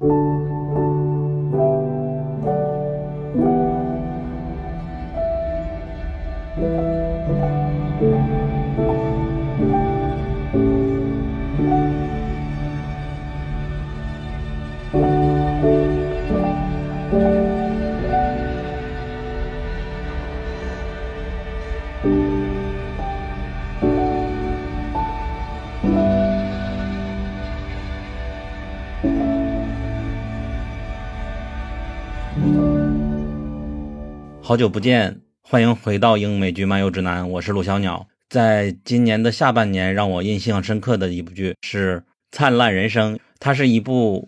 好久不见，欢迎回到英美剧漫游指南，我是陆小鸟。在今年的下半年，让我印象深刻的一部剧是《灿烂人生》，它是一部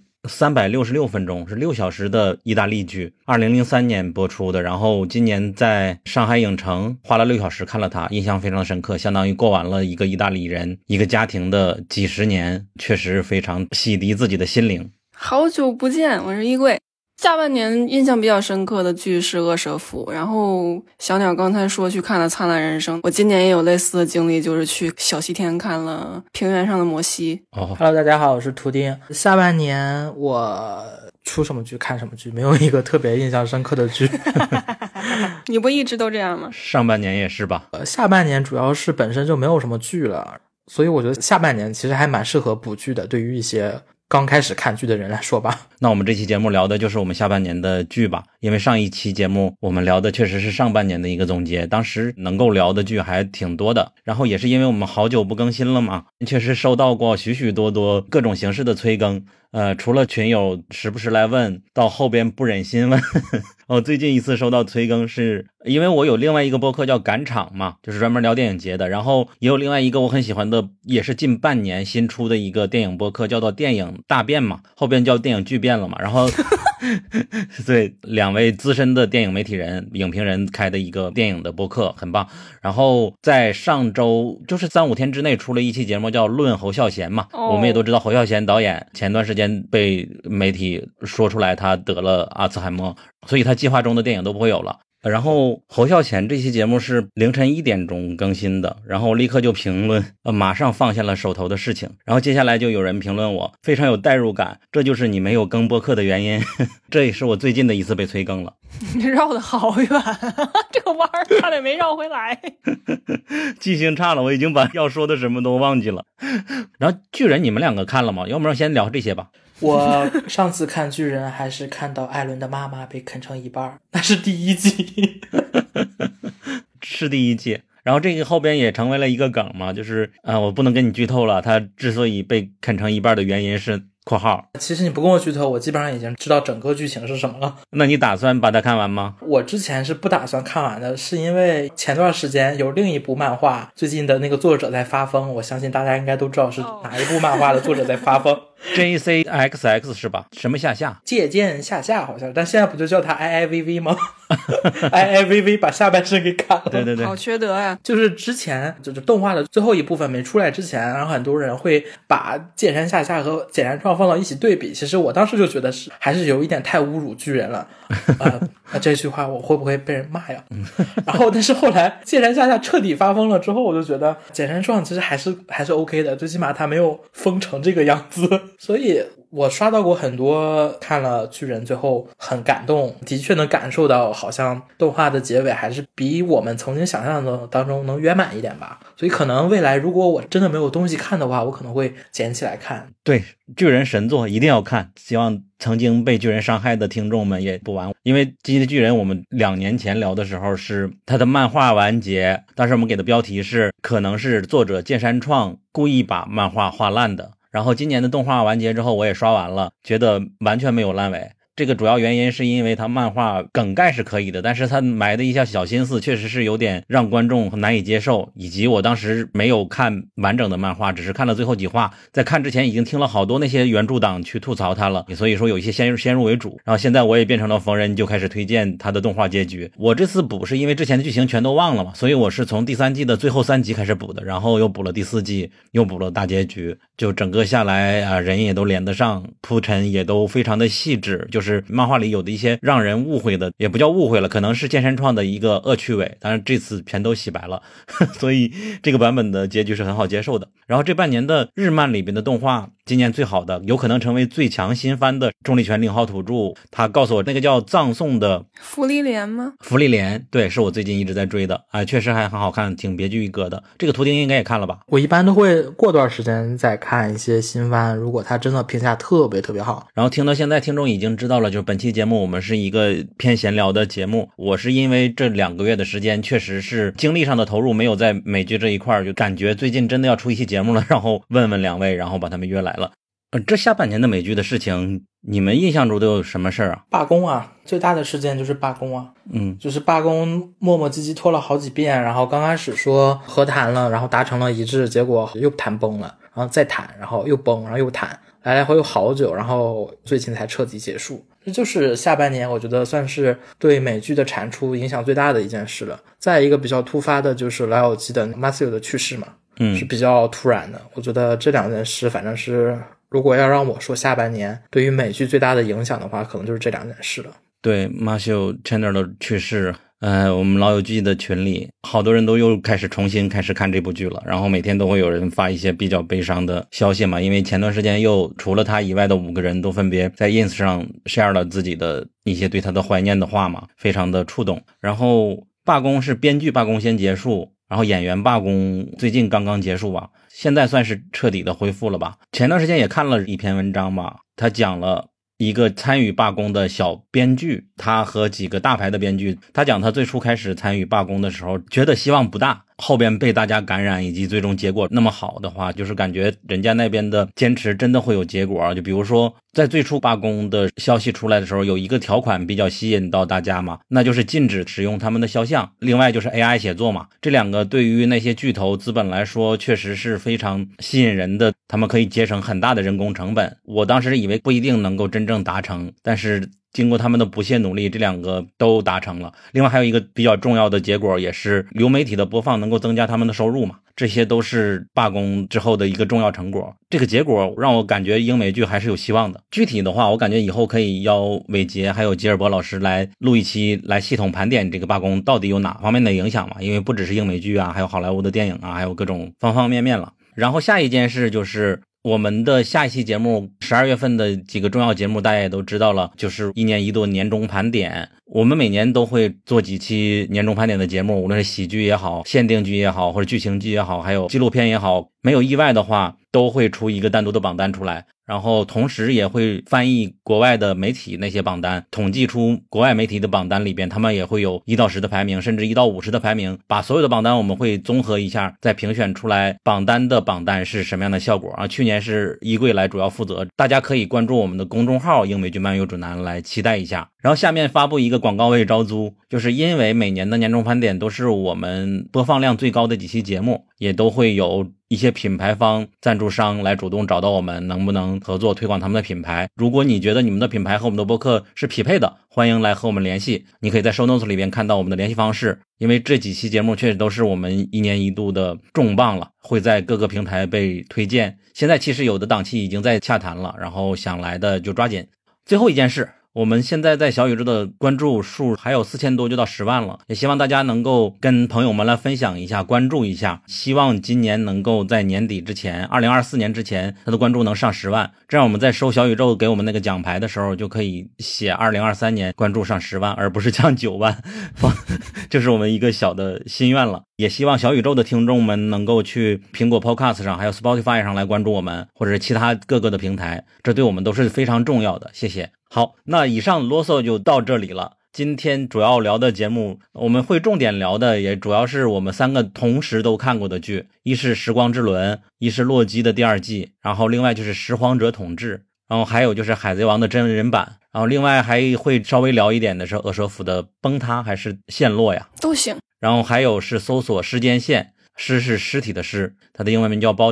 366分钟，是6小时的意大利剧，2003年播出的，然后今年在上海影城花了6小时看了它，印象非常深刻，相当于过完了一个意大利人一个家庭的几十年，确实非常洗涤自己的心灵。 好久不见，我是衣柜。下半年印象比较深刻的剧是《恶蛇府》，然后小鸟刚才说去看了《灿烂人生》，我今年也有类似的经历，就是去小西天看了《平原上的摩西》。 Hello， 大家好，我是图丁。下半年我出什么剧看什么剧，没有一个特别印象深刻的剧。 你不一直都这样吗？ 上半年也是吧？ 下半年主要是本身就没有什么剧了，所以我觉得下半年其实还蛮适合补剧的，对于一些刚开始看剧的人来说吧。 那我们这期节目聊的就是我们下半年的剧吧，因为上一期节目我们聊的确实是上半年的一个总结，当时能够聊的剧还挺多的，然后也是因为我们好久不更新了嘛，确实收到过许许多多各种形式的催更，除了群友时不时来问，到后边不忍心问最近一次收到催更是因为我有另外一个播客叫赶场嘛，就是专门聊电影节的，然后也有另外一个我很喜欢的，也是近半年新出的一个电影播客，叫做电影大变嘛，后边叫电影巨变了嘛，然后对，两位资深的电影媒体人影评人开的一个电影的播客很棒。然后在上周就是3-5天之内出了一期节目叫论侯孝贤嘛，我们也都知道侯孝贤导演前段时间被媒体说出来他得了阿兹海默，所以他计划中的电影都不会有了。然后侯孝贤这期节目是凌晨1点钟更新的，然后立刻就评论马上放下了手头的事情，然后接下来就有人评论我非常有代入感，这就是你没有更播客的原因这也是我最近的一次被催更了。 你绕得好远这个弯儿差点没绕回来记性差了，我已经把要说的什么都忘记了。然后巨人你们两个看了吗？要不然先聊这些吧。 我上次看巨人还是看到艾伦的妈妈被啃成一半，那是第1季是第1季。然后这个后边也成为了一个梗嘛，就是我不能跟你剧透了，他之所以被啃成一半的原因是括号。 其实你不跟我剧透，我基本上已经知道整个剧情是什么了。 那你打算把它看完吗？ 我之前是不打算看完的，是因为前段时间有另一部漫画，最近的那个作者在发疯，我相信大家应该都知道是哪一部漫画的作者在发疯。 JCXX 是吧？什么下借鉴下好像，但现在不就叫他 IIVV 吗IIVV 把下半身给砍了。 对对对， 好缺德呀。 就是之前就是动画的最后一部分没出来之前，然后很多人会把剑山下和剑山创放到一起对比，其实我当时就觉得是还是有一点太侮辱巨人了这句话我会不会被人骂呀然后但是后来剑山下彻底发疯了之后，我就觉得剑山创其实还是 OK 的，最起码他没有疯成这个样子。所以我刷到过很多看了巨人最后很感动，的确能感受到好像动画的结尾还是比我们曾经想象的当中能圆满一点吧。所以可能未来如果我真的没有东西看的话，我可能会捡起来看。 对，巨人神作一定要看，希望曾经被巨人伤害的听众们也不完。因为进击的巨人我们2年前聊的时候是他的漫画完结，当时我们给的标题是可能是作者剑山创故意把漫画画烂的，然后今年的动画完结之后我也刷完了，觉得完全没有烂尾。这个主要原因是因为他漫画梗概是可以的，但是他埋的一些小心思确实是有点让观众难以接受，以及我当时没有看完整的漫画，只是看了最后几话，在看之前已经听了好多那些原著党去吐槽他了，所以说有一些先入为主。然后现在我也变成了逢人就开始推荐他的动画结局。我这次补是因为之前的剧情全都忘了嘛，所以我是从第3季的最后3集开始补的，然后又补了第4季，又补了大结局，就整个下来人也都连得上，铺陈也都非常的细致，就就是漫画里有的一些让人误会的，也不叫误会了，可能是剑山创的一个恶趣味，当然这次全都洗白了所以这个版本的结局是很好接受的。然后这半年的日漫里边的动画，今年最好的有可能成为最强新番的重力拳领号土著，他告诉我那个叫葬送的芙莉莲吗？ 芙莉莲，对，是我最近一直在追的啊，确实还很好看，挺别具一格的。这个图钉应该也看了吧？ 我一般都会过段时间再看一些新番，如果它真的评价特别特别好。 然后听到现在，听众已经知道了，就是本期节目我们是一个偏闲聊的节目。我是因为这2个月的时间确实是精力上的投入没有在美剧这一块，就感觉最近真的要出一期节目了，然后问问2位，然后把他们约来了。这下半年的美剧的事情，你们印象中都有什么事儿啊？ 罢工啊，最大的事件就是罢工啊。就是罢工磨磨唧唧拖了好几遍，然后刚开始说和谈了，然后达成了一致，结果又谈崩了，然后再谈，然后又崩，然后又谈，来来回有好久，然后最近才彻底结束。这就是下半年我觉得算是对美剧的产出影响最大的一件事了。再一个比较突发的就是老友记的 Matthew 的去世嘛，是比较突然的。我觉得这2件事反正是，如果要让我说下半年对于美剧最大的影响的话，可能就是这2件事了。 对 Matthew Chandler 的去世，我们老友记的群里好多人都又重新开始看这部剧了，然后每天都会有人发一些比较悲伤的消息嘛，因为前段时间又除了他以外的5个人都分别在 ins 上 share 了自己的一些对他的怀念的话嘛，非常的触动。然后罢工是编剧罢工先结束，然后演员罢工最近刚刚结束吧，现在算是彻底的恢复了吧。前段时间也看了一篇文章吧，他讲了一个参与罢工的小编剧，他和几个大牌的编剧，他讲他最初开始参与罢工的时候觉得希望不大，后边被大家感染以及最终结果那么好的话，就是感觉人家那边的坚持真的会有结果。就比如说在最初罢工的消息出来的时候，有一个条款比较吸引到大家嘛，那就是禁止使用他们的肖像，另外就是 AI 写作嘛，这2个对于那些巨头资本来说确实是非常吸引人的，他们可以节省很大的人工成本。我当时以为不一定能够真正达成，但是经过他们的不懈努力，这2个都达成了。另外还有一个比较重要的结果，也是流媒体的播放能够增加他们的收入嘛，这些都是罢工之后的一个重要成果。这个结果让我感觉英美剧还是有希望的。具体的话，我感觉以后可以邀伟杰还有吉尔伯老师来录一期，来系统盘点这个罢工到底有哪方面的影响嘛，因为不只是英美剧啊，还有好莱坞的电影啊，还有各种方方面面了。然后下一件事就是我们的下一期节目12月份的几个重要节目大家也都知道了，就是1年1度年终盘点。我们每年都会做几期年终盘点的节目，无论是喜剧也好，限定剧也好，或者剧情剧也好，还有纪录片也好，没有意外的话都会出一个单独的榜单出来，然后同时也会翻译国外的媒体那些榜单，统计出国外媒体的榜单里边他们也会有1到10的排名，甚至1到50的排名，把所有的榜单我们会综合一下，再评选出来榜单的榜单是什么样的效果啊。去年是衣柜来主要负责，大家可以关注我们的公众号英美剧漫游指南来期待一下。然后下面发布一个广告位招租，就是因为每年的年终盘点都是我们播放量最高的几期节目，也都会有一些品牌方赞助商来主动找到我们，能不能合作推广他们的品牌。如果你觉得你们的品牌和我们的播客是匹配的，欢迎来和我们联系，你可以在 show notes 里边看到我们的联系方式。因为这几期节目确实都是我们1年1度的重磅了，会在各个平台被推荐，现在其实有的档期已经在洽谈了，然后想来的就抓紧。最后一件事，我们现在在小宇宙的关注数还有4000多就到10万了，也希望大家能够跟朋友们来分享一下，关注一下，希望今年能够在年底之前2024年之前他的关注能上10万，这样我们在收小宇宙给我们那个奖牌的时候就可以写2023年关注上10万，而不是降9万这是我们一个小的心愿了。也希望小宇宙的听众们能够去苹果 Podcast 上还有 Spotify 上来关注我们，或者是其他各个的平台，这对我们都是非常重要的，谢谢。好，那以上啰嗦就到这里了。今天主要聊的节目，我们会重点聊的也主要是我们3个同时都看过的剧，一是时光之轮，一是洛基的第2季，然后另外就是拾荒者统治，然后还有就是海贼王的真人版，然后另外还会稍微聊一点的是恶蛇府的崩塌还是陷落呀， 都行。 然后还有是搜索尸间线，尸是尸体的尸，它的英文名叫 Bodies，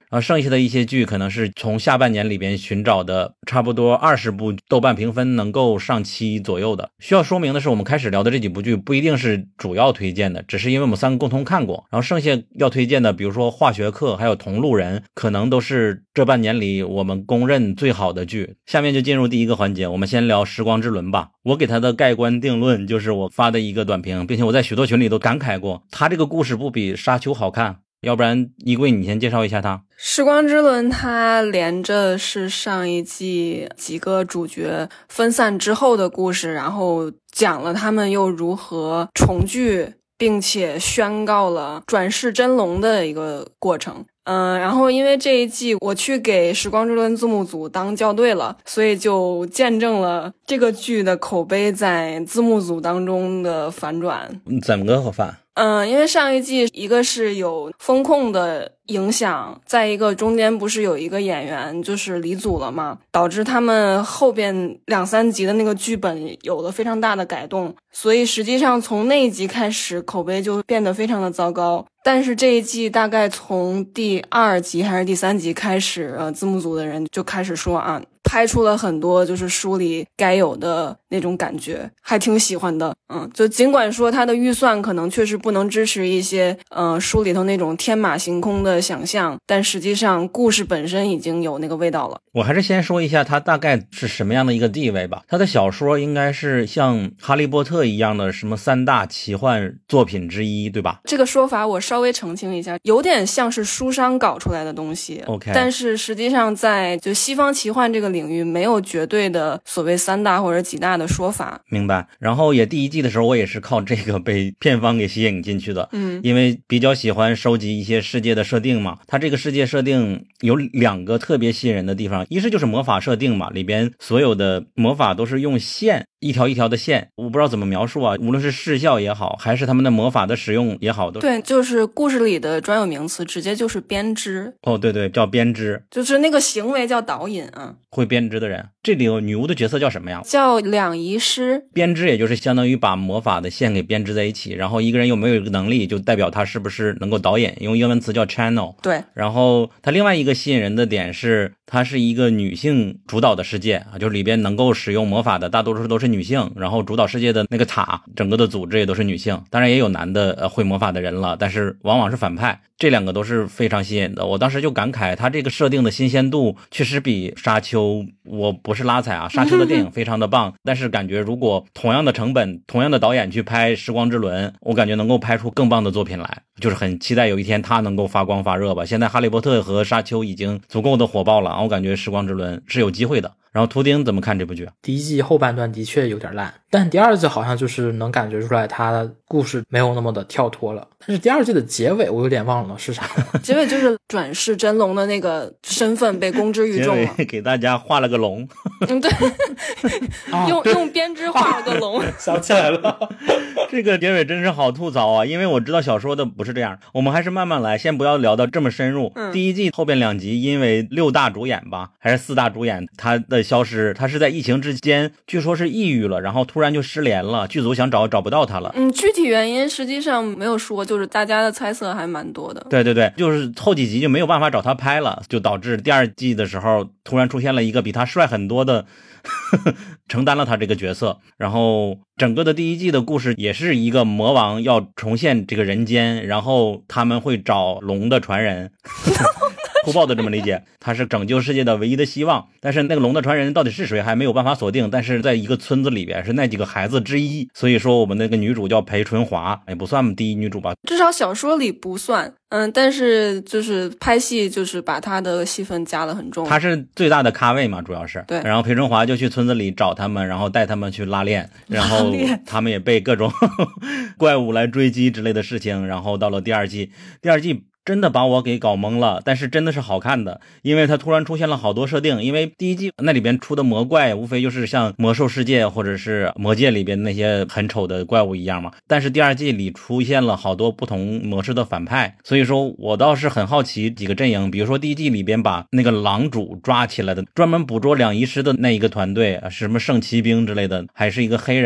然后剩下的一些剧可能是从下半年里边寻找的差不多20部豆瓣评分能够上7左右的。需要说明的是，我们开始聊的这几部剧不一定是主要推荐的，只是因为我们3个共同看过，然后剩下要推荐的比如说化学课还有同路人可能都是这半年里我们公认最好的剧。下面就进入第一个环节，我们先聊时光之轮吧。我给他的盖棺定论就是我发的一个短评，并且我在许多群里都感慨过，他这个故事不比沙丘好看。要不然衣柜你先介绍一下他。 时光之轮它连着是上一季几个主角分散之后的故事，然后讲了他们又如何重聚并且宣告了转世真龙的一个过程。然后因为这一季我去给时光之轮字幕组当校对了，所以就见证了这个剧的口碑在字幕组当中的反转。 怎么个反？ 因为上一季一个是有风控的影响，再一个中间不是有一个演员就是离组了嘛，导致他们后边2、3集的那个剧本有了非常大的改动，所以实际上从那一集开始口碑就变得非常的糟糕。但是这一季大概从第2集还是第3集开始，字幕组的人就开始说啊，拍出了很多就是书里该有的那种感觉，还挺喜欢的。就尽管说它的预算可能确实不能支持一些书里头那种天马行空的想象，但实际上故事本身已经有那个味道了。 我还是先说一下它大概是什么样的一个地位吧。它的小说应该是像哈利波特一样的什么3大奇幻作品之一，对吧？ 这个说法我稍微澄清一下，有点像是书商搞出来的东西。 OK， 但是实际上在就西方奇幻这个领域没有绝对的所谓3大或者几大的说法。 明白。然后也第1季的时候我也是靠这个被片方给吸引进去的，因为比较喜欢收集一些世界的设定嘛。它这个世界设定有2个特别吸引人的地方，一是就是魔法设定嘛，里边所有的魔法都是用线一条一条的线，我不知道怎么描述啊，无论是视效也好还是他们的魔法的使用也好，都对，就是故事里的专有名词直接就是编织。 对对，叫编织， 就是那个行为叫导引啊。 会编织的人。这里有女巫的角色叫什么呀？ 叫两仪师。 编织也就是相当于把魔法的线给编织在一起，然后一个人有没有一个能力就代表他是不是能够导引，用英文词叫 channel。 对， 然后他另外一个吸引人的点是它是一个女性主导的世界啊，就是里边能够使用魔法的大多数都是女性，然后主导世界的那个塔整个的组织也都是女性，当然也有男的会魔法的人了，但是往往是反派。这2个都是非常吸引的。我当时就感慨他这个设定的新鲜度确实比沙丘，我不是拉踩啊，沙丘的电影非常的棒但是感觉如果同样的成本同样的导演去拍时光之轮，我感觉能够拍出更棒的作品来，就是很期待有一天他能够发光发热吧。现在哈利波特和沙丘已经足够的火爆了，我感觉时光之轮是有机会的。然后图丁怎么看这部剧？ 第1季后半段的确有点烂，但第2季好像就是能感觉出来它的故事没有那么的跳脱了。但是第2季的结尾我有点忘了是啥了结尾就是转世真龙的那个身份被公之于众了。 结尾给大家画了个龙对用编织画了个龙想起来了这个结尾真是好吐槽啊，因为我知道小说的不是这样。我们还是慢慢来，先不要聊到这么深入。第1季后边2集因为6大主演吧还是4大主演他的消失，他是在疫情之间据说是抑郁了，然后突然就失联了，剧组想找不到他了。 具体原因实际上没有说，就是大家的猜测还蛮多的。 对对对，就是后几集就没有办法找他拍了，就导致第2季的时候突然出现了一个比他帅很多的承担了他这个角色。然后整个的第1季的故事也是一个魔王要重现这个人间，然后他们会找龙的传人粗暴的这么理解，他是拯救世界的唯一的希望，但是那个龙的传人到底是谁还没有办法锁定，但是在一个村子里边是那几个孩子之一，所以说我们那个女主叫裴纯华，也不算第一女主吧， 至少小说里不算。但是就是拍戏就是把她的戏份加了很重， 她是最大的咖位嘛，主要是对。 然后裴春华就去村子里找他们，然后带他们去拉练，然后他们也被各种怪物来追击之类的事情。然后到了第2季真的把我给搞懵了，但是真的是好看的，因为它突然出现了好多设定。因为第1季那里边出的魔怪无非就是像魔兽世界或者是魔界里边那些很丑的怪物一样嘛，但是第2季里出现了好多不同模式的反派，所以说我倒是很好奇几个阵营。比如说第1季里边把那个狼主抓起来的专门捕捉两仪师的那一个团队，是什么圣骑兵之类的，还是一个黑人，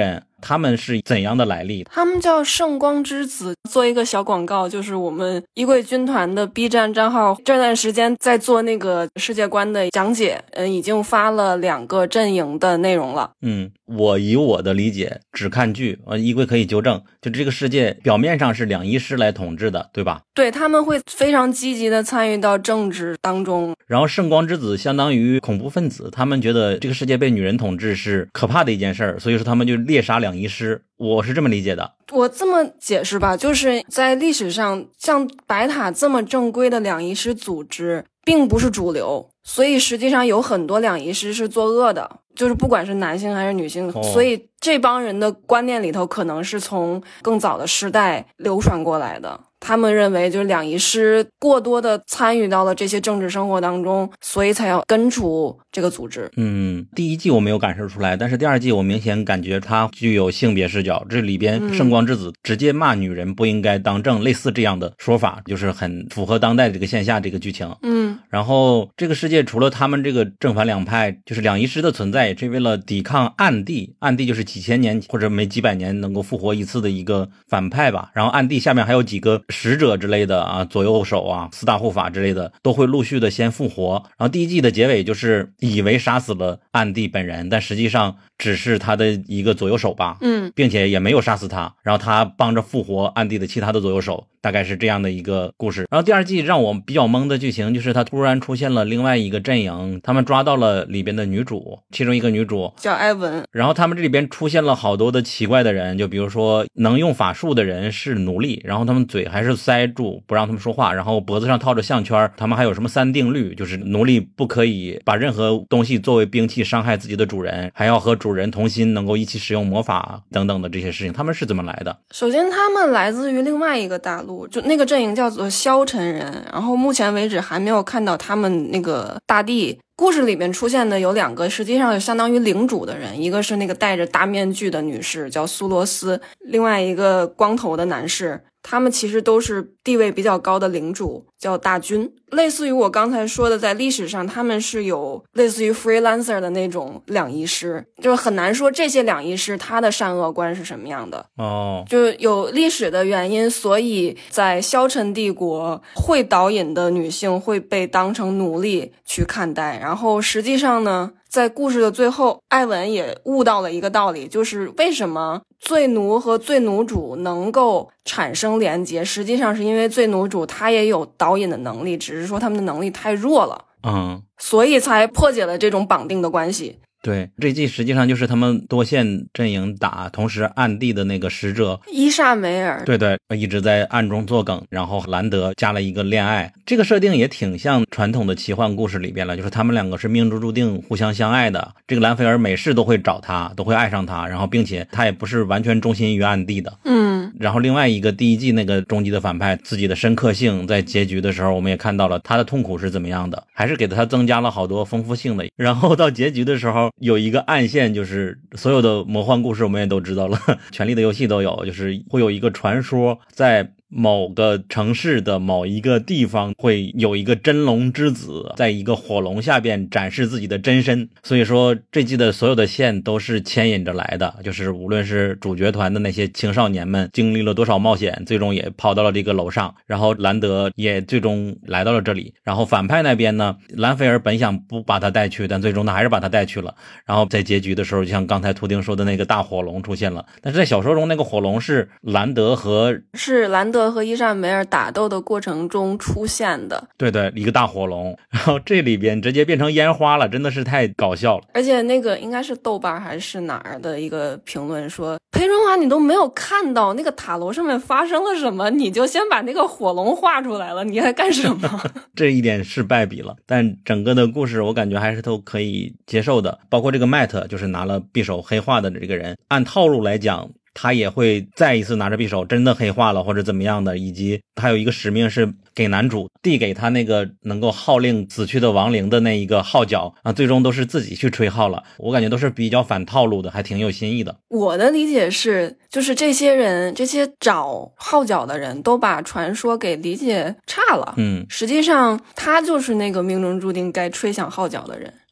他们是怎样的来历？ 他们叫圣光之子。做一个小广告，就是我们衣柜军团的 B 站账号这段时间在做那个世界观的讲解，已经发了2个阵营的内容了。 我以我的理解只看剧，衣柜可以纠正，就这个世界表面上是两医师来统治的，对吧？ 对，他们会非常积极的参与到政治当中。 然后圣光之子相当于恐怖分子，他们觉得这个世界被女人统治是可怕的一件事儿，所以说他们就猎杀两医师，我是这么理解的。 我这么解释吧，就是在历史上像白塔这么正规的两医师组织并不是主流，所以实际上有很多两医师是作恶的，就是不管是男性还是女性，所以这帮人的观念里头可能是从更早的时代流传过来的。他们认为就是两仪师过多的参与到了这些政治生活当中，所以才要根除这个组织。 第一季我没有感受出来，但是第二季我明显感觉它具有性别视角，这里边圣光之子直接骂女人不应该当政，类似这样的说法，就是很符合当代这个线下这个剧情。然后这个世界除了他们这个正反两派，就是两仪师的存在也是为了抵抗暗帝，暗帝就是几千年或者没几百年能够复活一次的一个反派吧。然后暗帝下面还有几个使者之类的啊，左右手啊，四大护法之类的都会陆续的先复活。然后第一季的结尾就是以为杀死了暗帝本人，但实际上只是他的一个左右手吧，并且也没有杀死他，然后他帮着复活暗帝的其他的左右手，大概是这样的一个故事。然后第二季让我比较懵的剧情就是他突然出现了另外一个阵营，他们抓到了里边的女主，其中一个女主叫艾文， 然后他们这里边出现了好多的奇怪的人，就比如说能用法术的人是奴隶，然后他们嘴还是塞住不让他们说话，然后脖子上套着项圈，他们还有什么3定律，就是奴隶不可以把任何东西作为兵器伤害自己的主人，还要和主人同心，能够一起使用魔法等等的这些事情，他们是怎么来的？ 首先他们来自于另外一个大陆，就那个阵营叫做消沉人，然后目前为止还没有看到他们那个大帝。故事里面出现的有2个实际上相当于领主的人，一个是那个戴着大面具的女士叫苏罗斯，另外一个光头的男士，他们其实都是地位比较高的领主，叫大军。类似于我刚才说的，在历史上他们是有类似于 freelancer 的那种两仪师，就是很难说这些两仪师他的善恶观是什么样的。就有历史的原因，所以在消沉帝国会导引的女性会被当成奴隶去看待。然后实际上呢，在故事的最后，艾文也悟到了一个道理，就是为什么罪奴和罪奴主能够产生连结，实际上是因为罪奴主他也有导引的能力，只是说他们的能力太弱了，所以才破解了这种绑定的关系。 对，这一季实际上就是他们多线阵营打，同时暗地的那个使者伊莎梅尔， 对，一直在暗中作梗，然后兰德加了一个恋爱，这个设定也挺像传统的奇幻故事里边了，就是他们2个是命中注定互相相爱的，这个兰菲尔每事都会找他，都会爱上他，然后并且他也不是完全忠心于暗地的。然后另外一个第一季那个终极的反派自己的深刻性，在结局的时候我们也看到了他的痛苦是怎么样的，还是给他增加了好多丰富性的。然后到结局的时候有一个暗线，就是所有的魔幻故事我们也都知道了，权力的游戏都有，就是会有一个传说，在某个城市的某一个地方会有一个真龙之子在一个火龙下边展示自己的真身，所以说这季的所有的线都是牵引着来的，就是无论是主角团的那些青少年们经历了多少冒险，最终也跑到了这个楼上，然后兰德也最终来到了这里。然后反派那边呢，兰菲尔本想不把他带去，但最终他还是把他带去了。然后在结局的时候，就像刚才图丁说的那个大火龙出现了，但是在小说中那个火龙是兰德和伊莎梅尔打斗的过程中出现的， 对，一个大火龙，然后这里边直接变成烟花了，真的是太搞笑了。 而且那个应该是豆瓣还是哪儿的一个评论说，裴春华你都没有看到那个塔楼上面发生了什么，你就先把那个火龙画出来了，你还干什么？ 这一点是败笔了，但整个的故事我感觉还是都可以接受的，包括这个 Matt 就是拿了匕首黑化的这个人，按套路来讲他也会再一次拿着匕首真的黑化了或者怎么样的，以及他有一个使命是给男主递给他那个能够号令死去的亡灵的那一个号角啊，最终都是自己去吹号了，我感觉都是比较反套路的，还挺有新意的。 我的理解是，就是这些人，这些找号角的人都把传说给理解差了。实际上他就是那个命中注定该吹响号角的人。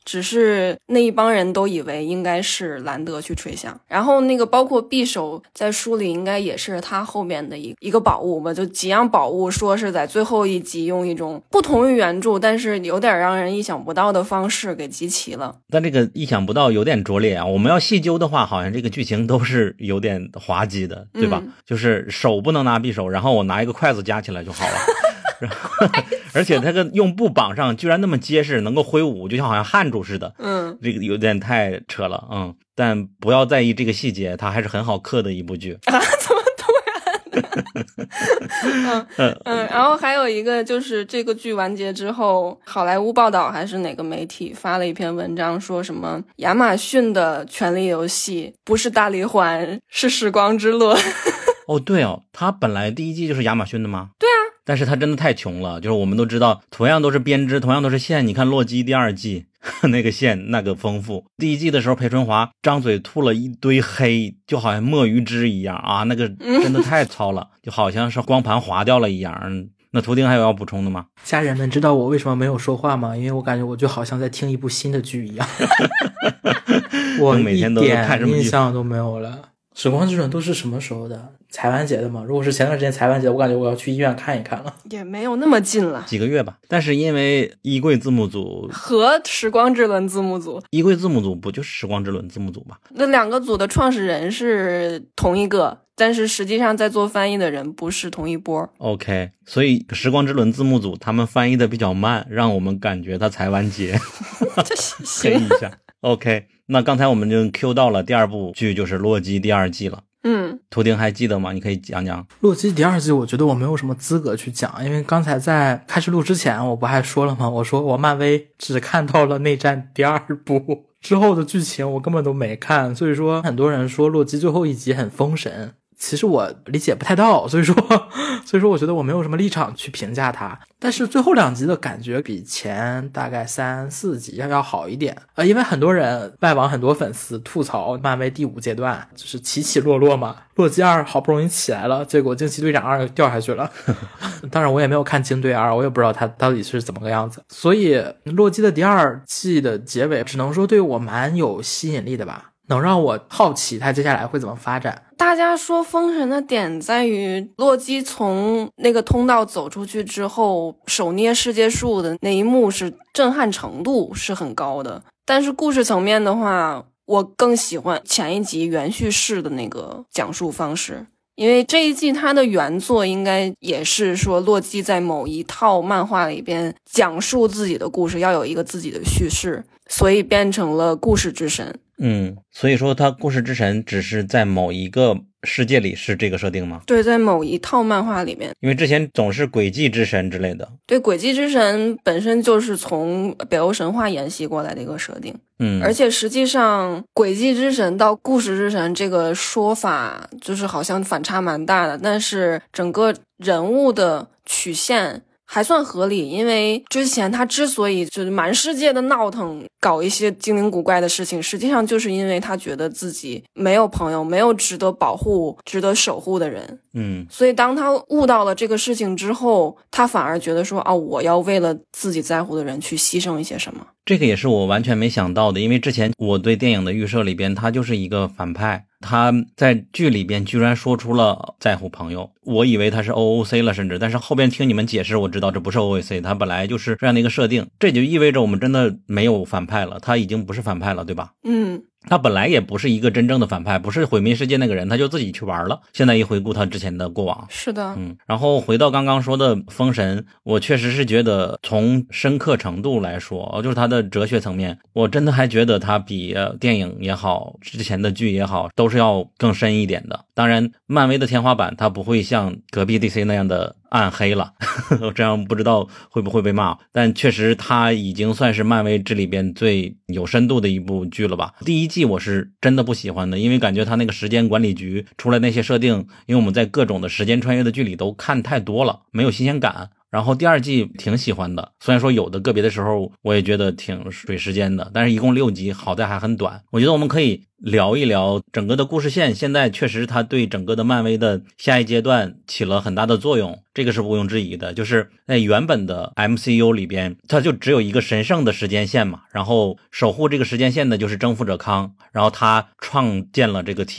只是那一帮人都以为应该是兰德去吹响，然后那个包括匕首在书里应该也是他后面的一个宝物吧，就几样宝物说是在最后一集用一种不同于原著但是有点让人意想不到的方式给集齐了。 但这个意想不到有点拙劣啊，我们要细究的话好像这个剧情都是有点滑稽的，对吧？就是手不能拿匕首，然后我拿一个筷子夹起来就好了然后而且那个用布绑上居然那么结实，能够挥舞，就像好像焊住似的。这个有点太扯了。但不要在意这个细节，它还是很好磕的一部剧啊！怎么突然然后还有一个就是这个剧完结之后，好莱坞报道还是哪个媒体发了一篇文章，说什么亚马逊的权力游戏不是大力环，是时光之轮哦，对哦，它本来第一季就是亚马逊的吗？ 对啊， 但是它真的太穷了，就是我们都知道同样都是编织，同样都是线，你看洛基第二季那个线那个丰富，第一季的时候裴春华张嘴吐了一堆黑，就好像墨鱼汁一样啊，那个真的太糙了就好像是光盘划掉了一样。那图钉还有要补充的吗？ 家人们知道我为什么没有说话吗？因为我感觉我就好像在听一部新的剧一样我每天都看什么印象都没有了。时光之轮都是什么时候的？才完结的吗？如果是前段时间才完结，我感觉我要去医院看一看了。 也没有那么近了， 几个月吧。但是因为衣柜字幕组和时光之轮字幕组， 衣柜字幕组不就是时光之轮字幕组吗？ 那两个组的创始人是同一个，但是实际上在做翻译的人不是同一波。 OK， 所以时光之轮字幕组他们翻译的比较慢，让我们感觉它才完结黑一下。OK， 那刚才我们就 Q 到了第二部剧，就是洛基第二季了。图钉还记得吗？你可以讲讲。 洛基第二季我觉得我没有什么资格去讲，因为刚才在开始录之前我不还说了吗？我说我漫威只看到了内战第二部，之后的剧情我根本都没看，所以说很多人说洛基最后一集很封神，其实我理解不太到，所以说我觉得我没有什么立场去评价它。但是最后2集的感觉比前大概3、4集要好一点。因为很多人外网很多粉丝吐槽漫威第5阶段就是起起落落嘛，洛基2好不容易起来了，结果惊奇队长2掉下去了当然我也没有看惊队2，我也不知道它到底是怎么个样子。所以洛基的第2季的结尾只能说对我蛮有吸引力的吧，能让我好奇它接下来会怎么发展。 大家说封神的点在于洛基从那个通道走出去之后手捏世界树的那一幕是震撼程度是很高的，但是故事层面的话我更喜欢前一集原叙事的那个讲述方式，因为这一季它的原作应该也是说洛基在某一套漫画里边讲述自己的故事要有一个自己的叙事，所以变成了故事之神。 所以说他故事之神只是在某一个世界里是这个设定吗？ 对，在某一套漫画里面， 因为之前总是轨迹之神之类的。 对，轨迹之神本身就是从北欧神话沿袭过来的一个设定。而且实际上轨迹之神到故事之神这个说法就是好像反差蛮大的，但是整个人物的曲线还算合理，因为之前他之所以就是满世界的闹腾搞一些精灵古怪的事情，实际上就是因为他觉得自己没有朋友，没有值得保护值得守护的人。所以当他悟到了这个事情之后，他反而觉得说我要为了自己在乎的人去牺牲一些什么。 这个也是我完全没想到的，因为之前我对电影的预设里边他就是一个反派，他在剧里边居然说出了在乎朋友，我以为他是 OOC 了，甚至但是后边听你们解释我知道这不是 OOC， 他本来就是这样的一个设定，这就意味着我们真的没有反派了，他已经不是反派了，对吧？他本来也不是一个真正的反派，不是毁灭世界那个人，他就自己去玩了，现在一回顾他之前的过往。 是的。 然后回到刚刚说的封神，我确实是觉得从深刻程度来说，就是他的哲学层面，我真的还觉得他比电影也好之前的剧也好都是要更深一点的。当然漫威的天花板它不会像隔壁 DC 那样的暗黑了我这样不知道会不会被骂，但确实它已经算是漫威这里边最有深度的一部剧了吧。第一季我是真的不喜欢的，因为感觉它那个时间管理局出来那些设定，因为我们在各种的时间穿越的剧里都看太多了，没有新鲜感。然后第二季挺喜欢的，虽然说有的个别的时候我也觉得挺水时间的，但是一共6集好在还很短，我觉得我们可以聊一聊整个的故事线，现在确实它对整个的漫威的下一阶段起了很大的作用，这个是毋庸置疑的。就是在原本的 MCU 里边，它就只有一个神圣的时间线嘛，然后守护这个时间线的就是征服者康，然后他创建了这个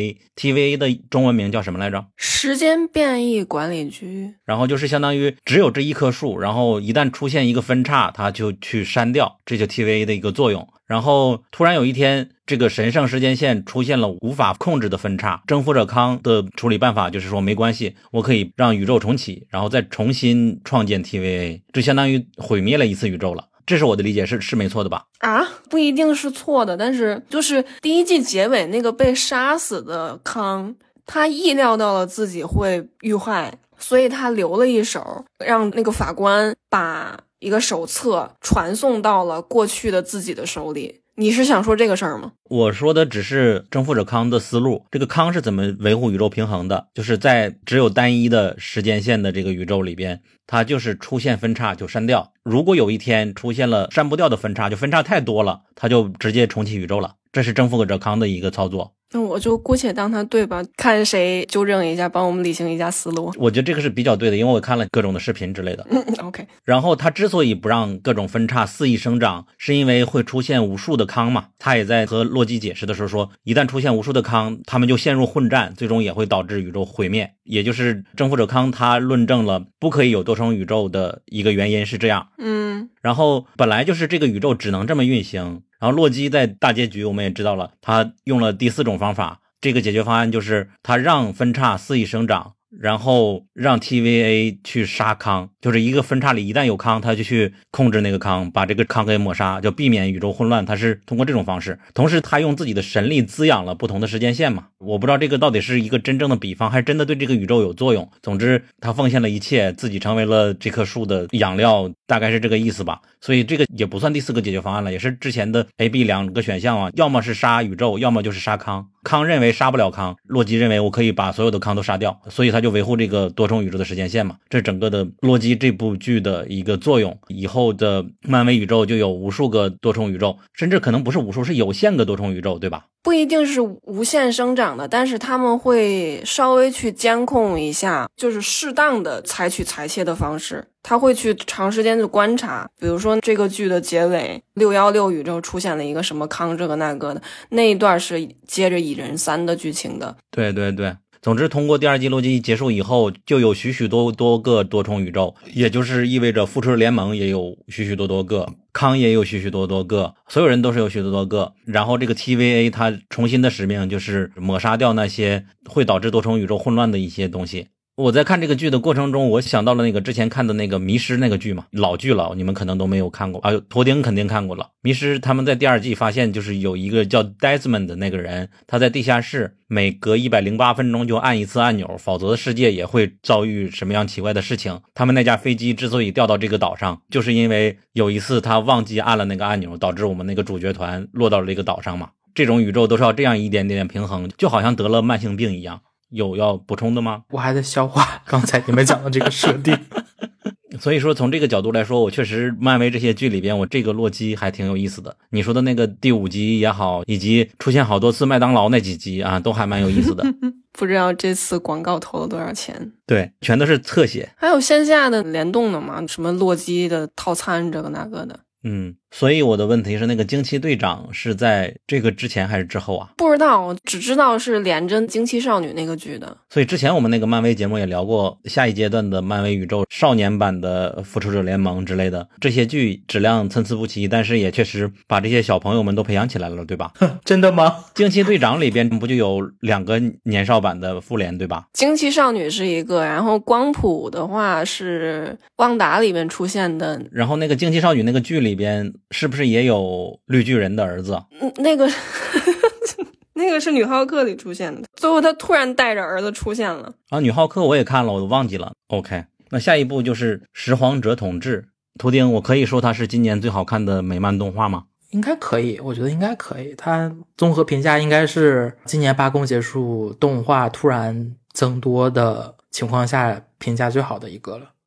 TVA 的中文名叫什么来着？ 时间变异管理局。 然后就是相当于只有这一棵树，然后一旦出现一个分叉，它就去删掉，这就 TVA 的一个作用。然后突然有一天，这个神圣时间线出现了无法控制的分叉，征服者康的处理办法就是说没关系，我可以让宇宙重启，然后再重新创建 TVA， 这相当于毁灭了一次宇宙了。这是我的理解，是没错的吧？ 啊，不一定是错的，但是就是第一季结尾那个被杀死的康，他意料到了自己会遇害，所以他留了一手，让那个法官把一个手册传送到了过去的自己的手里。你是想说这个事儿吗？ 我说的只是征服者康的思路，这个康是怎么维护宇宙平衡的，就是在只有单一的时间线的这个宇宙里边，它就是出现分叉就删掉，如果有一天出现了删不掉的分叉，就分叉太多了，它就直接重启宇宙了，这是征服者康的一个操作。 那我就姑且当他对吧，看谁纠正一下，帮我们理清一下思路。 我觉得这个是比较对的，因为我看了各种的视频之类的。 OK。 然后他之所以不让各种分叉肆意生长，是因为会出现无数的康嘛。他也在和洛基解释的时候说，一旦出现无数的康，他们就陷入混战，最终也会导致宇宙毁灭。也就是征服者康他论证了不可以有多重宇宙的一个原因是这样。然后本来就是这个宇宙只能这么运行。然后洛基在大结局我们也知道了，他用了第4种方法，这个解决方案就是他让分叉肆意生长，然后让 TVA 去杀康，就是一个分叉里一旦有康，他就去控制那个康，把这个康给抹杀，就避免宇宙混乱，他是通过这种方式。同时他用自己的神力滋养了不同的时间线嘛，我不知道这个到底是一个真正的比方还是真的对这个宇宙有作用，总之他奉献了一切，自己成为了这棵树的养料，大概是这个意思吧。所以这个也不算第4个解决方案了，也是之前的 A、B 2个选项啊，要么是杀宇宙，要么就是杀康。康认为杀不了康，洛基认为我可以把所有的康都杀掉，所以他就维护这个多重宇宙的时间线嘛。这是整个的洛基这部剧的一个作用，以后的漫威宇宙就有无数个多重宇宙，甚至可能不是无数，是有限个多重宇宙，对吧？ 不一定是无限生长的，但是他们会稍微去监控一下，就是适当的采取裁切的方式，他会去长时间的观察。比如说这个剧的结尾616宇宙出现了一个什么康这个那个的，那一段是接着蚁人3的剧情的。 对对对，总之通过第2季洛基结束以后，就有许许多多个多重宇宙，也就是意味着复仇者联盟也有许许多多个，康也有许许多多个，所有人都是有许多多个。然后这个 TVA 它重新的使命就是抹杀掉那些会导致多重宇宙混乱的一些东西。我在看这个剧的过程中，我想到了那个之前看的那个迷失那个剧嘛，老剧了，你们可能都没有看过啊。头顶肯定看过了。迷失他们在第2季发现，就是有一个叫 Desmond 的那个人，他在地下室每隔108分钟就按一次按钮，否则世界也会遭遇什么样奇怪的事情。他们那架飞机之所以掉到这个岛上，就是因为有一次他忘记按了那个按钮，导致我们那个主角团落到了这个岛上嘛。这种宇宙都是要这样一点点平衡，就好像得了慢性病一样。有要补充的吗？ 我还在消化刚才你们讲的这个设定。 所以说从这个角度来说，我确实漫威这些剧里边，我这个洛基还挺有意思的。你说的那个第5集也好，以及出现好多次麦当劳那几集啊，都还蛮有意思的。 不知道这次广告投了多少钱？ 对，全都是特写。 还有线下的联动的嘛，什么洛基的套餐这个那个的。 所以我的问题是，那个惊奇队长是在这个之前还是之后啊？ 不知道，我只知道是连着惊奇少女那个剧的。 所以之前我们那个漫威节目也聊过下一阶段的漫威宇宙，少年版的复仇者联盟之类的，这些剧质量参差不齐，但是也确实把这些小朋友们都培养起来了，对吧？ 真的吗？ 惊奇队长里边不就有2个年少版的复联，对吧？ 惊奇少女是一个，然后光谱的话是旺达里面出现的， 然后那个惊奇少女那个剧里边是不是也有绿巨人的儿子？ 那个那个是女浩克里出现的，最后他突然带着儿子出现了啊。女浩克我也看了，我都忘记了。 OK， 那下一部就是拾荒者统治。图丁，我可以说它是今年最好看的美漫动画吗？ 应该可以，我觉得应该可以。它综合评价应该是今年罢工结束动画突然增多的情况下评价最好的一个了。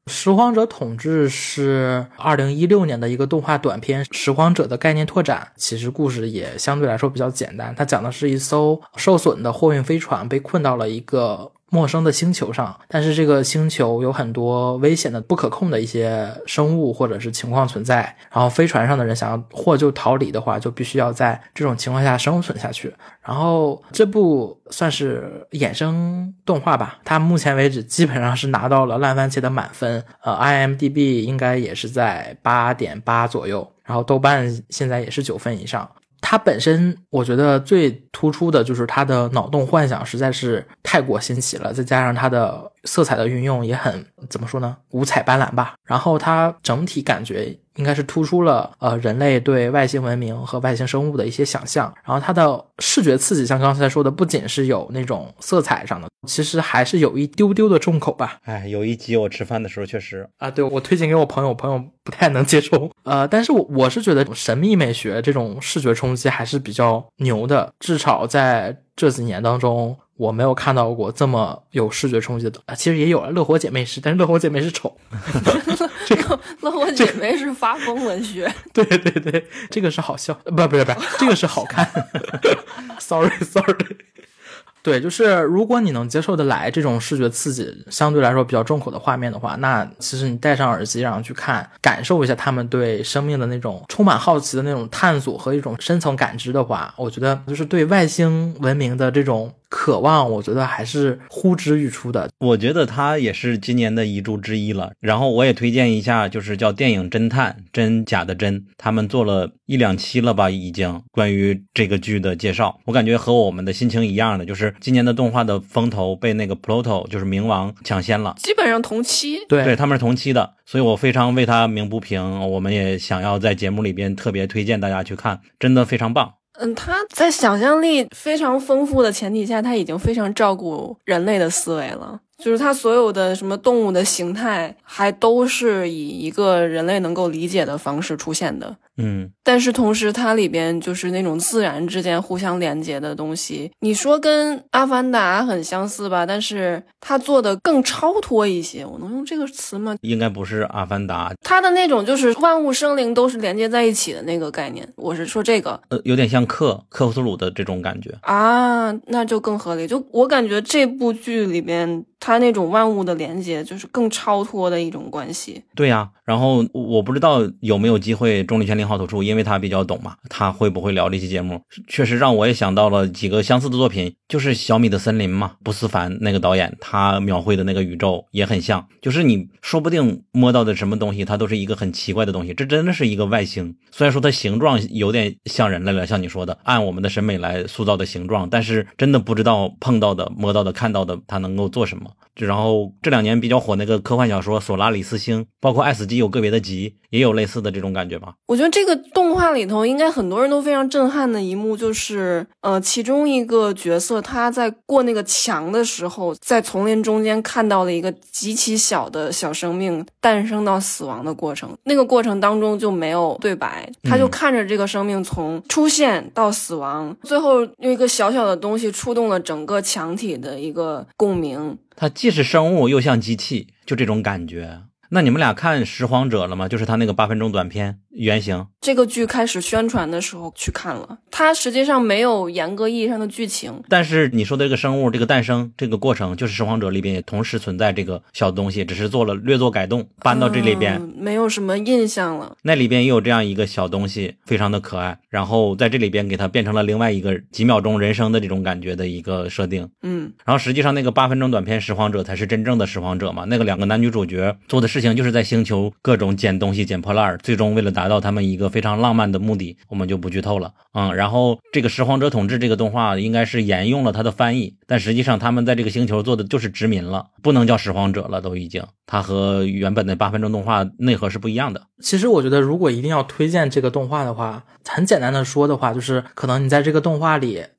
拾荒者统治是2016年的一个动画短片，拾荒者的概念拓展。其实故事也相对来说比较简单，它讲的是一艘受损的货运飞船被困到了一个陌生的星球上，但是这个星球有很多危险的不可控的一些生物或者是情况存在，然后飞船上的人想要获救逃离的话，就必须要在这种情况下生存下去。然后这部算是衍生动画吧，它目前为止基本上是拿到了烂番茄的满分，IMDB 应该也是在 8.8 左右，然后豆瓣现在也是9分以上。它本身我觉得最突出的就是它的脑洞幻想实在是太过新奇了，再加上它的色彩的运用也很怎么说呢，五彩斑斓吧。然后它整体感觉应该是突出了人类对外星文明和外星生物的一些想象。然后它的视觉刺激像刚才说的不仅是有那种色彩上的，其实还是有一丢丢的重口吧。 有一集我吃饭的时候确实对，我推荐给我朋友，朋友不太能接受但是我是觉得神秘美学这种视觉冲击还是比较牛的，至少在这几年当中我没有看到过这么有视觉冲击的其实也有了乐活姐妹是，但是乐活姐妹是丑这个乐活姐妹是发疯文学对对对，这个是好笑不这个是好看sorry 对，就是如果你能接受得来这种视觉刺激相对来说比较重口的画面的话，那其实你戴上耳机然后去看，感受一下他们对生命的那种充满好奇的那种探索和一种深层感知的话，我觉得就是对外星文明的这种渴望，我觉得还是呼之欲出的。 我觉得它也是今年的遗珠之一了。然后我也推荐一下，就是叫电影侦探，真假的真，他们做了1-2期了吧，已经关于这个剧的介绍。我感觉和我们的心情一样的，就是今年的动画的风头被那个 Pluto 就是冥王抢先了， 基本上同期。 对，他们是同期的，所以我非常为他鸣不平。我们也想要在节目里边特别推荐大家去看，真的非常棒。 他在想象力非常丰富的前提下，他已经非常照顾人类的思维了。就是他所有的什么动物的形态还都是以一个人类能够理解的方式出现的。但是同时它里边就是那种自然之间互相连接的东西，你说跟阿凡达很相似吧，但是它做的更超脱一些，我能用这个词吗？ 应该不是阿凡达， 它的那种就是万物生灵都是连接在一起的那个概念，我是说这个有点像克苏鲁的这种感觉啊，那就更合理。就我感觉这部剧里边它那种万物的连接就是更超脱的一种关系。 对呀，然后我不知道有没有机会重力圈0号突出，因为他比较懂嘛，他会不会聊这期节目，确实让我也想到了几个相似的作品，就是小米的森林嘛，不思凡那个导演他描绘的那个宇宙也很像，就是你说不定摸到的什么东西它都是一个很奇怪的东西，这真的是一个外星，虽然说它形状有点像人类了，像你说的按我们的审美来塑造的形状，但是真的不知道碰到的摸到的看到的它能够做什么。然后这2年比较火那个科幻小说索拉里斯星，包括爱死机有个别的集也有类似的这种感觉吧。 我觉得这个动画里头应该很多人都非常震撼的一幕就是其中一个角色他在过那个墙的时候，在丛林中间看到了一个极其小的小生命诞生到死亡的过程，那个过程当中就没有对白，他就看着这个生命从出现到死亡，最后用一个小小的东西触动了整个墙体的一个共鸣。 它既是生物又像机器，就这种感觉。那你们俩看拾荒者了吗？就是他那个8分钟短片原型。 这个剧开始宣传的时候去看了，它实际上没有严格意义上的剧情， 但是你说的这个生物这个诞生这个过程，就是拾荒者里边也同时存在这个小东西，只是略作改动搬到这里边， 没有什么印象了。 那里边也有这样一个小东西，非常的可爱，然后在这里边给它变成了另外一个几秒钟人生的这种感觉的一个设定。然后实际上那个8分钟短片拾荒者才是真正的拾荒者嘛，那个2个男女主角做的事情就是在星球各种捡东西捡破烂，最终为了达到他们一个非常浪漫的目的，我们就不剧透了。然后这个拾荒者统治这个动画应该是沿用了他的翻译，但实际上他们在这个星球做的就是殖民了，不能叫拾荒者了，都已经它和原本的8分钟动画内核是不一样的。 其实我觉得如果一定要推荐这个动画的话，很简单的说的话，就是可能你在这个动画里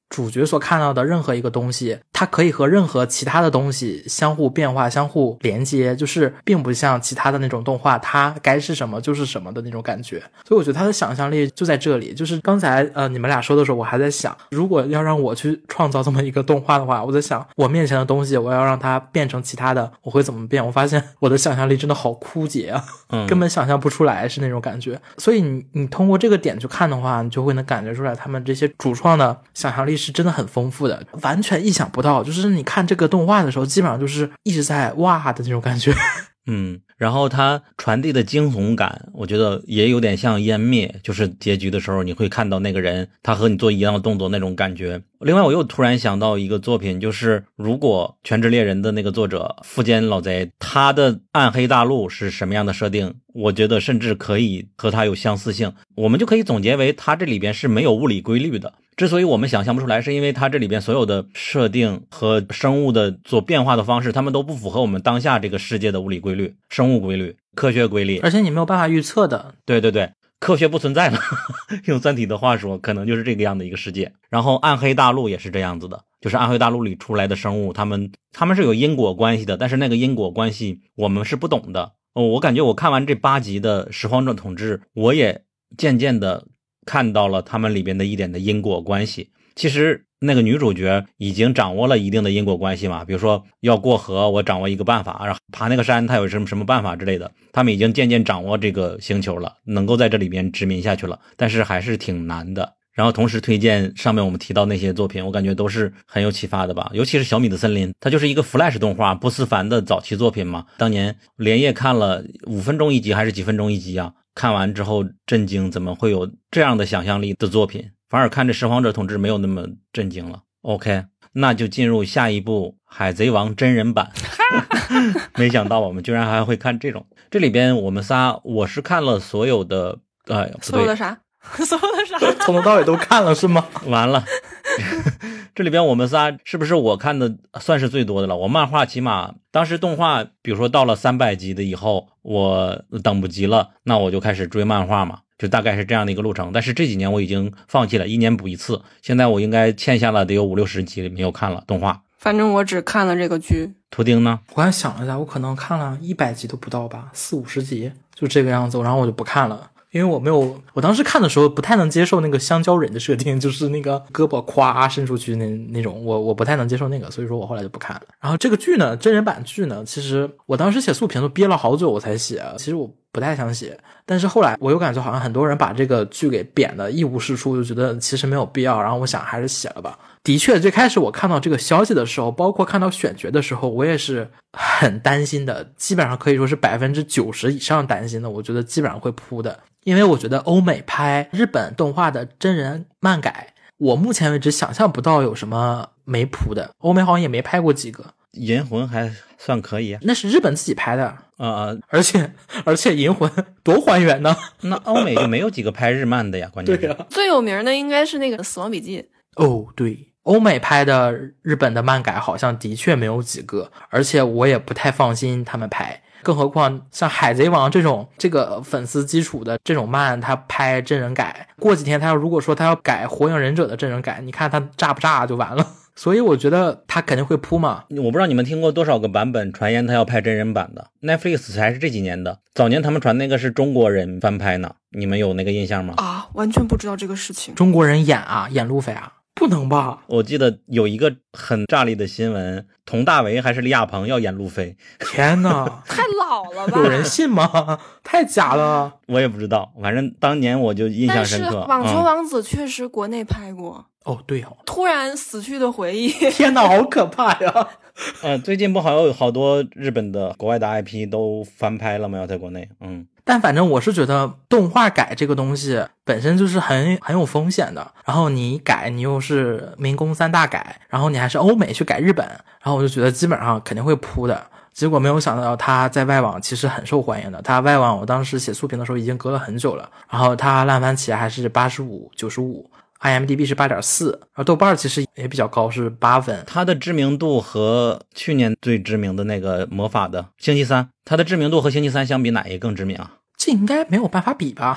主角所看到的任何一个东西，它可以和任何其他的东西相互变化、相互连接，就是并不像其他的那种动画，它该是什么就是什么的那种感觉。所以我觉得他的想象力就在这里。就是刚才你们俩说的时候，我还在想，如果要让我去创造这么一个动画的话，我在想我面前的东西我要让它变成其他的，我会怎么变？我发现我的想象力真的好枯竭啊，根本想象不出来是那种感觉。所以你通过这个点去看的话，你就会能感觉出来他们这些主创的想象力是真的很丰富的，完全意想不到。就是你看这个动画的时候，基本上就是一直在哇的那种感觉。 然后它传递的惊悚感，我觉得也有点像湮灭，就是结局的时候你会看到那个人他和你做一样的动作那种感觉。另外我又突然想到一个作品，就是如果全职猎人的那个作者富坚老贼，他的暗黑大陆是什么样的设定，我觉得甚至可以和他有相似性，我们就可以总结为他这里边是没有物理规律的。之所以我们想象不出来，是因为它这里边所有的设定和生物的做变化的方式，它们都不符合我们当下这个世界的物理规律、生物规律、科学规律， 而且你没有办法预测的。 对对对，科学不存在了用三体的话说，可能就是这个样的一个世界。然后暗黑大陆也是这样子的，就是暗黑大陆里出来的生物，他们是有因果关系的，但是那个因果关系我们是不懂的。我感觉我看完这8集的拾荒者统治，我也渐渐的看到了他们里边的一点的因果关系。其实那个女主角已经掌握了一定的因果关系嘛，比如说要过河，我掌握一个办法，然后爬那个山它有什么办法之类的，他们已经渐渐掌握这个星球了，能够在这里边殖民下去了，但是还是挺难的。然后同时推荐上面我们提到那些作品，我感觉都是很有启发的吧。尤其是小米的森林，它就是一个 Flash 动画，不思凡的早期作品嘛。当年连夜看了5分钟一集还是几分钟一集啊，看完之后震惊，怎么会有这样的想象力的作品，反而看着拾荒者统治没有那么震惊了。 OK， 那就进入下一部海贼王真人版没想到我们居然还会看这种。这里边我们仨，我是看了所有的所有的啥所有的啥从头到尾都看了是吗？ 完了这里边我们仨是不是我看的算是最多的了？我漫画起码当时动画比如说到了300集的以后，我等不及了，那我就开始追漫画嘛，就大概是这样的一个路程。但是这几年我已经放弃了，1年补一次，现在我应该欠下了得有50-60集没有看了动画。 反正我只看了这个剧。 图钉呢？ 我还想了一下，我可能看了100集都不到吧，40-50集就这个样子，然后我就不看了。因为我当时看的时候不太能接受那个香蕉人的设定，就是那个胳膊夸伸出去那种，我不太能接受那个，所以说我后来就不看了。然后这个剧呢，真人版剧呢，其实我当时写速评都憋了好久我才写，其实我不太想写，但是后来我又感觉好像很多人把这个剧给贬得一无是处，就觉得其实没有必要，然后我想还是写了吧。的确最开始我看到这个消息的时候，包括看到选角的时候，我也是很担心的，基本上可以说是90%以上担心的，我觉得基本上会扑的。因为我觉得欧美拍日本动画的真人漫改，我目前为止想象不到有什么没扑的，欧美好像也没拍过几个。 银魂还算可以， 那是日本自己拍的而且银魂多还原呢。 那欧美就没有几个拍日漫的呀，关键是。 对啊， 最有名的应该是那个死亡笔记。 哦，对，欧美拍的日本的漫改好像的确没有几个，而且我也不太放心他们拍，更何况像海贼王这个粉丝基础的这种漫，他拍真人改，过几天他如果说他要改火影忍者的真人改，你看他炸不炸就完了。所以我觉得他肯定会扑嘛。 我不知道你们听过多少个版本传言他要拍真人版的， Netflix 还是这几年的，早年他们传那个是中国人翻拍呢，你们有那个印象吗？ 完全不知道这个事情。 中国人演路飞啊？不能吧？ 我记得有一个很炸裂的新闻，佟大为还是李亚鹏要演路飞。 天哪太老了吧？ 有人信吗？太假了。 我也不知道，反正当年我就印象深刻。 但是网球王子确实国内拍过。 哦，对哦， 突然死去的回忆。 天哪，好可怕呀！ 最近不好有好多日本的国外的 IP 都翻拍了吗？要在国内。 但反正我是觉得动画改这个东西本身就是很有风险的，然后你改你又是民工3大改，然后你还是欧美去改日本，然后我就觉得基本上肯定会扑的。结果没有想到他在外网其实很受欢迎的，他外网我当时写速评的时候已经隔了很久了，然后他烂番茄还是85、95， IMDB 是 8.4， 然后豆瓣其实也比较高，是8分。 他的知名度和去年最知名的那个魔法的星期三，他的知名度和星期三相比哪一个更知名啊？ 这应该没有办法比吧。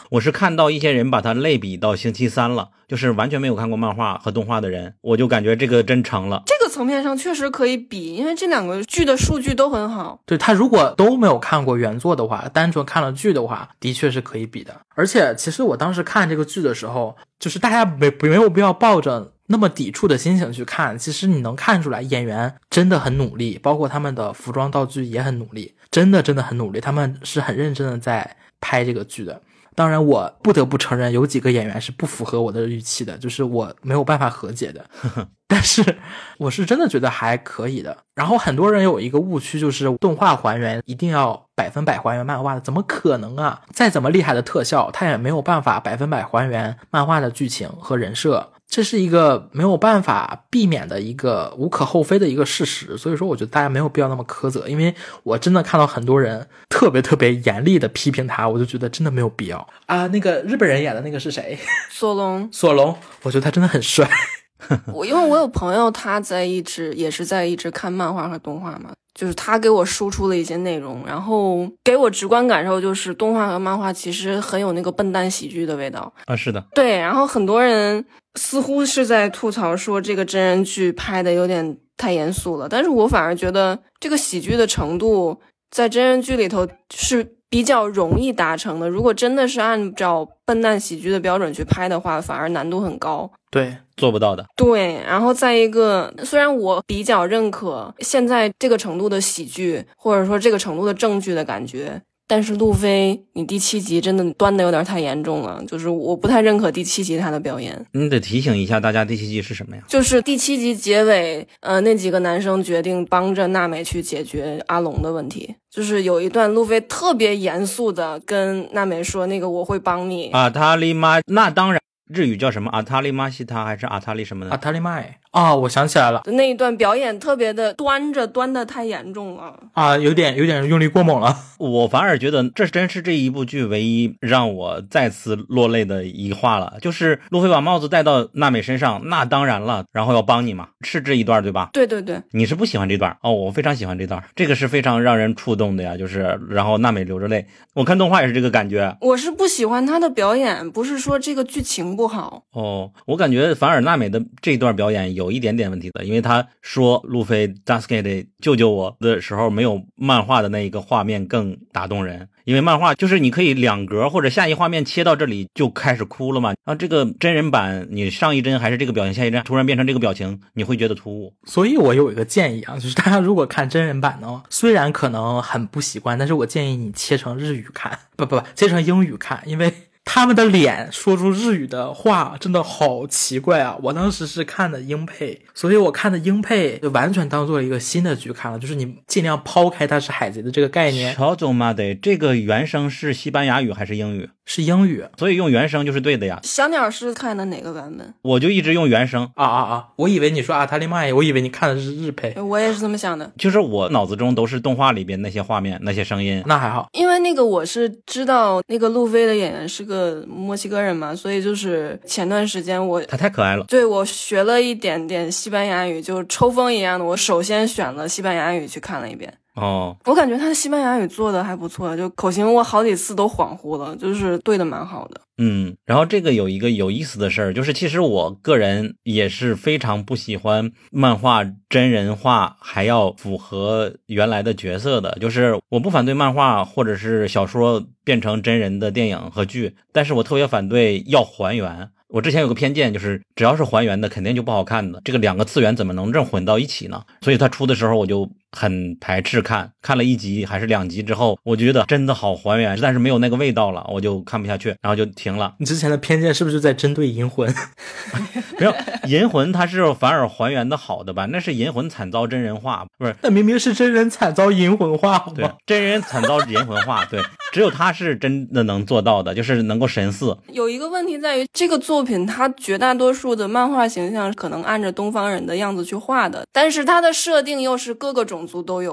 我是看到一些人把它类比到星期三了，就是完全没有看过漫画和动画的人，我就感觉这个真成了。 这个层面上确实可以比，因为这两个剧的数据都很好。 对，他如果都没有看过原作的话，单纯看了剧的话，的确是可以比的。而且其实我当时看这个剧的时候，就是大家没有必要抱着那么抵触的心情去看，其实你能看出来演员真的很努力，包括他们的服装道具也很努力，真的很努力，他们是很认真的在拍这个剧的。当然我不得不承认有几个演员是不符合我的预期的，就是我没有办法和解的但是我是真的觉得还可以的。然后很多人有一个误区，就是动画还原一定要100%还原漫画的，怎么可能啊？再怎么厉害的特效，它也没有办法100%还原漫画的剧情和人设，这是一个没有办法避免的一个无可厚非的一个事实。所以说我觉得大家没有必要那么苛责，因为我真的看到很多人特别严厉的批评他，我就觉得真的没有必要啊。那个日本人演的那个是谁？索隆，我觉得他真的很帅因为我有朋友他也是在一直看漫画和动画嘛，就是他给我输出了一些内容，然后给我直观感受就是动画和漫画其实很有那个笨蛋喜剧的味道啊。是的， 对。然后很多人似乎是在吐槽说这个真人剧拍的有点太严肃了，但是我反而觉得这个喜剧的程度在真人剧里头是比较容易达成的，如果真的是按照笨蛋喜剧的标准去拍的话，反而难度很高。 对， 做不到的。 对，然后再一个，虽然我比较认可现在这个程度的喜剧，或者说这个程度的正剧的感觉，但是路飞你第7集真的端的有点太严重了，就是我不太认可第7集他的表演。 你得提醒一下大家第7集是什么呀？ 就是第7集结尾那几个男生决定帮着娜美去解决阿龙的问题，就是有一段路飞特别严肃的跟娜美说，那个我会帮你。 阿塔利玛，那当然日语叫什么？阿塔利玛西塔还是阿塔利什么的？ 阿塔利麦啊，我想起来了， 那一段表演特别的端的太严重了啊，有点用力过猛了。 我反而觉得这真是这一部剧唯一让我再次落泪的一话了，就是路飞把帽子戴到娜美身上，那当然了，然后要帮你嘛，是这一段对吧？ 对对对， 你是不喜欢这段哦？我非常喜欢这段，这个是非常让人触动的呀，就是然后娜美流着泪，我看动画也是这个感觉。 我是不喜欢他的表演，不是说这个剧情不好哦，我感觉反而娜美的这段表演有一点点问题的，因为他说路飞 Sasuke 得救救我的时候，没有漫画的那一个画面更打动人，因为漫画就是你可以两格或者下一画面切到这里就开始哭了嘛，然后这个真人版你上一帧还是这个表情，下一帧突然变成这个表情，你会觉得突兀。 所以我有一个建议啊，就是大家如果看真人版呢，虽然可能很不习惯，但是我建议你切成日语看，不切成英语看，因为他们的脸说出日语的话真的好奇怪啊！我当时是看的英配，所以我看的英配就完全当做一个新的剧看了，就是你尽量抛开它是海贼的这个概念。 乔总妈的，这个原声是西班牙语还是英语？ 是英语， 所以用原声就是对的呀。 小鸟是看的哪个版本？ 我就一直用原声我以为你说阿塔利麦，我以为你看的是日配。 我也是这么想的， 就是我脑子中都是动画里边那些画面那些声音。 那还好， 因为那个我是知道那个路飞的演员是个墨西哥人嘛，所以就是前段时间他太可爱了， 对，我学了一点点西班牙语，就抽风一样的，我首先选了西班牙语去看了一遍。 哦， 我感觉他的西班牙语做的还不错，就口型我好几次都恍惚了，就是对的蛮好的。 然后这个有一个有意思的事儿，就是其实我个人也是非常不喜欢漫画真人化还要符合原来的角色的，就是我不反对漫画或者是小说变成真人的电影和剧，但是我特别反对要还原。我之前有个偏见，就是只要是还原的肯定就不好看的，这个两个次元怎么能这么混到一起呢？所以他出的时候我就很排斥看了1集还是2集之后，我觉得真的好还原，但是没有那个味道了，我就看不下去，然后就停了。 你之前的偏见是不是在针对银魂？ 没有，银魂它是反而还原的好的吧？那是银魂惨遭真人化，不是？ 那明明是真人惨遭银魂化，好吗？ 对，真人惨遭银魂化，对，只有他是真的能做到的，就是能够神似。 有一个问题在于，这个作品它绝大多数的漫画形象可能按着东方人的样子去画的，但是它的设定又是各个种族都有的。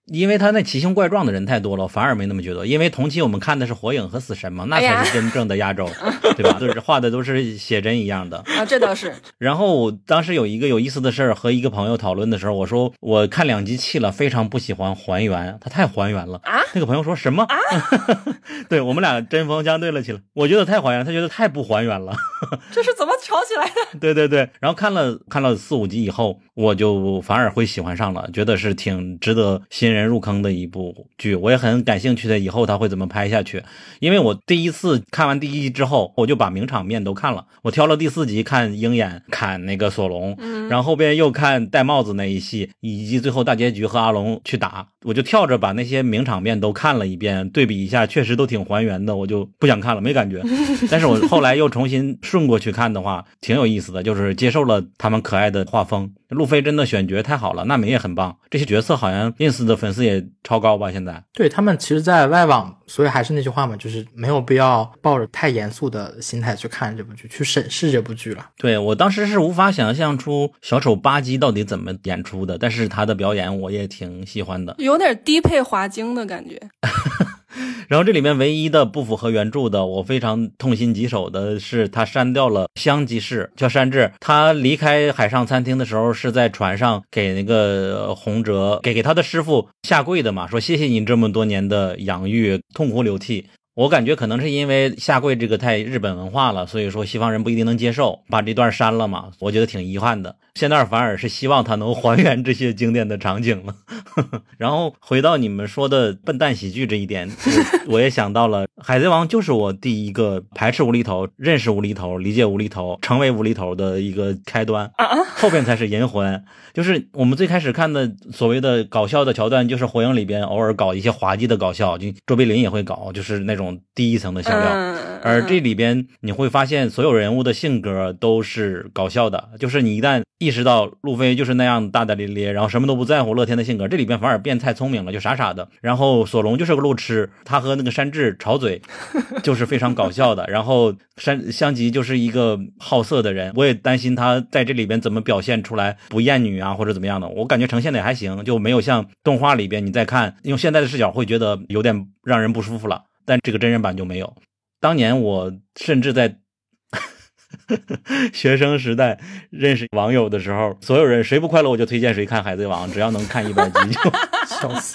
因为他那奇形怪状的人太多了，反而没那么觉得。因为同期我们看的是火影和死神嘛，那才是真正的压轴，对吧？就是画的都是写真一样的啊，这倒是。 然后当时有一个有意思的事儿，和一个朋友讨论的时候，我说我看2集弃了，非常不喜欢还原，他太还原了啊。 那个朋友说什么啊？对，我们俩针锋相对了起来。我觉得太还原，他觉得太不还原了。 这是怎么吵起来的？ 对对对。然后看了4、5集以后，我就反而会喜欢上了，觉得是挺值得新人入坑的一部剧。我也很感兴趣的以后他会怎么拍下去，因为我第一次看完第1集之后，我就把名场面都看了。我挑了第4集看鹰眼砍那个索隆，然后后边又看戴帽子那一戏，以及最后大结局和阿龙去打，我就跳着把那些名场面都看了一遍，对比一下，确实都挺还原的，我就不想看了，没感觉。但是我后来又重新顺过去看的话，挺有意思的，就是接受了他们可爱的画风。路飞真的选角太好了，娜美也很棒，这些角色好像 ins 的粉丝也超高吧现在。 对，他们其实在外网，所以还是那句话嘛，就是没有必要抱着太严肃的心态去看这部剧，去审视这部剧了。 对，我当时是无法想象出小丑巴基到底怎么演出的，但是他的表演我也挺喜欢的， 有点低配华晶的感觉。 然后这里面唯一的不符合原著的，我非常痛心疾首的是他删掉了香吉士，叫山治。他离开海上餐厅的时候是在船上给那个洪哲给他的师傅下跪的嘛，说谢谢你这么多年的养育，痛哭流涕。我感觉可能是因为下跪这个太日本文化了，所以说西方人不一定能接受，把这段删了嘛，我觉得挺遗憾的。现在反而是希望他能还原这些经典的场景了。然后回到你们说的笨蛋喜剧这一点，我也想到了海贼王就是我第一个排斥无厘头、认识无厘头、理解无厘头、成为无厘头的一个开端，后边才是银魂。就是我们最开始看的所谓的搞笑的桥段，就是火影里边偶尔搞一些滑稽的搞笑，就卓别林也会搞，就是那种第一层的笑料。而这里边你会发现所有人物的性格都是搞笑的，就是你一旦意识到路飞就是那样大大咧咧，然后什么都不在乎乐天的性格，这里边反而变太聪明了，就傻傻的。然后索隆就是个路痴，他和那个山治吵嘴就是非常搞笑的。然后香吉就是一个好色的人，我也担心他在这里边怎么表现出来不厌女啊或者怎么样的，我感觉呈现的也还行，就没有像动画里边你再看用现在的视角会觉得有点让人不舒服了，但这个真人版就没有。当年我甚至在学生时代认识网友的时候，所有人谁不快乐我就推荐谁看海贼王，只要能看100集就笑死。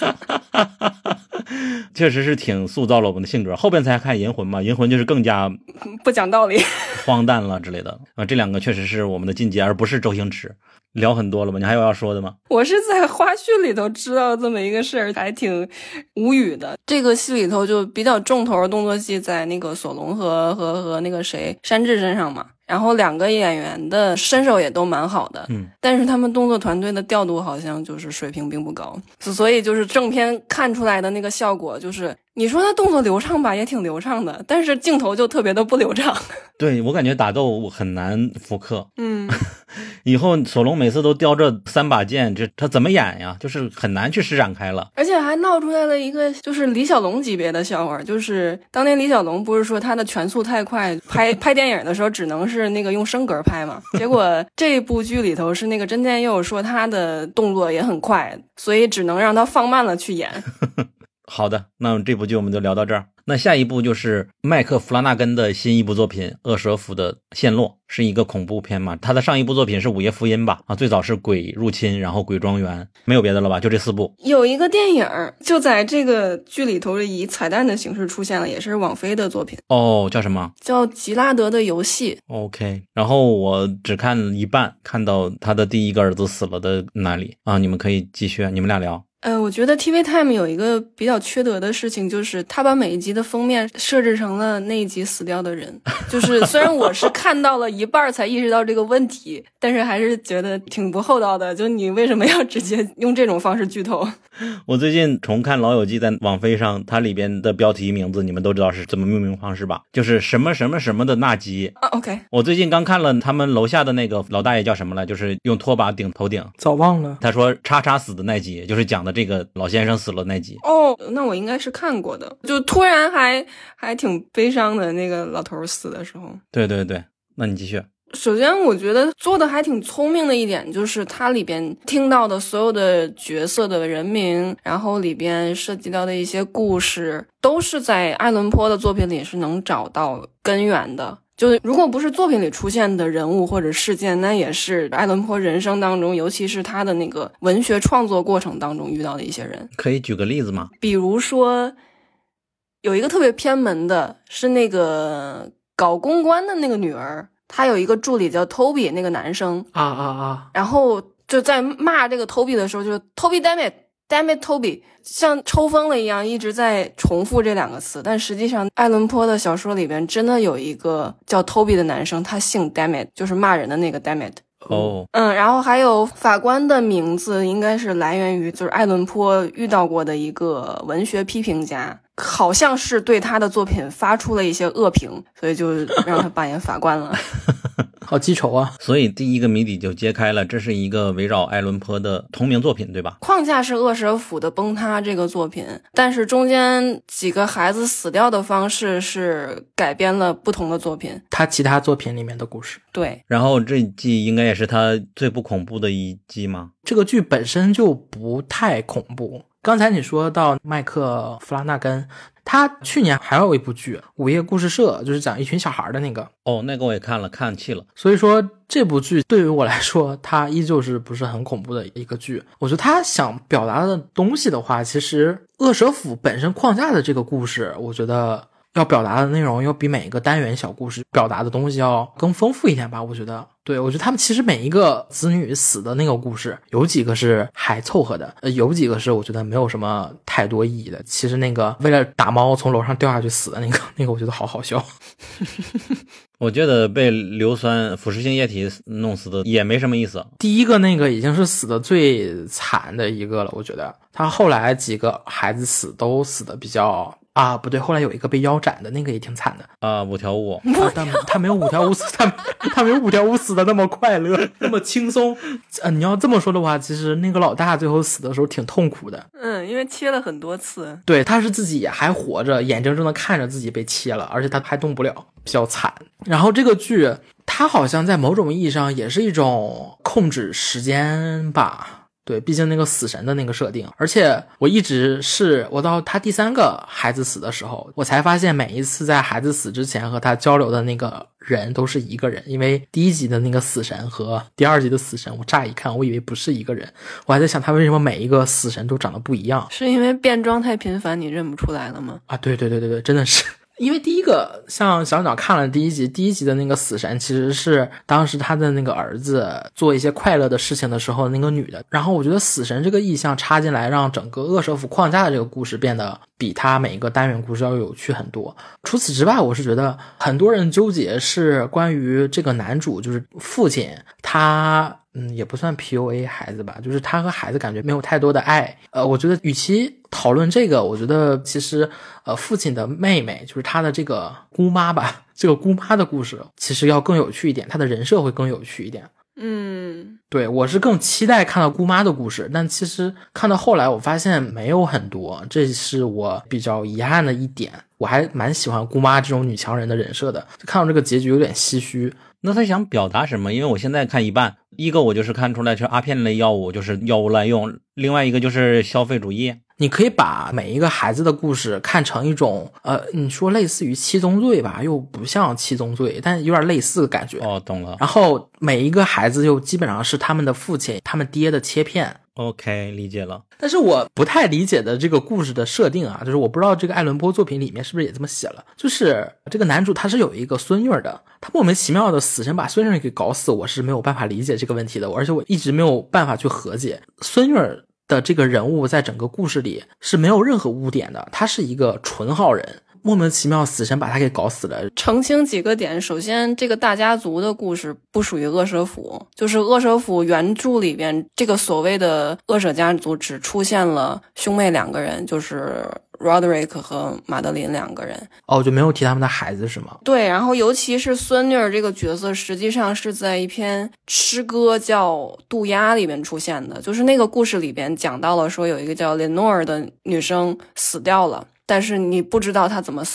确实是挺塑造了我们的性格。后边才看银魂嘛，银魂就是更加不讲道理荒诞了之类的啊，这2个确实是我们的进阶，而不是周星驰。聊很多了吧？你还有要说的吗？ 我是在花絮里头知道这么一个事儿，还挺无语的。这个戏里头就比较重头的动作戏在那个索隆和那个谁山治身上嘛，然后2个演员的身手也都蛮好的，但是他们动作团队的调度好像就是水平并不高，所以就是正片看出来的那个效果就是你说他动作流畅吧，也挺流畅的，但是镜头就特别的不流畅。 对，我感觉打斗很难复刻。以后索隆每次都叼着3把剑，这他怎么演呀？就是很难去施展开了。 而且还闹出来了一个就是李小龙级别的笑话，就是当年李小龙不是说他的拳速太快，拍电影的时候只能是那个用升格拍嘛，结果这部剧里头是那个真田佑说他的动作也很快，所以只能让他放慢了去演。 好的，那这部剧我们就聊到这儿。那下一部就是麦克弗拉纳根的新一部作品《恶蛇府的陷落》，是一个恐怖片嘛。他的上一部作品是《午夜福音》吧？最早是鬼入侵，然后鬼庄园，没有别的了吧？就这4部。 有一个电影就在这个剧里头以彩蛋的形式出现了，也是网飞的作品。 叫什么？ 叫《吉拉德的游戏》。 OK， 然后我只看一半，看到他的第一个儿子死了的那里啊，你们可以继续，你们俩聊。 我觉得 TV Time 有一个比较缺德的事情，就是他把每一集的封面设置成了那一集死掉的人。就是虽然我是看到了一半才意识到这个问题，但是还是觉得挺不厚道的。就你为什么要直接用这种方式剧透？ 我最近重看《老友记》在网飞上，它里边的标题名字你们都知道是怎么命名方式吧？就是什么什么什么的那集。 OK。 我最近刚看了他们楼下的那个老大爷叫什么来，就是用拖把顶头顶。 早忘了。 他说叉叉死的那集，就是讲的这个老先生死了那集。 那我应该是看过的，就突然还挺悲伤的，那个老头死的时候。 对对对，那你继续。 首先我觉得做的还挺聪明的一点，就是它里边听到的所有的角色的人名，然后里边涉及到的一些故事，都是在爱伦坡的作品里是能找到根源的。就是如果不是作品里出现的人物或者事件，那也是爱伦坡人生当中，尤其是他的那个文学创作过程当中遇到的一些人。 可以举个例子吗？ 比如说有一个特别偏门的是那个搞公关的那个女儿，她有一个助理叫 Toby 那个男生然后就在骂这个 Toby 的时候，就是 Toby damn it Toby， 像抽风了一样一直在重复这两个词，但实际上爱伦坡的小说里边真的有一个叫 Toby 的男生，他姓 damn it， 就是骂人的那个 damn it。然后还有法官的名字应该是来源于就是爱伦坡遇到过的一个文学批评家，好像是对他的作品发出了一些恶评，所以就让他扮演法官了。 好记仇啊！ 所以第一个谜底就揭开了，这是一个围绕爱伦坡的同名作品，对吧？ 框架是恶舍府的崩塌这个作品，但是中间几个孩子死掉的方式是改编了不同的作品， 他其他作品里面的故事。 对， 然后这一季应该也是他最不恐怖的一季吗？ 这个剧本身就不太恐怖。刚才你说到麦克弗拉纳根，他去年还有一部剧《午夜故事社》，就是讲一群小孩的那个。 那个我也看了，看气了。 所以说这部剧对于我来说，它依旧是不是很恐怖的一个剧。我觉得他想表达的东西的话，其实恶舍府本身框架的这个故事，我觉得要表达的内容要比每一个单元小故事表达的东西要更丰富一点吧。我觉得他们其实每一个子女死的那个故事，有几个是还凑合的，有几个是我觉得没有什么太多意义的。其实那个为了打猫从楼上掉下去死的那个我觉得好好笑。 我觉得被硫酸腐蚀性液体弄死的也没什么意思。 第一个那个已经是死的最惨的一个了，我觉得他后来几个孩子都死的比较不对，后来有一个被腰斩的那个也挺惨的五条悟但他没有五条悟死，他没有五条悟死的那么快乐，那么轻松。你要这么说的话，其实那个老大最后死的时候挺痛苦的。 因为切了很多次。 对，他是自己还活着，眼睁睁的看着自己被切了，而且他还动不了，比较惨。然后这个剧它好像在某种意义上也是一种控制时间吧。对，毕竟那个死神的那个设定，而且我到他第3个孩子死的时候，我才发现每一次在孩子死之前和他交流的那个人都是一个人，因为第1集的那个死神和第2集的死神，我乍一看我以为不是一个人，我还在想他为什么每一个死神都长得不一样， 是因为变装太频繁你认不出来了吗？ 对，真的是。因为第一个像小鸟看了第一集的那个死神，其实是当时他的那个儿子做一些快乐的事情的时候那个女的，然后我觉得死神这个意象插进来，让整个恶舍府框架的这个故事变得比他每一个单元故事要有趣很多。除此之外，我是觉得很多人纠结是关于这个男主，就是父亲，他也不算 PUA 孩子吧，就是他和孩子感觉没有太多的爱。我觉得与其讨论这个，我觉得其实父亲的妹妹，就是他的这个姑妈吧，这个姑妈的故事其实要更有趣一点，他的人设会更有趣一点。对，我是更期待看到姑妈的故事，但其实看到后来我发现没有很多，这是我比较遗憾的一点。我还蛮喜欢姑妈这种女强人的人设的，看到这个结局有点唏嘘。 那他想表达什么？因为我现在看一半，一个我就是看出来是阿片类药物，就是药物滥用，另外一个就是消费主义。 你可以把每一个孩子的故事看成一种你说类似于七宗罪吧，又不像七宗罪，但有点类似的感觉。 懂了。 然后每一个孩子又基本上是他们的父亲他们爹的切片。 OK， 理解了。 但是我不太理解的这个故事的设定就是我不知道这个爱伦坡作品里面是不是也这么写了，就是这个男主他是有一个孙女的，他莫名其妙的死神把孙女给搞死，我是没有办法理解这个问题的，而且我一直没有办法去和解。孙女的这个人物在整个故事里是没有任何污点的，他是一个纯好人，莫名其妙死神把他给搞死了。 澄清几个点，首先这个大家族的故事不属于恶舍府，就是恶舍府原著里边这个所谓的恶舍家族只出现了兄妹2个人，就是 Roderick 和马德琳2个人。 就没有提他们的孩子是吗？ 对，然后尤其是孙女这个角色实际上是在一篇诗歌叫《渡鸦》里面出现的，就是那个故事里边讲到了说有一个叫 Lenore 的女生死掉了，但是你不知道她怎么死的，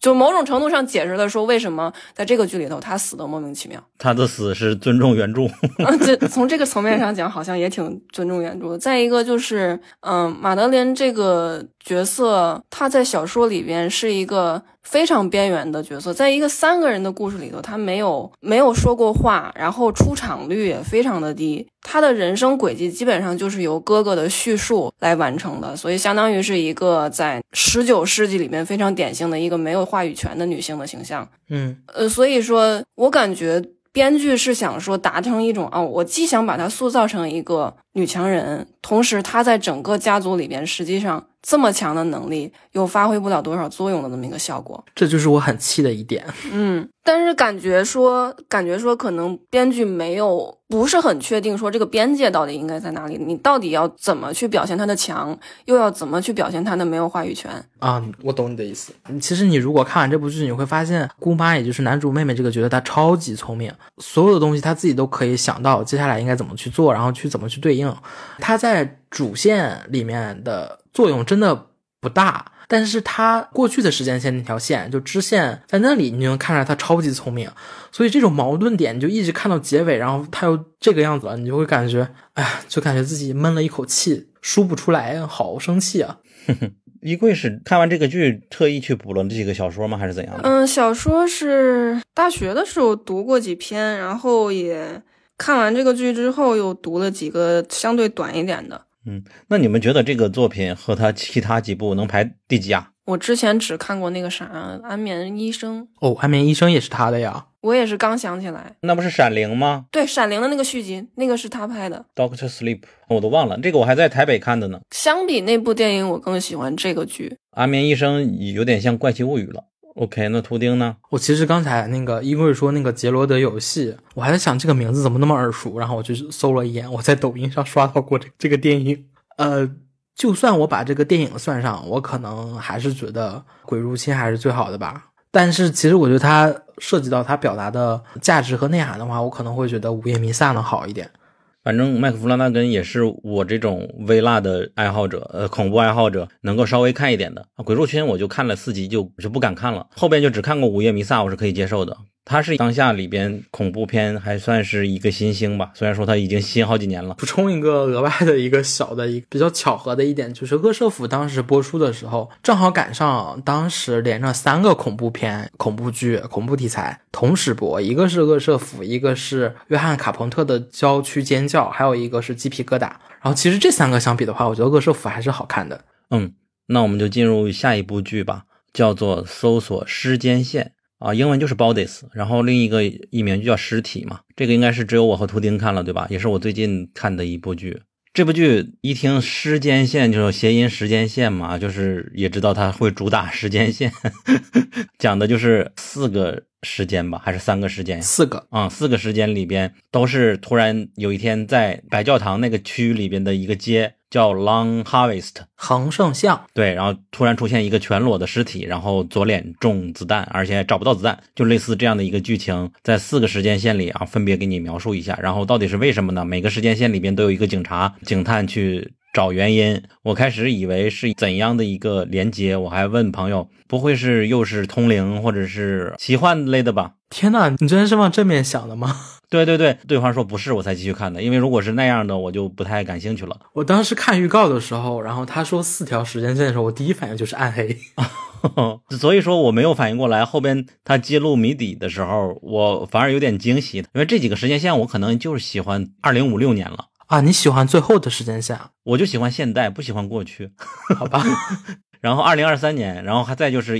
就某种程度上解释了说为什么在这个剧里头他死的莫名其妙。 他的死是尊重原著。 这从这个层面上讲好像也挺尊重原著的。再一个就是马德莲这个角色他在小说里边是一个非常边缘的角色，在一个3个人的故事里头他没有说过话，然后出场率也非常的低，他的人生轨迹基本上就是由哥哥的叙述来完成的，所以相当于是一个在19世纪里面非常典型的一个没有话语权的女性的形象。所以说我感觉编剧是想说达成一种我既想把她塑造成一个女强人，同时她在整个家族里边实际上这么强的能力又发挥不了多少作用的这么一个效果。 这就是我很气的一点。 但是感觉说可能编剧不是很确定说这个边界到底应该在哪里，你到底要怎么去表现她的强，又要怎么去表现她的没有话语权啊？我懂你的意思。其实你如果看完这部剧，你会发现姑妈也就是男主妹妹这个角色她超级聪明，所有的东西她自己都可以想到接下来应该怎么去做，然后去怎么去对应。她在主线里面的作用真的不大，但是他过去的时间线那条线就支线在那里，你就能看出来他超级聪明，所以这种矛盾点你就一直看到结尾，然后他又这个样子了，你就会感觉就感觉自己闷了一口气，说不出来，好生气啊。 衣柜是看完这个剧特意去补了这几个小说吗？还是怎样的？ 小说是大学的时候读过几篇，然后也看完这个剧之后又读了几个相对短一点的。 那你们觉得这个作品和他其他几部能排第几啊？ 我之前只看过那个安眠医生。 安眠医生也是他的呀？ 我也是刚想起来。 那不是闪灵吗？ 对，闪灵的那个续集，那个是他拍的 Doctor Sleep， 我都忘了，这个我还在台北看的呢。 相比那部电影我更喜欢这个剧。 安眠医生有点像怪奇物语了。OK， 那图钉呢？ 我其实刚才那个衣柜说那个杰罗德游戏，我还在想这个名字怎么那么耳熟，然后我就搜了一眼，我在抖音上刷到过这个电影。就算我把这个电影算上，我可能还是觉得鬼入侵还是最好的吧。但是其实我觉得它涉及到它表达的价值和内涵的话，我可能会觉得午夜弥撒能好一点。 反正麦克弗拉纳根也是我这种微辣的爱好者，恐怖爱好者能够稍微看一点的。鬼入侵我就看了4集就不敢看了，后边就只看过午夜弥撒，我是可以接受的。他是当下里边恐怖片还算是一个新星吧，虽然说他已经新好几年了。 补充一个额外的一个小的一个比较巧合的一点，就是恶社府当时播出的时候正好赶上当时连着3个恐怖片、恐怖剧、恐怖题材同时播，一个是恶社府，一个是约翰卡彭特的郊区尖叫，还有一个是鸡皮疙瘩。然后其实这3个相比的话，我觉得恶社府还是好看的。 那我们就进入下一部剧吧，叫做搜索尸间线英文就是 Bodies， 然后另一个译名就叫尸体嘛。这个应该是只有我和图钉看了对吧？也是我最近看的一部剧。这部剧一听尸间线就是谐音时间线嘛，就是也知道它会主打时间线讲的就是4个时间吧，还是3个时间 ？4个 4个时间里边都是突然有一天在白教堂那个区里边的一个街叫 Long Harvest 恒盛巷， 对，然后突然出现一个全裸的尸体，然后左脸中子弹，而且找不到子弹，就类似这样的一个剧情，在4个时间线里分别给你描述一下，然后到底是为什么呢？每个时间线里边都有一个警察警探去找原因。我开始以为是怎样的一个连接，我还问朋友，不会是又是通灵或者是奇幻类的吧？ 天哪，你真是往正面想的吗？ 对对对，对方说不是，我才继续看的，因为如果是那样的我就不太感兴趣了。 我当时看预告的时候，然后他说4条时间线的时候，我第一反应就是暗黑所以说我没有反应过来，后边他揭露谜底的时候我反而有点惊喜，因为这几个时间线我可能就是喜欢2056年了啊。你喜欢最后的时间线？ 我就喜欢现代，不喜欢过去好吧然后2023年，然后还再就是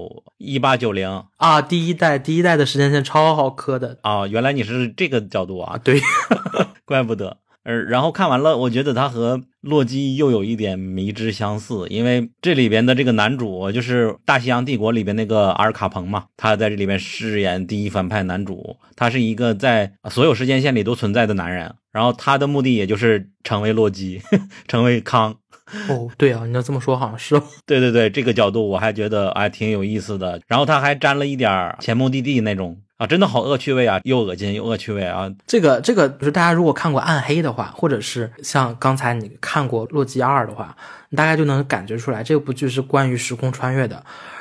1890 啊，第一代的时间线超好磕的原来你是这个角度啊？ 对怪不得。然后看完了，我觉得他和洛基又有一点迷之相似，因为这里边的这个男主就是大西洋帝国里边那个阿尔卡彭嘛，他在这里边饰演第一反派男主，他是一个在所有时间线里都存在的男人，然后他的目的也就是成为洛基成为康对啊，你要这么说好像是对对对，这个角度我还觉得挺有意思的。然后他还沾了一点前目的地那种真的好恶趣味啊，又恶心又恶趣味啊。 这个就是大家如果看过暗黑的话，或者是像刚才你看过洛基2的话，你大概就能感觉出来这部剧是关于时空穿越的。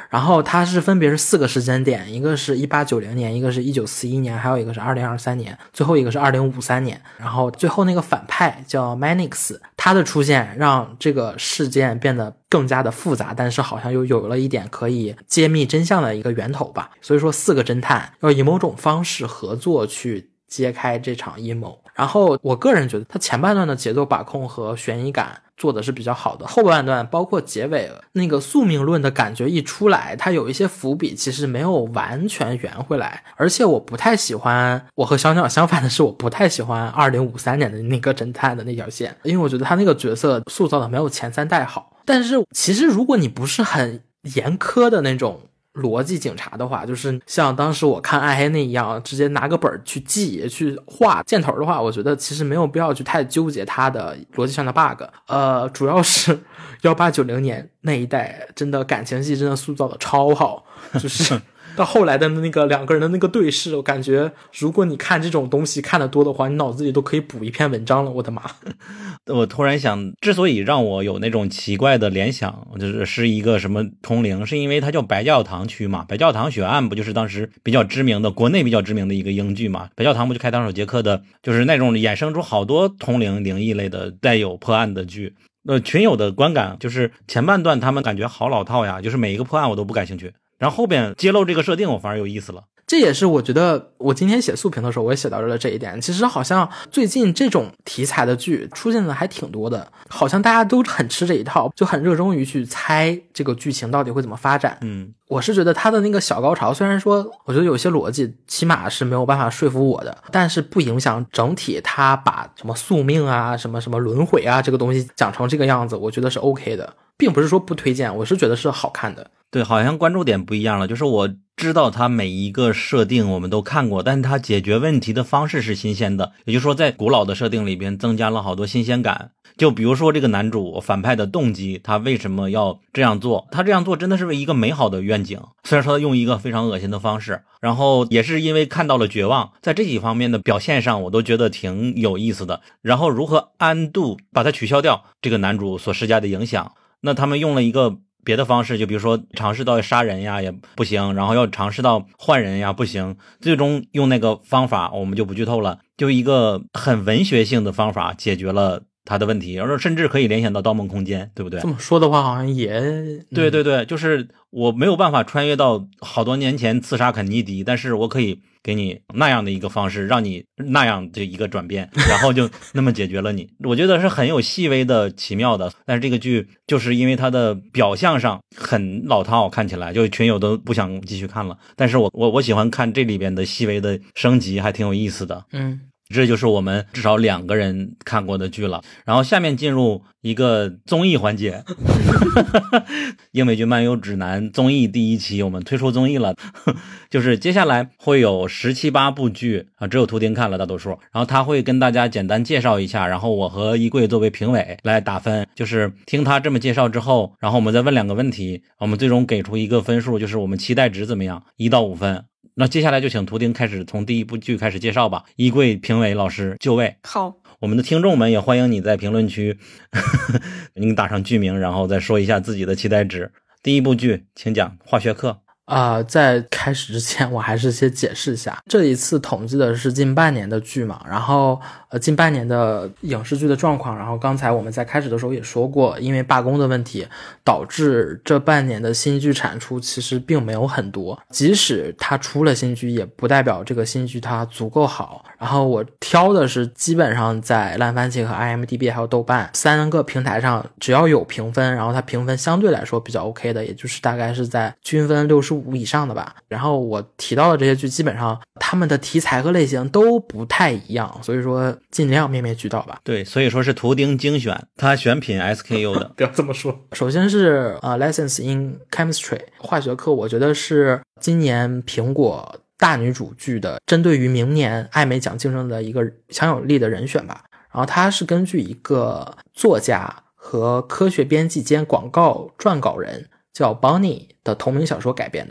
然后它是分别是4个时间点，一个是1890年，一个是1941年，还有一个是2023年，最后一个是2053年。然后最后那个反派叫 Mannix， 他的出现让这个事件变得更加的复杂，但是好像又有了一点可以揭秘真相的一个源头吧。所以说4个侦探要以某种方式合作去揭开这场阴谋。然后我个人觉得他前半段的节奏把控和悬疑感做的是比较好的，后半段包括结尾那个宿命论的感觉一出来，它有一些伏笔其实没有完全圆回来。而且我不太喜欢，我和小鸟相反的是，我不太喜欢2053年的那个侦探的那条线，因为我觉得他那个角色塑造的没有前3代好。但是其实如果你不是很严苛的那种逻辑警察的话，就是像当时我看暗黑那一样直接拿个本去记去画箭头的话，我觉得其实没有必要去太纠结它的逻辑上的 bug。主要是1890年那一代真的感情戏真的塑造的超好，就是到后来的那个2个人的那个对视，我感觉如果你看这种东西看得多的话，你脑子里都可以补一篇文章了，我的妈。 我突然想，之所以让我有那种奇怪的联想，就是一个什么通灵，是因为它叫白教堂区嘛。白教堂血案不就是当时比较知名的，国内比较知名的一个英剧嘛。白教堂不就开膛手杰克的，就是那种衍生出好多通灵灵异类的带有破案的剧。群友的观感就是前半段他们感觉好老套呀，就是每一个破案我都不感兴趣，然后后边揭露这个设定我反而有意思了。 这也是我觉得我今天写速评的时候我也写到了这一点，其实好像最近这种题材的剧出现的还挺多的，好像大家都很吃这一套，就很热衷于去猜这个剧情到底会怎么发展。我是觉得他的那个小高潮虽然说我觉得有些逻辑起码是没有办法说服我的，但是不影响整体他把什么宿命啊什么什么轮回啊这个东西讲成这个样子，我觉得是 OK 的，并不是说不推荐，我是觉得是好看的。 对，好像关注点不一样了，就是我知道他每一个设定我们都看过，但是他解决问题的方式是新鲜的，也就是说在古老的设定里边增加了好多新鲜感。就比如说这个男主反派的动机，他为什么要这样做，他这样做真的是为一个美好的愿景，虽然说他用一个非常恶心的方式，然后也是因为看到了绝望，在这几方面的表现上我都觉得挺有意思的。然后如何安度把它取消掉这个男主所施加的影响，那他们用了一个别的方式，就比如说尝试到杀人呀也不行，然后要尝试到换人呀不行，最终用那个方法我们就不剧透了，就一个很文学性的方法解决了他的问题，然后甚至可以联想到盗梦空间，对不对？ 这么说的话好像也对对对，就是我没有办法穿越到好多年前刺杀肯尼迪，但是我可以给你那样的一个方式，让你那样的一个转变，然后就那么解决了你。我觉得是很有细微的奇妙的，但是这个剧就是因为它的表象上很老套，看起来就群友都不想继续看了，但是我喜欢看这里边的细微的升级，还挺有意思的。这就是我们至少2个人看过的剧了。然后下面进入一个综艺环节英美剧漫游指南综艺第1期，我们推出综艺了就是接下来会有17、18部剧啊，只有图钉看了大多数，然后他会跟大家简单介绍一下，然后我和衣柜作为评委来打分，就是听他这么介绍之后，然后我们再问2个问题，我们最终给出一个分数，就是我们期待值怎么样，1到5分。那接下来就请图钉开始从第1部剧开始介绍吧，衣柜评委老师就位。 好， 我们的听众们也欢迎你在评论区你打上剧名，然后再说一下自己的期待值。第1部剧请讲化学课。 在开始之前我还是先解释一下，这一次统计的是近半年的剧嘛，然后近半年的影视剧的状况，然后刚才我们在开始的时候也说过，因为罢工的问题导致这半年的新剧产出其实并没有很多，即使它出了新剧也不代表这个新剧它足够好。然后我挑的是基本上在烂番茄和 IMDB 还有豆瓣3个平台上只要有评分，然后它评分相对来说比较 OK 的，也就是大概是在均分65以上的吧。然后我提到的这些剧基本上他们的题材和类型都不太一样，所以说尽量面面俱到吧。 对，所以说是图钉精选，他选品 SKU 的不要这么说。首先是Lessons in Chemistry 化学课，我觉得是今年苹果大女主剧的针对于明年艾美奖竞争的一个强有力的人选吧。然后它是根据一个作家和科学编辑兼广告撰稿人叫 Bonnie 的同名小说改编的。然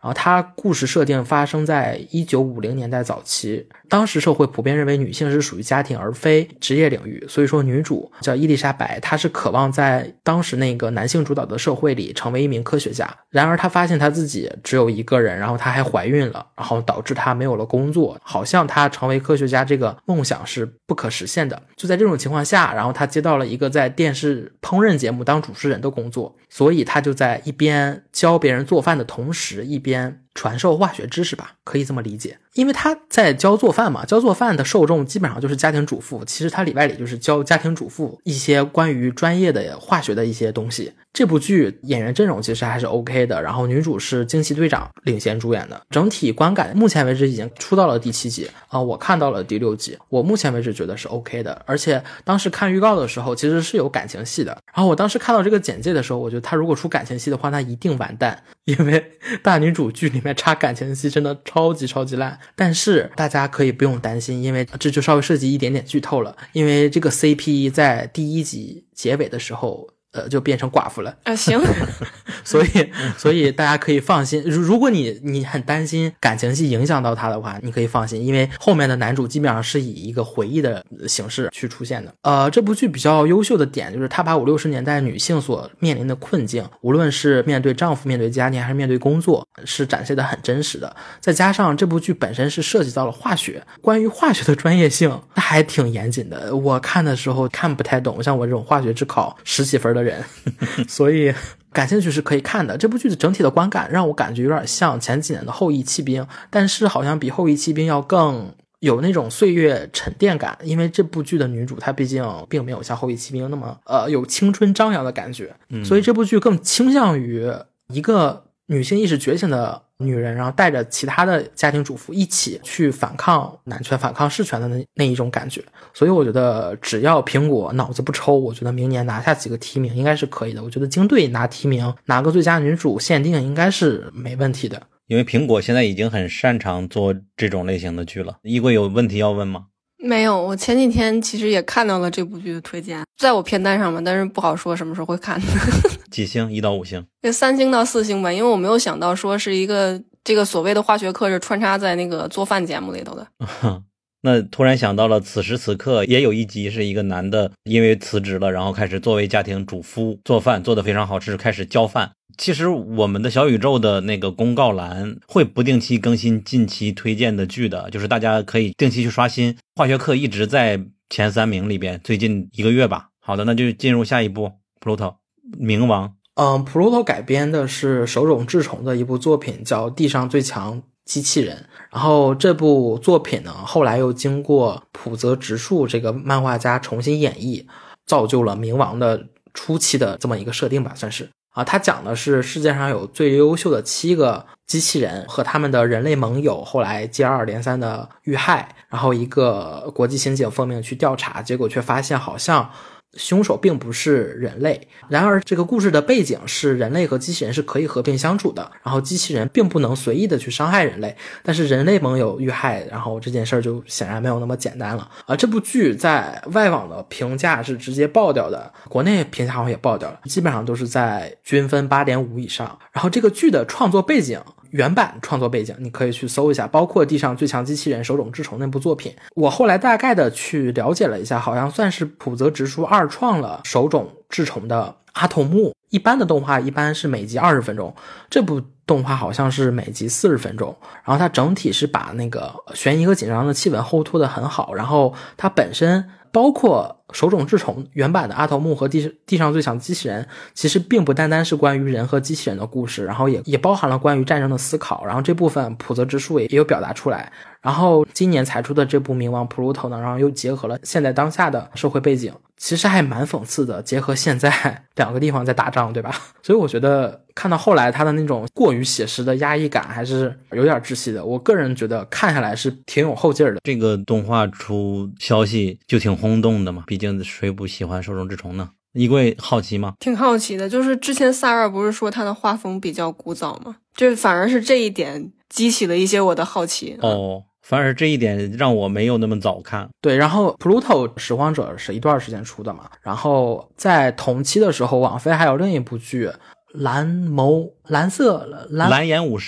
然后它故事设定发生在1950年代早期，当时社会普遍认为女性是属于家庭而非职业领域，所以说女主叫伊丽莎白，她是渴望在当时那个男性主导的社会里成为一名科学家。然而她发现她自己只有一个人，然后她还怀孕了，然后导致她没有了工作，好像她成为科学家这个梦想是不可实现的。就在这种情况下，然后她接到了一个在电视烹饪节目当主持人的工作，所以她就在一边教别人做饭的同时一边传授化学知识吧，可以这么理解。因为他在教做饭嘛，教做饭的受众基本上就是家庭主妇，其实他里外里就是教家庭主妇一些关于专业的化学的一些东西。这部剧演员阵容其实还是 OK 的，然后女主是惊奇队长领衔主演的，整体观感目前为止已经出到了第7集我看到了第6集，我目前为止觉得是 OK 的。而且当时看预告的时候其实是有感情戏的，然后我当时看到这个简介的时候，我觉得他如果出感情戏的话，那一定完蛋，因为大女主剧里面插感情戏真的超级烂。但是大家可以不用担心，因为这就稍微涉及一点点剧透了，因为这个 CP 在第1集结尾的时候就变成寡妇了行所以大家可以放心，如果你很担心感情戏影响到他的话，你可以放心，因为后面的男主基本上是以一个回忆的形式去出现的。这部剧比较优秀的点就是他把50-60年代女性所面临的困境，无论是面对丈夫、面对家庭还是面对工作，是展现的很真实的。再加上这部剧本身是涉及到了化学，关于化学的专业性它还挺严谨的，我看的时候看不太懂，像我这种化学只考10几分的人所以感兴趣是可以看的。这部剧的整体的观感让我感觉有点像前几年的后翼弃兵，但是好像比后翼弃兵要更有那种岁月沉淀感，因为这部剧的女主她毕竟并没有像后翼弃兵那么有青春张扬的感觉，所以这部剧更倾向于一个女性意识觉醒的女人，然后带着其他的家庭主妇一起去反抗男权反抗势权的那一种感觉。所以我觉得只要苹果脑子不抽，我觉得明年拿下几个提名应该是可以的。我觉得京队拿提名拿个最佳女主限定应该是没问题的， 因为苹果现在已经很擅长做这种类型的剧了。衣柜有问题要问吗？ 没有，我前几天其实也看到了这部剧的推荐，在我片单上嘛，但是不好说什么时候会看几星？1到5星 ？3星到4星吧，因为我没有想到说是一个这个所谓的化学课是穿插在那个做饭节目里头的那突然想到了此时此刻也有一集是一个男的因为辞职了，然后开始作为家庭主夫做饭，做得非常好吃，开始教饭。其实我们的小宇宙的那个公告栏会不定期更新近期推荐的剧的，就是大家可以定期去刷新。化学课一直在前3名里边，最近1个月吧。好的，那就进入下一步 Pluto 冥王。 Pluto 改编的是手冢治虫的一部作品叫《地上最强机器人》，然后这部作品呢后来又经过浦泽直树这个漫画家重新演绎，造就了冥王的初期的这么一个设定吧，算是他讲的是世界上有最优秀的7个机器人和他们的人类盟友后来接二连三的遇害，然后一个国际刑警奉命去调查，结果却发现好像凶手并不是人类。然而这个故事的背景是人类和机器人是可以和平相处的，然后机器人并不能随意的去伤害人类，但是人类盟友遇害，然后这件事就显然没有那么简单了。这部剧在外网的评价是直接爆掉的，国内评价好像也爆掉了，基本上都是在均分 8.5 以上。然后这个剧的创作背景，原版创作背景你可以去搜一下，包括地上最强机器人手冢治虫那部作品，我后来大概的去了解了一下，好像算是浦泽直树二创了手冢治虫的阿童木。一般的动画一般是每集20分钟，这部动画好像是每集40分钟，然后它整体是把那个悬疑和紧张的气氛烘托得很好，然后它本身包括手冢治虫原版的阿童木和地上最强机器人，其实并不单单是关于人和机器人的故事，然后也包含了关于战争的思考，然后这部分浦泽直树也有表达出来。然后今年才出的这部冥王 Pluto 呢，然后又结合了现在当下的社会背景，其实还蛮讽刺的，结合现在2个地方在打仗，对吧？所以我觉得看到后来他的那种过于写实的压抑感还是有点窒息的，我个人觉得看下来是挺有后劲儿的。 这个动画出消息就挺轰动的嘛，毕竟谁不喜欢手冢治虫呢？衣柜好奇吗？ 挺好奇的，就是之前萨尔不是说他的画风比较古早吗？就是反而是这一点激起了一些我的好奇。 反而这一点让我没有那么早看。 对，然后 Pluto 拾荒者是一段时间出的嘛，然后在同期的时候网飞还有另一部剧蓝颜武士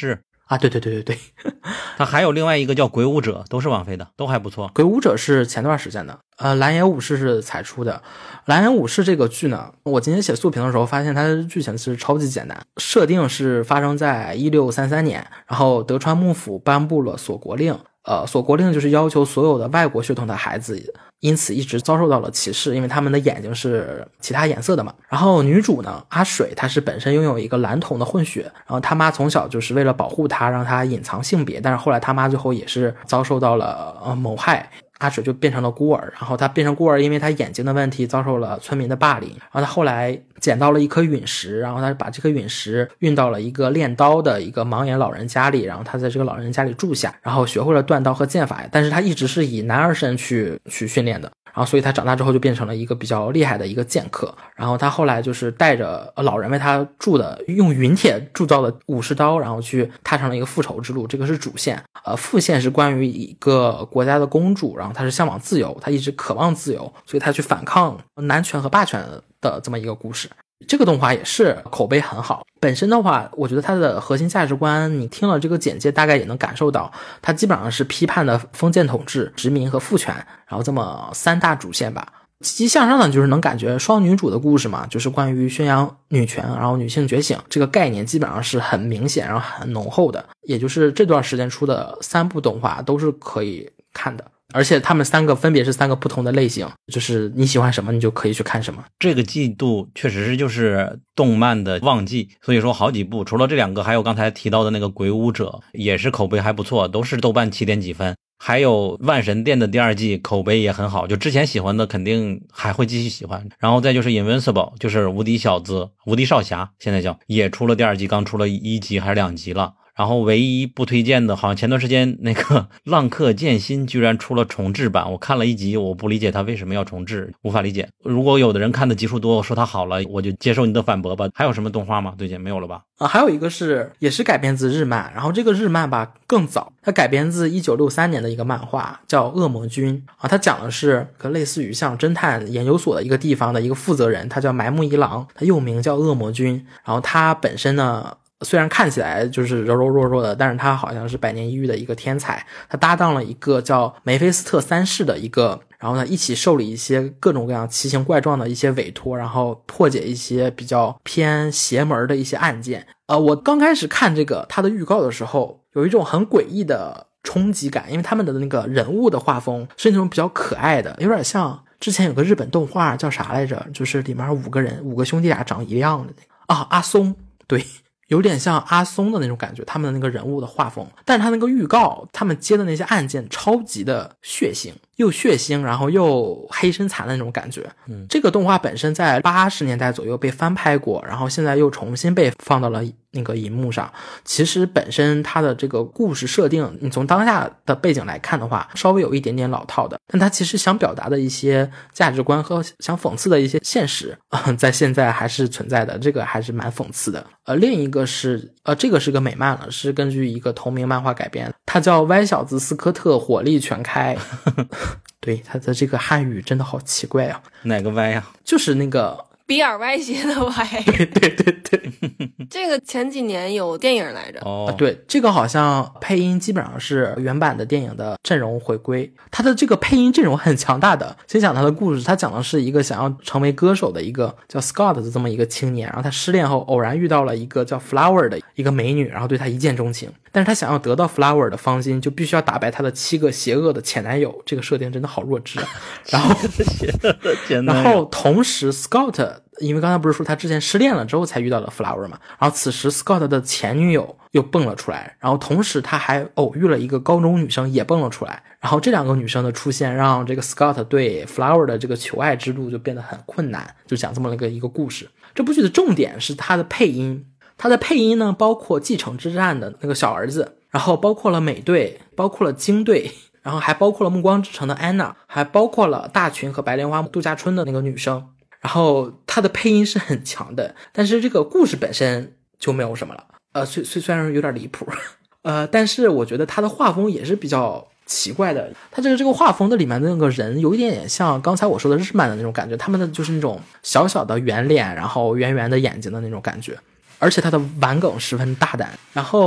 啊，对对对对对， 它还有另外一个叫《鬼舞者》，都是网飞的，都还不错。 鬼舞者是前段时间的，蓝颜武士是才出的。蓝颜武士这个剧呢，我今天写速评的时候发现它的剧情其实超级简单，设定是发生在1633年，然后德川幕府颁布了锁国令，锁国令就是要求所有的外国血统的孩子因此一直遭受到了歧视，因为他们的眼睛是其他颜色的嘛。然后女主呢，阿水，她是本身拥有一个蓝瞳的混血，然后她妈从小就是为了保护她，让她隐藏性别，但是后来她妈最后也是遭受到了谋害。阿水就变成了孤儿，然后他变成孤儿，因为他眼睛的问题遭受了村民的霸凌，然后他后来捡到了一颗陨石，然后他把这颗陨石运到了一个练刀的一个盲眼老人家里，然后他在这个老人家里住下，然后学会了断刀和剑法，但是他一直是以男儿身去训练的，然后所以他长大之后就变成了一个比较厉害的一个剑客。然后他后来就是带着老人为他铸的用陨铁铸造的武士刀，然后去踏上了一个复仇之路，这个是主线。副线是关于一个国家的公主，然后她是向往自由，她一直渴望自由，所以她去反抗男权和霸权的这么一个故事。这个动画也是口碑很好，本身的话我觉得它的核心价值观你听了这个简介大概也能感受到，它基本上是批判的封建统治、殖民和父权，然后这么三大主线吧。积极向上的就是能感觉双女主的故事嘛，就是关于宣扬女权然后女性觉醒这个概念基本上是很明显然后很浓厚的，也就是这段时间出的3部动画都是可以看的，而且他们3个分别是3个不同的类型，就是你喜欢什么你就可以去看什么。 这个季度确实是就是动漫的旺季，所以说好几部，除了这2个还有刚才提到的那个鬼舞者也是口碑还不错，都是豆瓣7点几分，还有万神殿的第2季口碑也很好，就之前喜欢的肯定还会继续喜欢。然后再就是 Invincible 就是无敌小子无敌少侠现在叫也出了第2季，刚出了1集还是2集了。然后唯一不推荐的好像前段时间那个浪客剑心居然出了重制版，我看了1集，我不理解他为什么要重制，无法理解。如果有的人看的集数多说他好了，我就接受你的反驳吧。还有什么动画吗？最近没有了吧？ 还有一个是也是改编自日漫，然后这个日漫吧更早，它改编自1963年的一个漫画叫恶魔君啊，它讲的是个类似于像侦探研究所的一个地方的一个负责人，他叫埋木一郎，他又名叫恶魔君。然后他本身呢虽然看起来就是柔柔弱弱的，但是他好像是百年一遇的一个天才，他搭档了一个叫梅菲斯特3世的一个，然后呢一起受理一些各种各样奇形怪状的一些委托，然后破解一些比较偏邪门的一些案件。我刚开始看这个他的预告的时候有一种很诡异的冲击感，因为他们的那个人物的画风是那种比较可爱的，有点像之前有个日本动画叫啥来着，就是里面5个人5个兄弟俩长一样的那个阿松，对，有点像阿松的那种感觉，他们的那个人物的画风。但是他那个预告他们接的那些案件超级的血腥，又血腥然后又黑身残的那种感觉。这个动画本身在80年代左右被翻拍过，然后现在又重新被放到了那个荧幕上。其实本身它的这个故事设定你从当下的背景来看的话稍微有一点点老套的，但它其实想表达的一些价值观和想讽刺的一些现实在现在还是存在的，这个还是蛮讽刺的。另一个是这个是个美漫了，是根据一个同名漫画改编，它叫歪小子斯科特火力全开对，它的这个汉语真的好奇怪啊。 哪个歪啊？ 就是那个比尔歪斜的歪。 对对对对这个前几年有电影来着。 对，这个好像配音基本上是原版的电影的阵容回归，他的这个配音阵容很强大的。先讲他的故事，他讲的是一个想要成为歌手的一个叫 Scott 的这么一个青年，然后他失恋后偶然遇到了一个叫 Flower 的一个美女，然后对他一见钟情，但是他想要得到 Flower 的芳心就必须要打败他的7个邪恶的前男友，这个设定真的好弱智啊。然后同时 Scott因为刚才不是说他之前失恋了之后才遇到了 Flower 嘛，然后此时 Scott 的前女友又蹦了出来，然后同时他还偶遇了一个高中女生也蹦了出来，然后这2个女生的出现让这个 Scott 对 Flower 的这个求爱之路就变得很困难，就讲这么一个故事。这部剧的重点是他的配音，他的配音呢包括继承之战的那个小儿子，然后包括了美队，包括了京队，然后还包括了暮光之城的安娜，还包括了大群和白莲花度假村的那个女生。然后他的配音是很强的，但是这个故事本身就没有什么了。虽然有点离谱，但是我觉得他的画风也是比较奇怪的。他这个画风的里面的那个人有一点点像刚才我说的日漫的那种感觉，他们的就是那种小小的圆脸，然后圆圆的眼睛的那种感觉，而且他的玩梗十分大胆。然后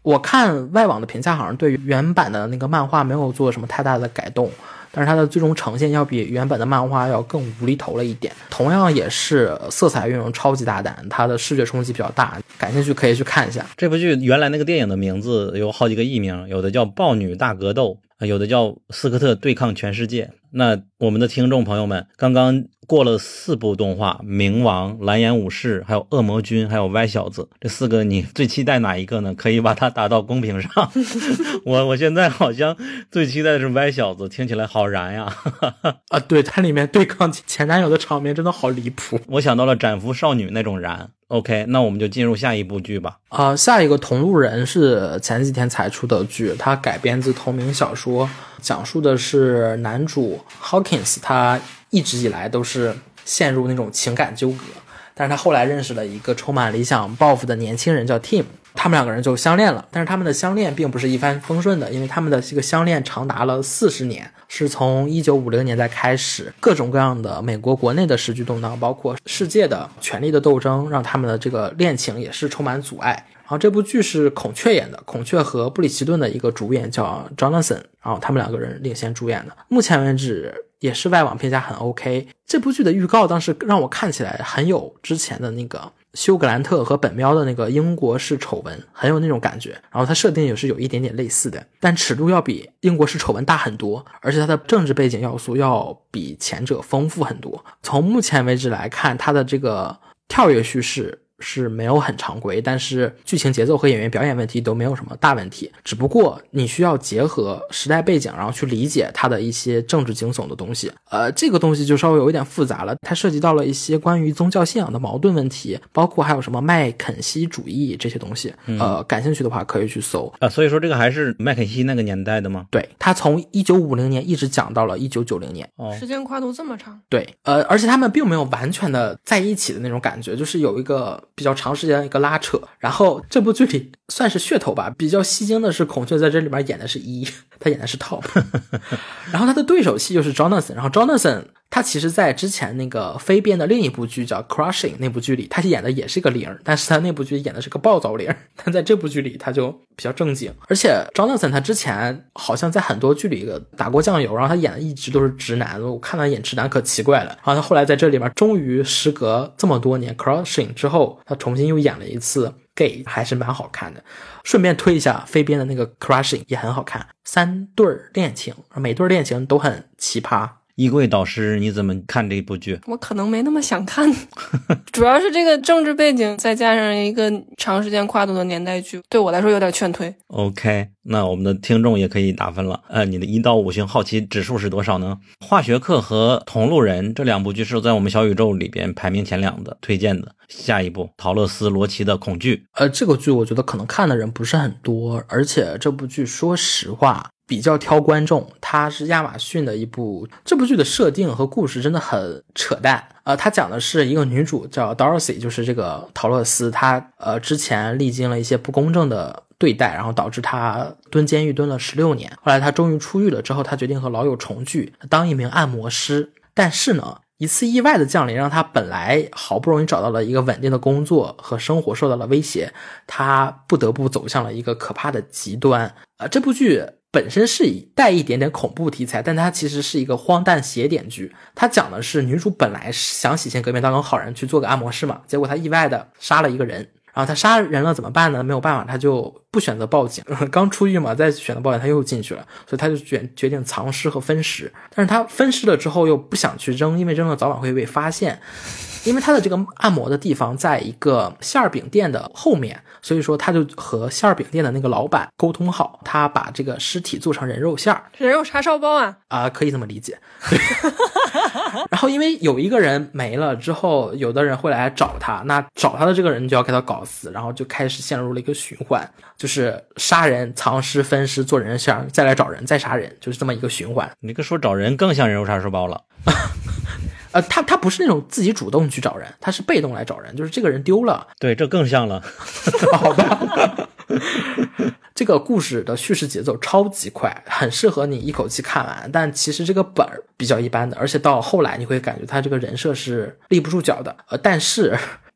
我看外网的评价好像对于原版的那个漫画没有做什么太大的改动，但是它的最终呈现要比原本的漫画要更无厘头了一点。同样也是色彩运用超级大胆，它的视觉冲击比较大，感兴趣可以去看一下。 这部剧原来那个电影的名字有好几个译名，有的叫豹女大格斗，有的叫斯科特对抗全世界。那我们的听众朋友们刚刚过了4部动画，冥王、蓝颜武士，还有恶魔君，还有歪小子，这4个你最期待哪一个呢？可以把它打到公屏上。我现在好像最期待的是歪小子，听起来好燃呀。 啊，对，它里面对抗前男友的场面真的好离谱。 我想到了斩服少女那种燃。OK， 那我们就进入下一部剧吧。 下一个同路人是前几天才出的剧，它改编自同名小说，讲述的是男主 Hawkins， 他一直以来都是陷入那种情感纠葛，但是他后来认识了一个充满理想抱负的年轻人叫 Tim， 他们2个人就相恋了。但是他们的相恋并不是一帆风顺的，因为他们的这个相恋长达了40年，是从1950年代开始，各种各样的美国国内的时局动荡，包括世界的权力的斗争，让他们的这个恋情也是充满阻碍。然后这部剧是孔雀演的，孔雀和布里奇顿的一个主演叫 Jonathan， 然后他们2个人领衔主演的。目前为止也是外网评价很 OK。这部剧的预告当时让我看起来很有之前的那个休格兰特和本喵的那个英国式丑闻，很有那种感觉。然后它设定也是有一点点类似的，但尺度要比英国式丑闻大很多，而且它的政治背景要素要比前者丰富很多。从目前为止来看，它的这个跳跃叙事是没有很常规，但是剧情节奏和演员表演问题都没有什么大问题，只不过你需要结合时代背景，然后去理解它的一些政治惊悚的东西。这个东西就稍微有一点复杂了，它涉及到了一些关于宗教信仰的矛盾问题，包括还有什么麦肯锡主义这些东西。感兴趣的话可以去搜。 所以说这个还是麦肯锡那个年代的吗？ 对，它从1950年一直讲到了1990年。 时间跨度这么长。 对，而且他们并没有完全的在一起的那种感觉，就是有一个比较长时间的一个拉扯。然后这部剧里算是噱头吧，比较吸睛的是孔雀在这里面演的是他演的是 top。 然后他的对手戏就是 Jonathan， 然后 Jonathan 他其实在之前那个非编的另一部剧叫 Crushing 那部剧里，他演的也是个零，但是他那部剧演的是个暴躁零，但在这部剧里他就比较正经。而且 Jonathan 他之前好像在很多剧里打过酱油，然后他演的一直都是直男，我看他演直男可奇怪了。然后他后来在这里面终于时隔这么多年 Crushing 之后，他重新又演了一次 gay， 还是蛮好看的。顺便推一下非编的那个 Crushing 也很好看，3对恋情，每对恋情都很奇葩。 衣柜导师你怎么看这部剧？ 我可能没那么想看，主要是这个政治背景再加上一个长时间跨度的年代剧，对我来说有点劝退。 OK， 那我们的听众也可以打分了。你的1到5星好奇指数是多少呢？化学课和同路人这2部剧是在我们小宇宙里边排名前2的推荐的。下一部陶乐斯罗奇的恐惧。 这个剧我觉得可能看的人不是很多，而且这部剧说实话比较挑观众，它是亚马逊的一部，这部剧的设定和故事真的很扯淡。它讲的是一个女主叫 Dorothy， 就是这个陶乐斯，她之前历经了一些不公正的对待，然后导致她蹲监狱蹲了16年。后来她终于出狱了之后，她决定和老友重聚，当一名按摩师。但是呢，一次意外的降临让她本来好不容易找到了一个稳定的工作和生活受到了威胁，她不得不走向了一个可怕的极端。这部剧本身是带一点点恐怖题材，但它其实是一个荒诞邪典剧。它讲的是女主本来想洗钱革命当个好人去做个按摩师嘛，结果她意外的杀了一个人，然后她杀人了怎么办呢？没有办法，她就不选择报警，刚出狱嘛，再选择报警她又进去了，所以她就决定藏尸和分尸。但是她分尸了之后又不想去扔，因为扔了早晚会被发现。因为他的这个按摩的地方在一个馅儿饼店的后面，所以说他就和馅儿饼店的那个老板沟通好，他把这个尸体做成人肉馅儿， 人肉叉烧包啊， 可以这么理解。然后因为有一个人没了之后，有的人会来找他，那找他的这个人就要给他搞死，然后就开始陷入了一个循环，就是杀人、藏尸、分尸、做人肉馅儿，再来找人，再杀人，就是这么一个循环。 你这个说找人更像人肉叉烧包了。 他不是那种自己主动去找人，他是被动来找人，就是这个人丢了。 对，这更像了。 好吧。这个故事的叙事节奏超级快，很适合你一口气看完，但其实这个本比较一般的，而且到后来你会感觉他这个人设是立不住脚的。但是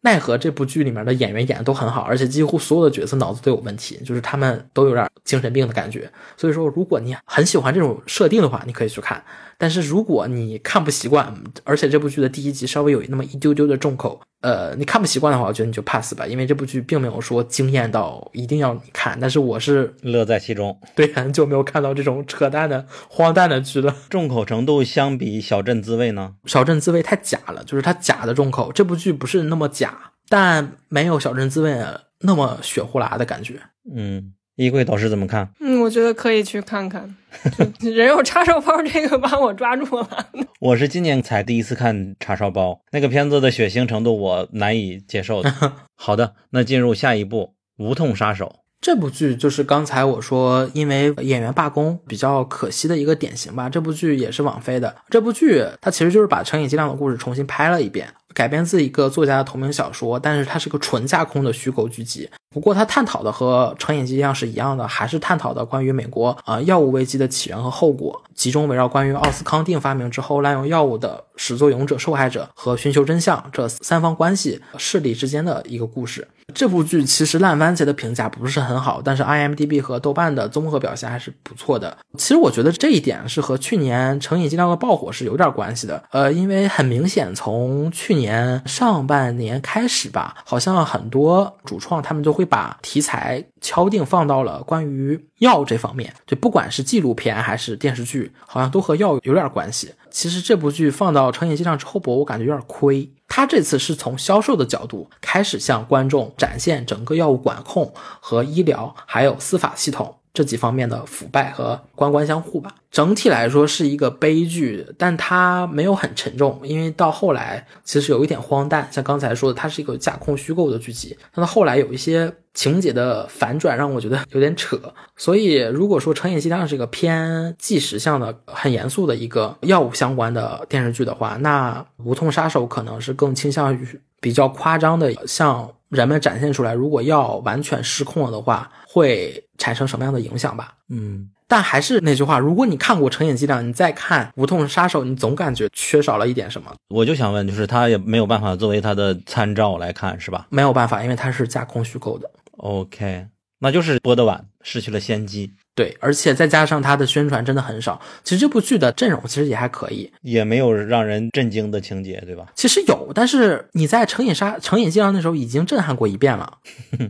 奈何这部剧里面的演员演的都很好，而且几乎所有的角色脑子都有问题，就是他们都有点精神病的感觉。所以说如果你很喜欢这种设定的话，你可以去看，但是如果你看不习惯，而且这部剧的第一集稍微有那么一丢丢的重口，你看不习惯的话，我觉得你就 pass 吧，因为这部剧并没有说惊艳到一定要你看，但是我是乐在其中。 对，很久没有看到这种扯淡的荒诞的剧了。 重口程度相比小镇滋味呢？ 小镇滋味太假了，就是它假的重口，这部剧不是那么假，但没有小镇滋味那么血呼啦的感觉。 衣柜导师怎么看？ 我觉得可以去看看。人肉叉烧包这个把我抓住了。 我是今年才第一次看叉烧包，那个片子的血腥程度我难以接受的。好的，那进入下一部无痛杀手。 这部剧就是刚才我说因为演员罢工比较可惜的一个典型吧。这部剧也是网飞的，这部剧它其实就是把成野纪亮的故事重新拍了一遍，改编自一个作家的同名小说，但是它是个纯架空的虚构剧集。不过它探讨的和成野纪亮是一样的，还是探讨的关于美国药物危机的起源和后果，集中围绕关于奥斯康定发明之后滥用药物的始作俑者、受害者和寻求真相这三方关系势力之间的一个故事。这部剧其实烂番茄的评价不是很好，但是 IMDB 和豆瓣的综合表现还是不错的。其实我觉得这一点是和去年成野纪亮的爆火是有点关系的。因为很明显从去年上半年开始吧，好像很多主创他们就会把题材敲定放到了关于药这方面，就不管是纪录片还是电视剧，好像都和药有点关系。其实这部剧放到成野纪亮之后我感觉有点亏，他这次是从销售的角度开始向观众展现整个药物管控和医疗还有司法系统这几方面的腐败和官官相护吧。整体来说是一个悲剧，但它没有很沉重，因为到后来其实有一点荒诞，像刚才说的它是一个架空虚构的剧集，但到后来有一些情节的反转让我觉得有点扯。所以如果说成野纪亮是一个偏纪实向的很严肃的一个药物相关的电视剧的话，那无痛杀手可能是更倾向于比较夸张的向人们展现出来，如果药完全失控了的话会产生什么样的影响吧。但还是那句话，如果你看过成野纪亮你再看无痛杀手，你总感觉缺少了一点什么。 我就想问，就是他也没有办法作为他的参照来看是吧？ 没有办法，因为它是架空虚构的。 OK， 那就是播得晚，失去了先机。 对，而且再加上它的宣传真的很少，其实这部剧的阵容其实也还可以， 也没有让人震惊的情节对吧？ 其实有，但是你在成野纪亮那时候已经震撼过一遍了。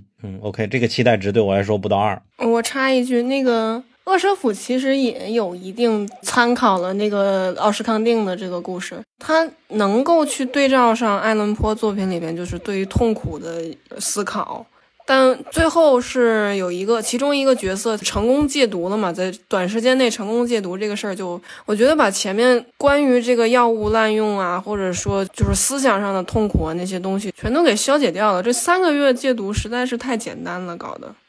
OK， 这个期待值对我来说不到2。 我插一句，那个恶舍府其实也有一定参考了那个奥施康定的这个故事，他能够去对照上爱伦坡作品里边就是对于痛苦的思考，但最后是有其中一个角色成功戒毒了嘛，在短时间内成功戒毒这个事儿，就我觉得把前面关于这个药物滥用啊，或者说就是思想上的痛苦啊那些东西全都给消解掉了。这3个月戒毒实在是太简单了搞的。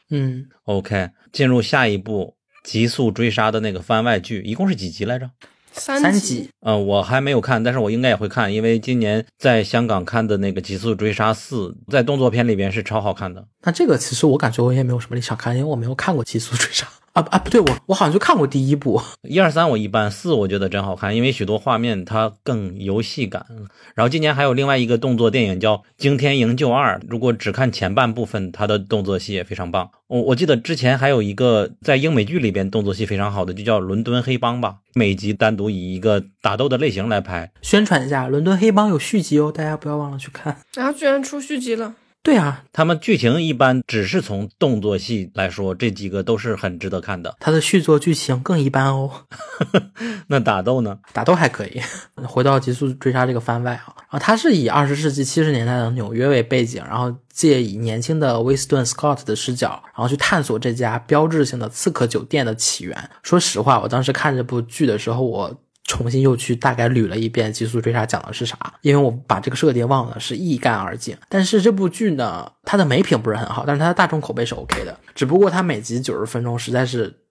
OK， 进入下一部极速追杀的那个番外剧，一共是几集来着 ？3集。 我还没有看，但是我应该也会看，因为今年在香港看的那个极速追杀4在动作片里边是超好看的。 那这个其实我感觉我也没有什么立场看，因为我没有看过极速追杀不对，我好像就看过第1部 1、2、3我一般，4我觉得真好看，因为许多画面它更游戏感。然后今年还有另外一个动作电影叫《惊天营救2》，如果只看前半部分，它的动作戏也非常棒。我记得之前还有一个在英美剧里边动作戏非常好的，就叫《伦敦黑帮》吧，每集单独以一个打斗的类型来拍。 宣传一下，《伦敦黑帮》有续集大家不要忘了去看。 然后居然出续集了。 对啊， 他们剧情一般，只是从动作戏来说，这几个都是很值得看的。 他的续作剧情更一般哦。 那打斗呢？ 打斗还可以。回到极速追杀这个番外它是以20世纪70年代的纽约为背景，然后借以年轻的威斯顿 Scott 的视角，然后去探索这家标志性的刺客酒店的起源。说实话，我当时看这部剧的时候，我重新又去大概捋了一遍极速追杀讲的是啥，因为我把这个设定忘了，是一干二净。但是这部剧呢，它的美评不是很好，但是它的大众口碑是 OK 的，只不过它每集90分钟实在是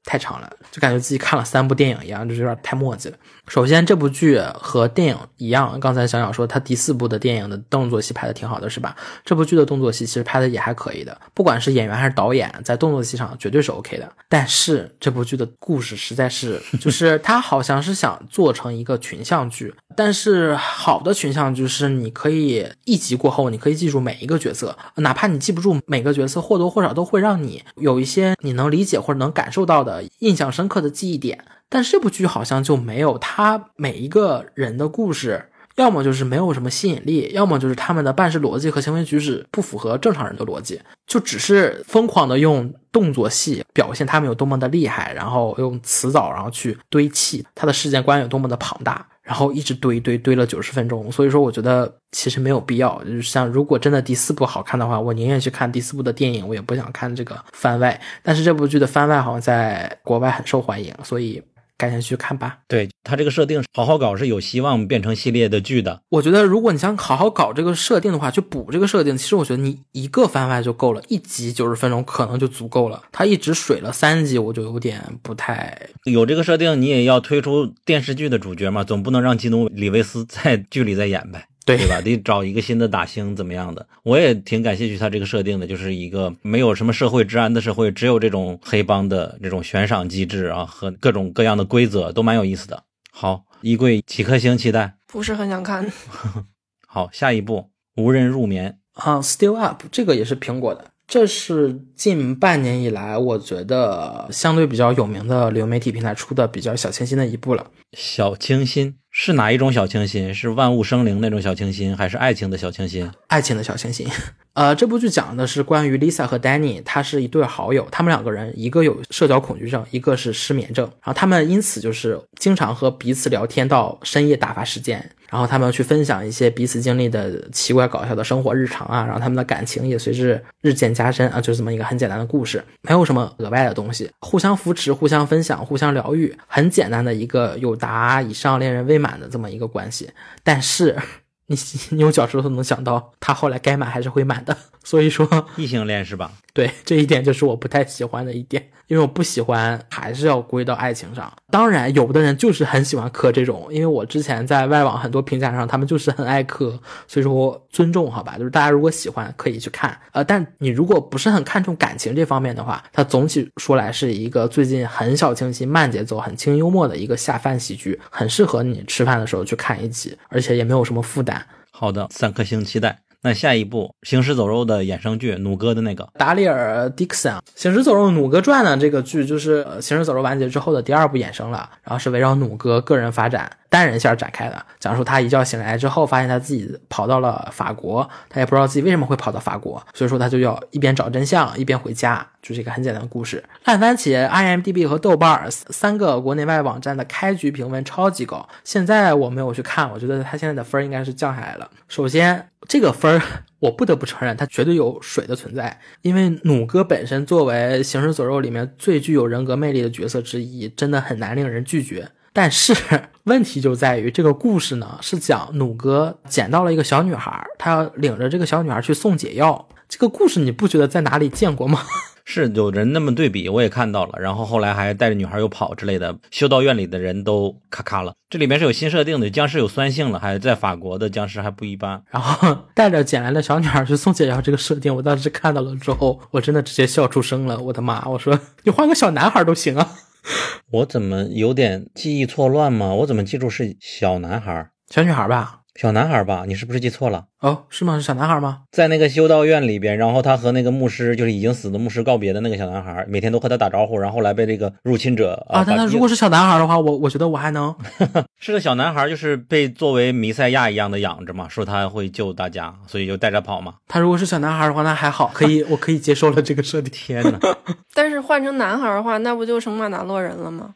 太长了，就感觉自己看了3部电影一样，就是有点太墨迹了。首先这部剧和电影一样，刚才小鸟说他第4部的电影的动作戏拍的挺好的是吧，这部剧的动作戏其实拍的也还可以的，不管是演员还是导演在动作戏上绝对是 OK 的。但是这部剧的故事实在是就是他好像是想做成一个群像剧，但是好的群像剧是你可以一集过后你可以记住每一个角色，哪怕你记不住每个角色，或多或少都会让你有一些你能理解或者能感受到的印象深刻的记忆点。但是这部剧好像就没有，他每一个人的故事要么就是没有什么吸引力，要么就是他们的办事逻辑和行为举止不符合正常人的逻辑，就只是疯狂的用动作戏表现他们有多么的厉害，然后用词藻然后去堆砌他的世界观有多么的庞大，然后一直堆了90分钟。所以说我觉得其实没有必要，就是像如果真的第4部好看的话，我宁愿去看第4部的电影，我也不想看这个番外。但是这部剧的番外好像在国外很受欢迎，所以赶紧去看吧。 对，他这个设定好好搞是有希望变成系列的剧的。 我觉得如果你想好好搞这个设定的话，去补这个设定，其实我觉得你一个番外就够了，1集90分钟可能就足够了。他一直水了3集，我就有点不太。 有这个设定你也要推出电视剧的主角嘛，总不能让基努里维斯在剧里再演呗，对吧？得找一个新的打星怎么样的。我也挺感兴趣他这个设定的，就是一个没有什么社会治安的社会，只有这种黑帮的这种悬赏机制啊，和各种各样的规则，都蛮有意思的。好，衣柜几颗星期待？ 不是很想看。 好，下一步无人入眠 Still Up 这个也是苹果的，这是近半年以来我觉得相对比较有名的流媒体平台出的比较小清新的一部了。 小清新是哪一种小清新？是万物生灵那种小清新，还是爱情的小清新？ 爱情的小清新。这部剧讲的是关于 Lisa 和 Danny， 他是一对好友，他们2个人一个有社交恐惧症，一个是失眠症，然后他们因此就是经常和彼此聊天到深夜打发时间，然后他们去分享一些彼此经历的奇怪搞笑的生活日常啊，然后他们的感情也随之日渐加深啊，就是这么一个很简单的故事，没有什么额外的东西，互相扶持，互相分享，互相疗愈，很简单的一个有达以上恋人未满的这么一个关系。但是你有脚趾头能想到他后来该满还是会满的，所以说异性恋是吧？ 对，这一点就是我不太喜欢的一点，因为我不喜欢还是要归到爱情上。当然有的人就是很喜欢磕这种，因为我之前在外网很多评价上他们就是很爱磕，所以说我尊重好吧，就是大家如果喜欢可以去看，但你如果不是很看重感情这方面的话，它总体说来是一个最近很小清新慢节奏很轻幽默的一个下饭喜剧，很适合你吃饭的时候去看一集，而且也没有什么负担。 好的，3颗星期待。那下一部行尸走肉的衍生剧，弩哥的那个达里尔·迪克森，行尸走肉弩哥传呢，这个剧就是行尸走肉完结之后的第2部衍生了，然后是围绕弩哥个人发展单人线展开的，讲述他一觉醒来之后发现他自己跑到了法国，他也不知道自己为什么会跑到法国，所以说他就要一边找真相一边回家，就是一个很简单的故事。烂番茄 IMDB 和豆瓣3个国内外网站的开局评分超级高，现在我没有去看，我觉得他现在的分应该是降下来了。首先这个分我不得不承认它绝对有水的存在，因为弩哥本身作为行尸走肉里面最具有人格魅力的角色之一，真的很难令人拒绝。但是问题就在于这个故事呢是讲弩哥捡到了一个小女孩，他要领着这个小女孩去送解药，这个故事你不觉得在哪里见过吗？ 是有人那么对比，我也看到了，然后后来还带着女孩又跑之类的，修道院里的人都咔咔了。这里面是有新设定的，僵尸有酸性了，还在法国的僵尸还不一般。 然后带着捡来的小女孩去送解药这个设定，我当时看到了之后我真的直接笑出声了，我的妈，我说你换个小男孩都行啊。 我怎么有点记忆错乱吗？我怎么记住是小男孩？ 小女孩吧， 小男孩吧，你是不是记错了？ 哦，是吗？是小男孩吗？ 在那个修道院里边，然后他和那个牧师，就是已经死的牧师告别的那个小男孩，每天都和他打招呼，然后后来被这个入侵者但他如果是小男孩的话，我觉得我还能是个小男孩，就是被作为弥赛亚一样的养着嘛，说他会救大家，所以就带着跑嘛。 他如果是小男孩的话那还好，我可以接受了这个设定。 天哪但是换成男孩的话，那不就成马达洛人了吗？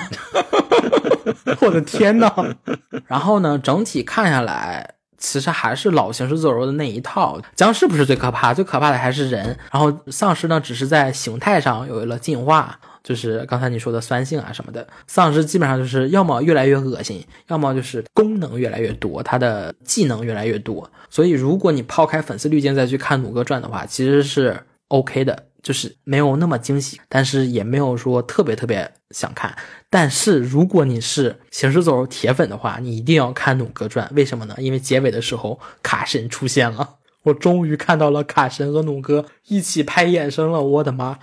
我的天哪。然后呢整体看下来其实还是老行尸走肉的那一套，僵尸不是最可怕，最可怕的还是人，然后丧尸呢只是在形态上有了进化，就是刚才你说的酸性啊什么的，丧尸基本上就是要么越来越恶心，要么就是功能越来越多，它的技能越来越多，所以如果你抛开粉丝滤镜再去看弩哥传的话，其实是 OK 的， 就是没有那么惊喜，但是也没有说特别特别想看。但是如果你是行尸走肉铁粉的话，你一定要看《弩哥传》，为什么呢？因为结尾的时候卡神出现了，我终于看到了卡神和弩哥一起拍衍生了，我的妈。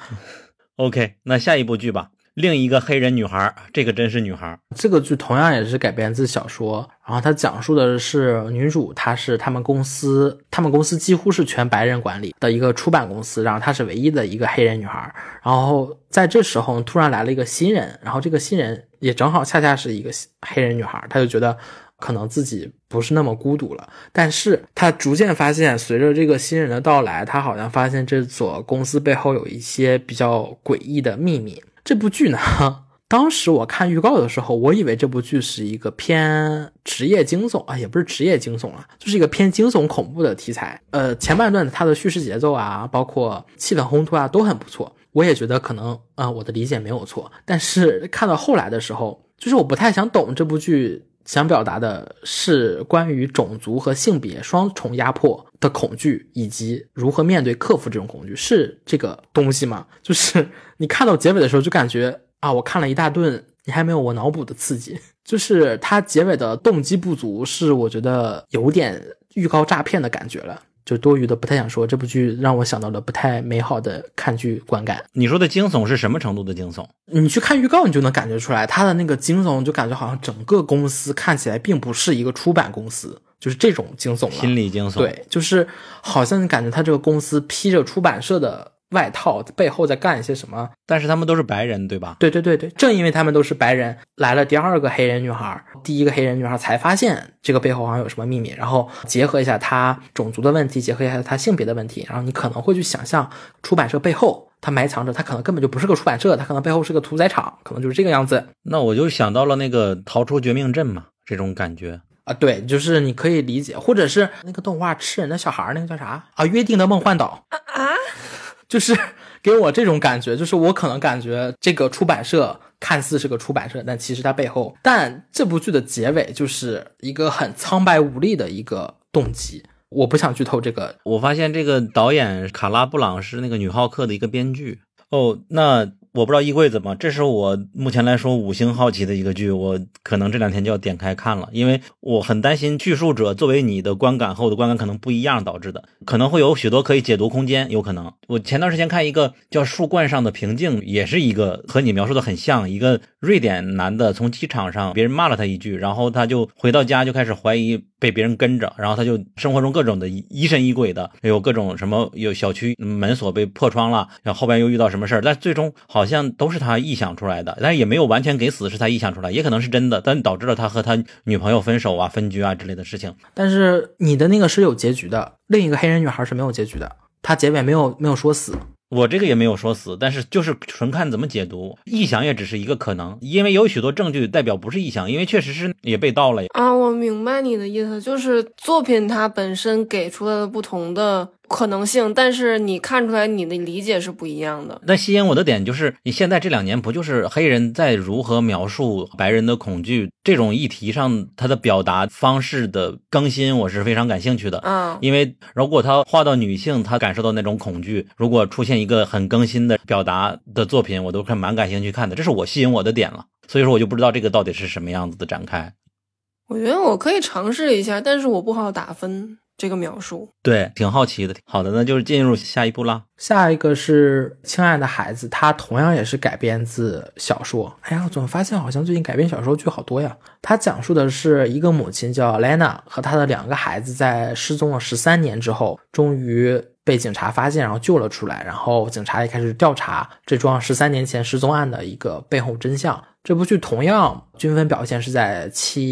OK， 那下一部剧吧，另一个黑人女孩，这个真是女孩。 这个剧同样也是改编自小说，然后它讲述的是女主，她是他们公司几乎是全白人管理的一个出版公司，然后她是唯一的一个黑人女孩。然后在这时候突然来了一个新人，然后这个新人也正好恰恰是一个黑人女孩，她就觉得可能自己不是那么孤独了。但是她逐渐发现，随着这个新人的到来，她好像发现这所公司背后有一些比较诡异的秘密。这部剧呢，当时我看预告的时候，我以为这部剧是一个偏职业惊悚啊，也不是职业惊悚了，就是一个偏惊悚恐怖的题材。前半段它的叙事节奏啊，包括气氛烘托啊，都很不错。我也觉得可能我的理解没有错，但是看到后来的时候，就是我不太想懂这部剧想表达的是关于种族和性别双重压迫的恐惧，以及如何面对克服这种恐惧，是这个东西吗？就是你看到结尾的时候就感觉我看了一大顿，你还没有我脑补的刺激。就是它结尾的动机不足，是我觉得有点预告诈骗的感觉了。就多余的不太想说，这部剧让我想到了不太美好的看剧观感。 你说的惊悚是什么程度的惊悚？ 你去看预告你就能感觉出来，它的那个惊悚就感觉好像整个公司看起来并不是一个出版公司，就是这种惊悚了， 心理惊悚。 对，就是好像你感觉它这个公司披着出版社的外套，背后在干一些什么。 但是他们都是白人对吧？ 对对对对，正因为他们都是白人，来了第二个黑人女孩，第一个黑人女孩才发现这个背后好像有什么秘密，然后结合一下她种族的问题，结合一下她性别的问题，然后你可能会去想象出版社背后它埋藏着，它可能根本就不是个出版社，它可能背后是个屠宰场，可能就是这个样子。 那我就想到了那个逃出绝命镇嘛，这种感觉啊，对，就是你可以理解，或者是那个动画吃人的小孩那个叫啥啊？约定的梦幻岛就是给我这种感觉，就是我可能感觉这个出版社看似是个出版社，但其实它背后，但这部剧的结尾就是一个很苍白无力的一个动机。我不想剧透这个。 我发现这个导演卡拉布朗是那个女浩克的一个编剧那我不知道衣柜怎么，这是我目前来说5星好奇的一个剧，我可能这2天就要点开看了，因为我很担心叙述者作为你的观感和我的观感可能不一样导致的，可能会有许多可以解读空间，有可能。我前段时间看一个叫树冠上的平静，也是一个和你描述的很像，一个瑞典男的从机场上别人骂了他一句，然后他就回到家就开始怀疑被别人跟着，然后他就生活中各种的疑神疑鬼的，有各种什么有小区门锁被破窗了，然后后边又遇到什么事儿，但最终好像都是他臆想出来的，但是也没有完全给死是他臆想出来，也可能是真的，但导致了他和他女朋友分手啊分居啊之类的事情。 但是你的那个是有结局的，另一个黑人女孩是没有结局的，她结尾没有说死。 我这个也没有说死，但是就是纯看怎么解读，臆想也只是一个可能，因为有许多证据代表不是臆想，因为确实是也被盗了啊。我明白你的意思，就是作品它本身给出了不同的可能性，但是你看出来你的理解是不一样的。 但吸引我的点就是你现在这2年不就是黑人在如何描述白人的恐惧这种议题上他的表达方式的更新，我是非常感兴趣的。因为如果他画到女性他感受到那种恐惧，如果出现一个很更新的表达的作品，我都蛮感兴趣看的，这是我吸引我的点了。所以说我就不知道这个到底是什么样子的展开。 我觉得我可以尝试一下，但是我不好打分这个描述。 对，挺好奇的。好的，那就是进入下一步啦。 下一个是亲爱的孩子，它同样也是改编自小说。哎呀，我怎么发现好像最近改编小说剧好多呀。它讲述的是一个母亲叫 Lena 和她的2个孩子在失踪了13年之后，终于被警察发现，然后救了出来，然后警察也开始调查这桩13年前失踪案的一个背后真相。这部剧同样均分表现是在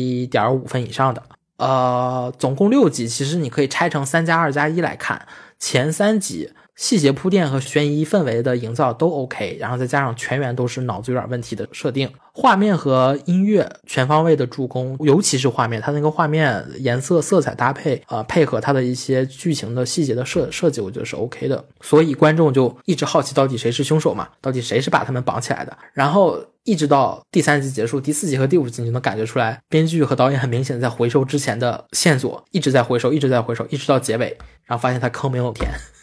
7.5 分以上的。总共6集，其实你可以拆成3+2+1来看。前3集细节铺垫和悬疑氛围的营造都 OK， 然后再加上全员都是脑子有点问题的设定，画面和音乐全方位的助攻，尤其是画面，它那个画面颜色色彩搭配配合它的一些剧情的细节的设计，我觉得是 OK 的。所以观众就一直好奇到底谁是凶手嘛，到底谁是把他们绑起来的。然后一直到第3集结束，第4集和第5集你就能感觉出来，编剧和导演很明显在回收之前的线索，一直在回收，一直到结尾，然后发现他坑没有填。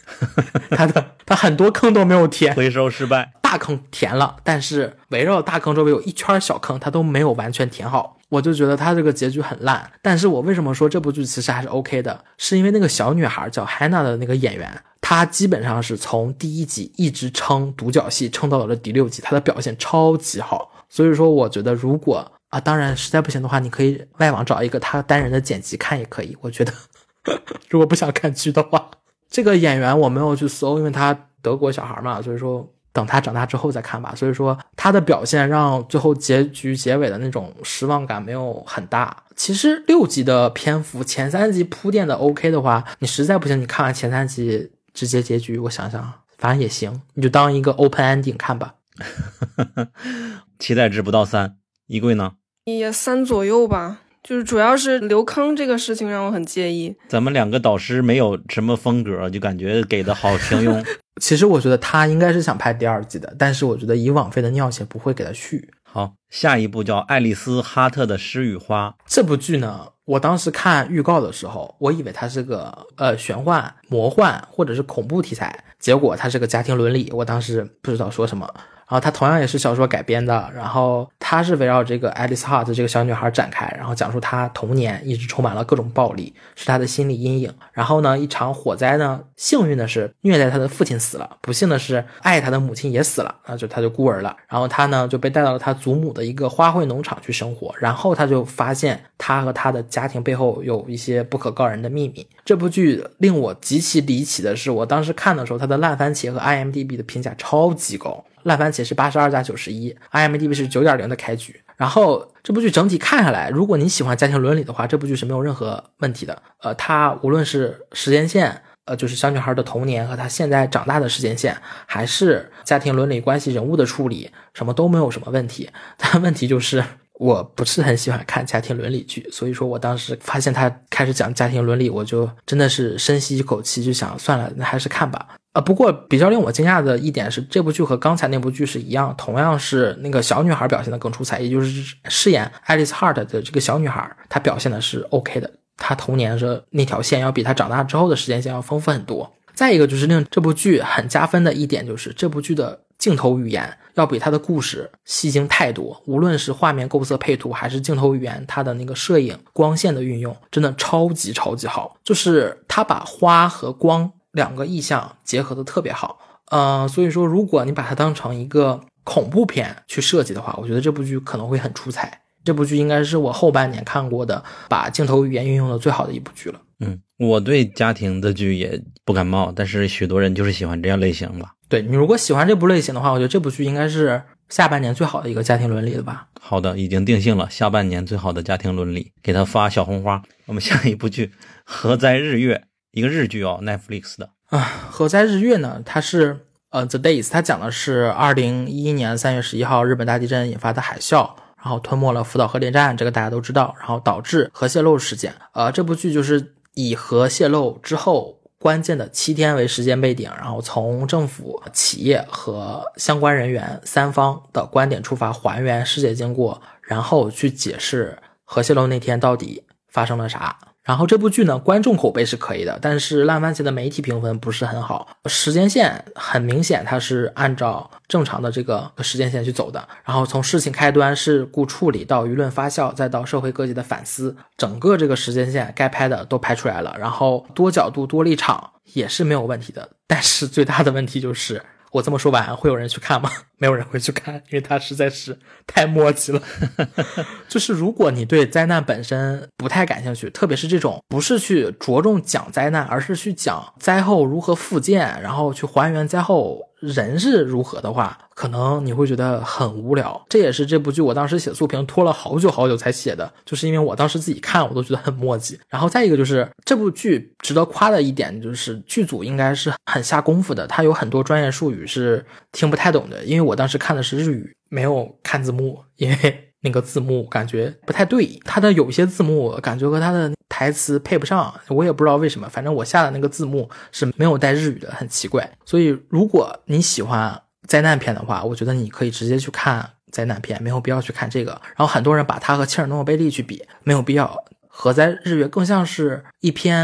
他很多坑都没有填， 回收失败， 大坑填了，但是围绕大坑周围有一圈小坑，他都没有完全填好。我就觉得他这个结局很烂。但是我为什么说这部剧其实还是 OK 的，是因为那个小女孩叫 Hannah 的那个演员，她基本上是从第1集一直撑独角戏撑到了第6集，她的表现超级好。所以说我觉得如果当然实在不行的话，你可以外网找一个他单人的剪辑看也可以，我觉得如果不想看剧的话。这个演员我没有去搜，因为他德国小孩嘛，所以说等他长大之后再看吧。所以说他的表现让最后结局结尾的那种失望感没有很大。其实6集的篇幅，前3集铺垫的 OK 的话，你实在不行你看完前3集直接结局，我想想反正也行，你就当一个 open ending 看吧。 期待值不到3，衣柜呢？ 也3左右吧，就是主要是留坑这个事情让我很介意。 咱们2个导师没有什么风格，就感觉给的好平庸。 其实我觉得他应该是想拍第2季的，但是我觉得以网飞的尿性不会给他续。 好，下一部叫爱丽丝哈特的诗与花。 这部剧呢，我当时看预告的时候，我以为它是个玄幻、魔幻或者是恐怖题材，结果它是个家庭伦理，我当时不知道说什么。然后它同样也是小说改编的，然后它是围绕这个 Alice Hart 这个小女孩展开，然后讲述她童年一直充满了各种暴力，是她的心理阴影。然后呢，一场火灾呢，幸运的是虐待她的父亲死了，不幸的是爱她的母亲也死了，她就孤儿了。然后她呢就被带到了她祖母的一个花卉农场去生活，然后她就发现她和她的家庭背后有一些不可告人的秘密。这部剧令我极其离奇的是，我当时看的时候，它的烂番茄和 IMDB 的评价超级高。烂番茄是82+91， IMDB 是 9.0 的开局。然后这部剧整体看下来，如果你喜欢家庭伦理的话，这部剧是没有任何问题的。它无论是时间线，就是小女孩的童年和她现在长大的时间线，还是家庭伦理关系人物的处理，什么都没有什么问题。但问题就是我不是很喜欢看家庭伦理剧，所以说我当时发现他开始讲家庭伦理，我就真的是深吸一口气，就想算了，那还是看吧。不过比较令我惊讶的一点是，这部剧和刚才那部剧是一样，同样是那个小女孩表现的更出彩，也就是饰演 Alice Hart 的这个小女孩，她表现的是 OK 的，她童年的那条线要比她长大之后的时间线要丰富很多。再一个就是令这部剧很加分的一点，就是这部剧的镜头语言要比它的故事戏精太多，无论是画面构色配图还是镜头语言，它的那个摄影光线的运用真的超级好，就是它把花和光2个意象结合的特别好。所以说如果你把它当成一个恐怖片去设计的话，我觉得这部剧可能会很出彩。这部剧应该是我后半年看过的把镜头语言运用的最好的一部剧了。 我对家庭的剧也不感冒，但是许多人就是喜欢这样类型吧。 对，你如果喜欢这部类型的话，我觉得这部剧应该是下半年最好的一个家庭伦理了吧。 好的，已经定性了，下半年最好的家庭伦理，给他发小红花。我们下一部剧何在日月，一个日剧Netflix 的。 何在日月呢，它是The Days， 它讲的是2011年3月11号日本大地震引发的海啸，然后吞没了福岛核电站，这个大家都知道，然后导致核泄漏事件。这部剧就是以核泄漏之后关键的7天为时间背景，然后从政府、企业和相关人员3方的观点出发，还原事件经过，然后去解释核泄漏那天到底发生了啥。然后这部剧呢，观众口碑是可以的，但是烂番茄的媒体评分不是很好。时间线很明显它是按照正常的这个时间线去走的，然后从事情开端、事故处理到舆论发酵，再到社会各界的反思，整个这个时间线该拍的都拍出来了，然后多角度多立场也是没有问题的。但是最大的问题就是我这么说完会有人去看吗？没有人会去看，因为它实在是太墨迹了。就是如果你对灾难本身不太感兴趣，特别是这种不是去着重讲灾难，而是去讲灾后如何复建，然后去还原灾后人是如何的话，可能你会觉得很无聊。这也是这部剧我当时写速评拖了好久才写的，就是因为我当时自己看我都觉得很墨迹。然后再一个就是这部剧值得夸的一点就是剧组应该是很下功夫的，它有很多专业术语是听不太懂的，因为我当时看的是日语，没有看字幕，因为那个字幕感觉不太对，它的有些字幕感觉和它的台词配不上，我也不知道为什么，反正我下的那个字幕是没有带日语的，很奇怪。所以如果你喜欢灾难片的话，我觉得你可以直接去看灾难片，没有必要去看这个。然后很多人把它和切尔诺贝利去比，没有必要。何在日月更像是一篇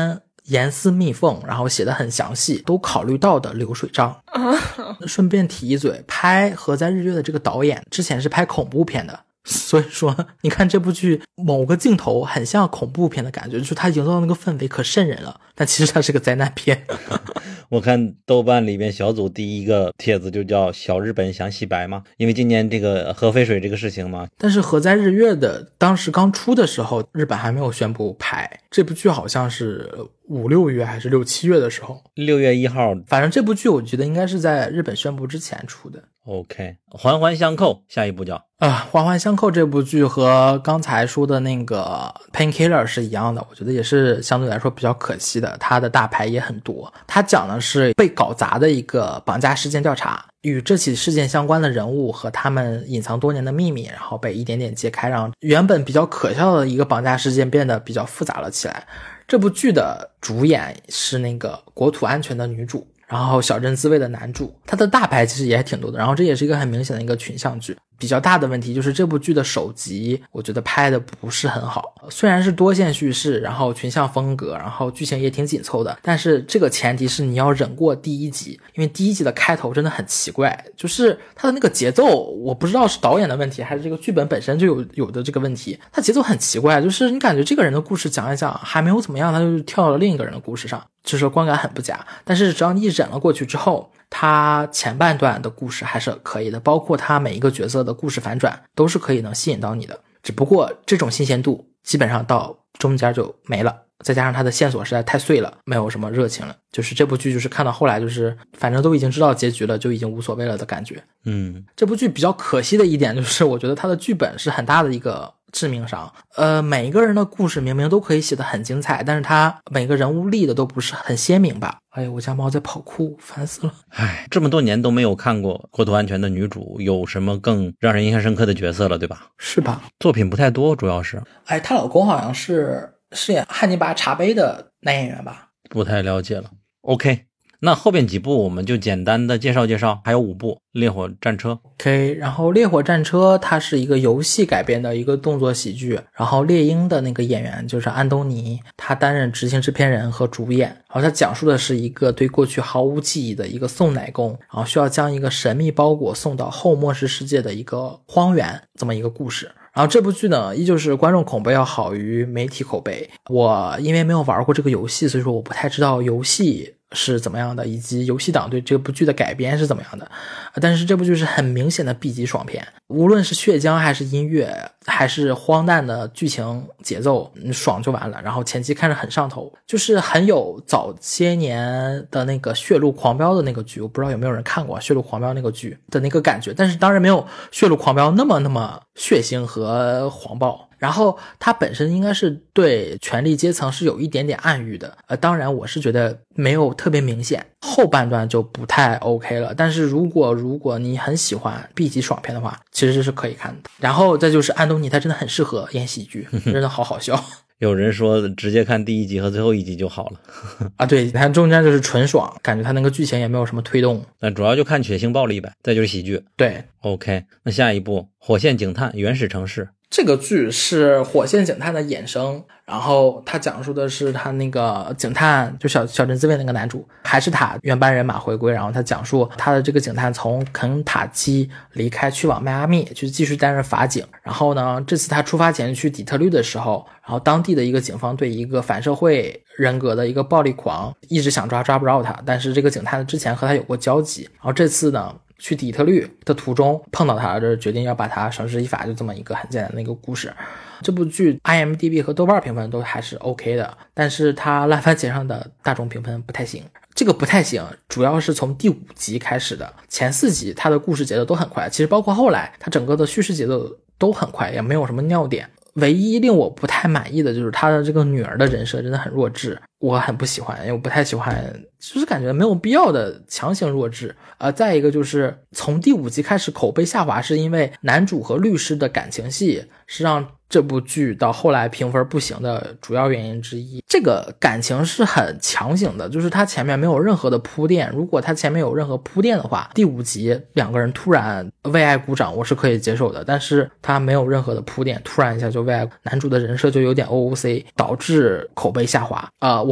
严丝密缝，然后写得很详细，都考虑到的流水账。顺便提一嘴，拍《何在日月》的这个导演之前是拍恐怖片的，所以说你看这部剧某个镜头很像恐怖片的感觉，就是它营造的那个氛围可瘆人了，但其实它是个灾难片。 我看豆瓣里边小组第一个帖子就叫小日本想洗白嘛，因为今年这个核废水这个事情嘛。 但是何在日月的当时刚出的时候，日本还没有宣布拍这部剧，好像是5、6月还是6、7月的时候 ，6月1号， 反正这部剧我觉得应该是在日本宣布之前出的。 OK， 环环相扣，下一部叫环环相扣这部剧和刚才说的那个 Painkiller 是一样的，我觉得也是相对来说比较可惜的，它的大牌也很多。它讲的是被搞砸的一个绑架事件调查，与这起事件相关的人物和他们隐藏多年的秘密，然后被一点点揭开，让原本比较可笑的一个绑架事件变得比较复杂了起来。这部剧的主演是那个国土安全的女主，然后小镇滋味的男主，他的大牌其实也挺多的，然后这也是一个很明显的一个群像剧。比较大的问题就是这部剧的首集我觉得拍的不是很好，虽然是多线叙事，然后群像风格，然后剧情也挺紧凑的，但是这个前提是你要忍过第一集，因为第一集的开头真的很奇怪，就是它的那个节奏我不知道是导演的问题还是这个剧本本身就有的这个问题，它节奏很奇怪，就是你感觉这个人的故事讲一讲还没有怎么样，他就跳到了另一个人的故事上，就是观感很不佳。但是只要你一忍了过去之后，他前半段的故事还是可以的，包括他每一个角色的故事反转都是可以能吸引到你的，只不过这种新鲜度基本上到中间就没了，再加上他的线索实在太碎了，没有什么热情了，就是这部剧就是看到后来就是反正都已经知道结局了，就已经无所谓了的感觉。这部剧比较可惜的一点就是我觉得他的剧本是很大的一个致命伤，每一个人的故事明明都可以写得很精彩，但是他每个人物立的都不是很鲜明吧。哎呀，我家猫在跑酷，烦死了。 这么多年都没有看过国土安全的女主有什么更让人印象深刻的角色了，对吧？ 是吧？ 作品不太多，主要是她老公好像是饰演汉尼拔茶杯的男演员吧， 不太了解了。 OK，那后边几部我们就简单的介绍介绍，还有5部烈火战车。 OK， 然后烈火战车它是一个游戏改编的一个动作喜剧，然后猎鹰的那个演员就是安东尼，他担任执行制片人和主演，然后他讲述的是一个对过去毫无记忆的一个送奶工，然后需要将一个神秘包裹送到后末世世界的一个荒原，这么一个故事。然后这部剧呢依旧是观众口碑要好于媒体口碑，我因为没有玩过这个游戏，所以说我不太知道游戏是怎么样的，以及游戏党对这部剧的改编是怎么样的。但是这部剧是很明显的 B 级爽片，无论是血浆还是音乐还是荒诞的剧情节奏，爽就完了，然后前期看着很上头，就是很有早些年的那个血路狂飙的那个剧，我不知道有没有人看过血路狂飙那个剧的那个感觉，但是当然没有血路狂飙那么血腥和黄暴，然后它本身应该是对权力阶层是有一点点暗喻的，当然我是觉得没有特别明显，后半段就不太 OK 了，但是如果你很喜欢 B 级爽片的话，其实是可以看的。然后再就是安东尼他真的很适合演喜剧，真的好好笑。 有人说直接看第1集和最后1集就好了对，你看中间就是纯爽，感觉他那个剧情也没有什么推动， 那主要就看血腥暴力呗，再就是喜剧。 对 OK， 那下一部火线警探原始城市。 这个剧是火线警探的衍生，然后他讲述的是他那个警探就小镇滋味那个男主还是他原班人马回归，然后他讲述他的这个警探从肯塔基离开去往迈阿密去继续担任法警，然后呢这次他出发前去底特律的时候，然后当地的一个警方对一个反社会人格的一个暴力狂一直想抓不着他，但是这个警探之前和他有过交集，然后这次呢去底特律的途中碰到他，就决定要把他绳之以法，就这么一个很简单的一个故事。这部剧 IMDB 和豆瓣评分都还是 OK 的，但是它烂番茄上的大众评分不太行。这个不太行主要是从第5集开始的，前4集它的故事节奏都很快，其实包括后来它整个的叙事节奏都很快，也没有什么尿点。唯一令我不太满意的就是他的这个女儿的人设真的很弱智，我很不喜欢，因为我不太喜欢，就是感觉没有必要的强行弱智。再一个就是从第5集开始口碑下滑，是因为男主和律师的感情戏是让这部剧到后来评分不行的主要原因之一。这个感情是很强行的，就是他前面没有任何的铺垫，如果他前面有任何铺垫的话，第5集2个人突然为爱鼓掌我是可以接受的，但是他没有任何的铺垫，突然一下就为爱，男主的人设就有点 OOC， 导致口碑下滑。我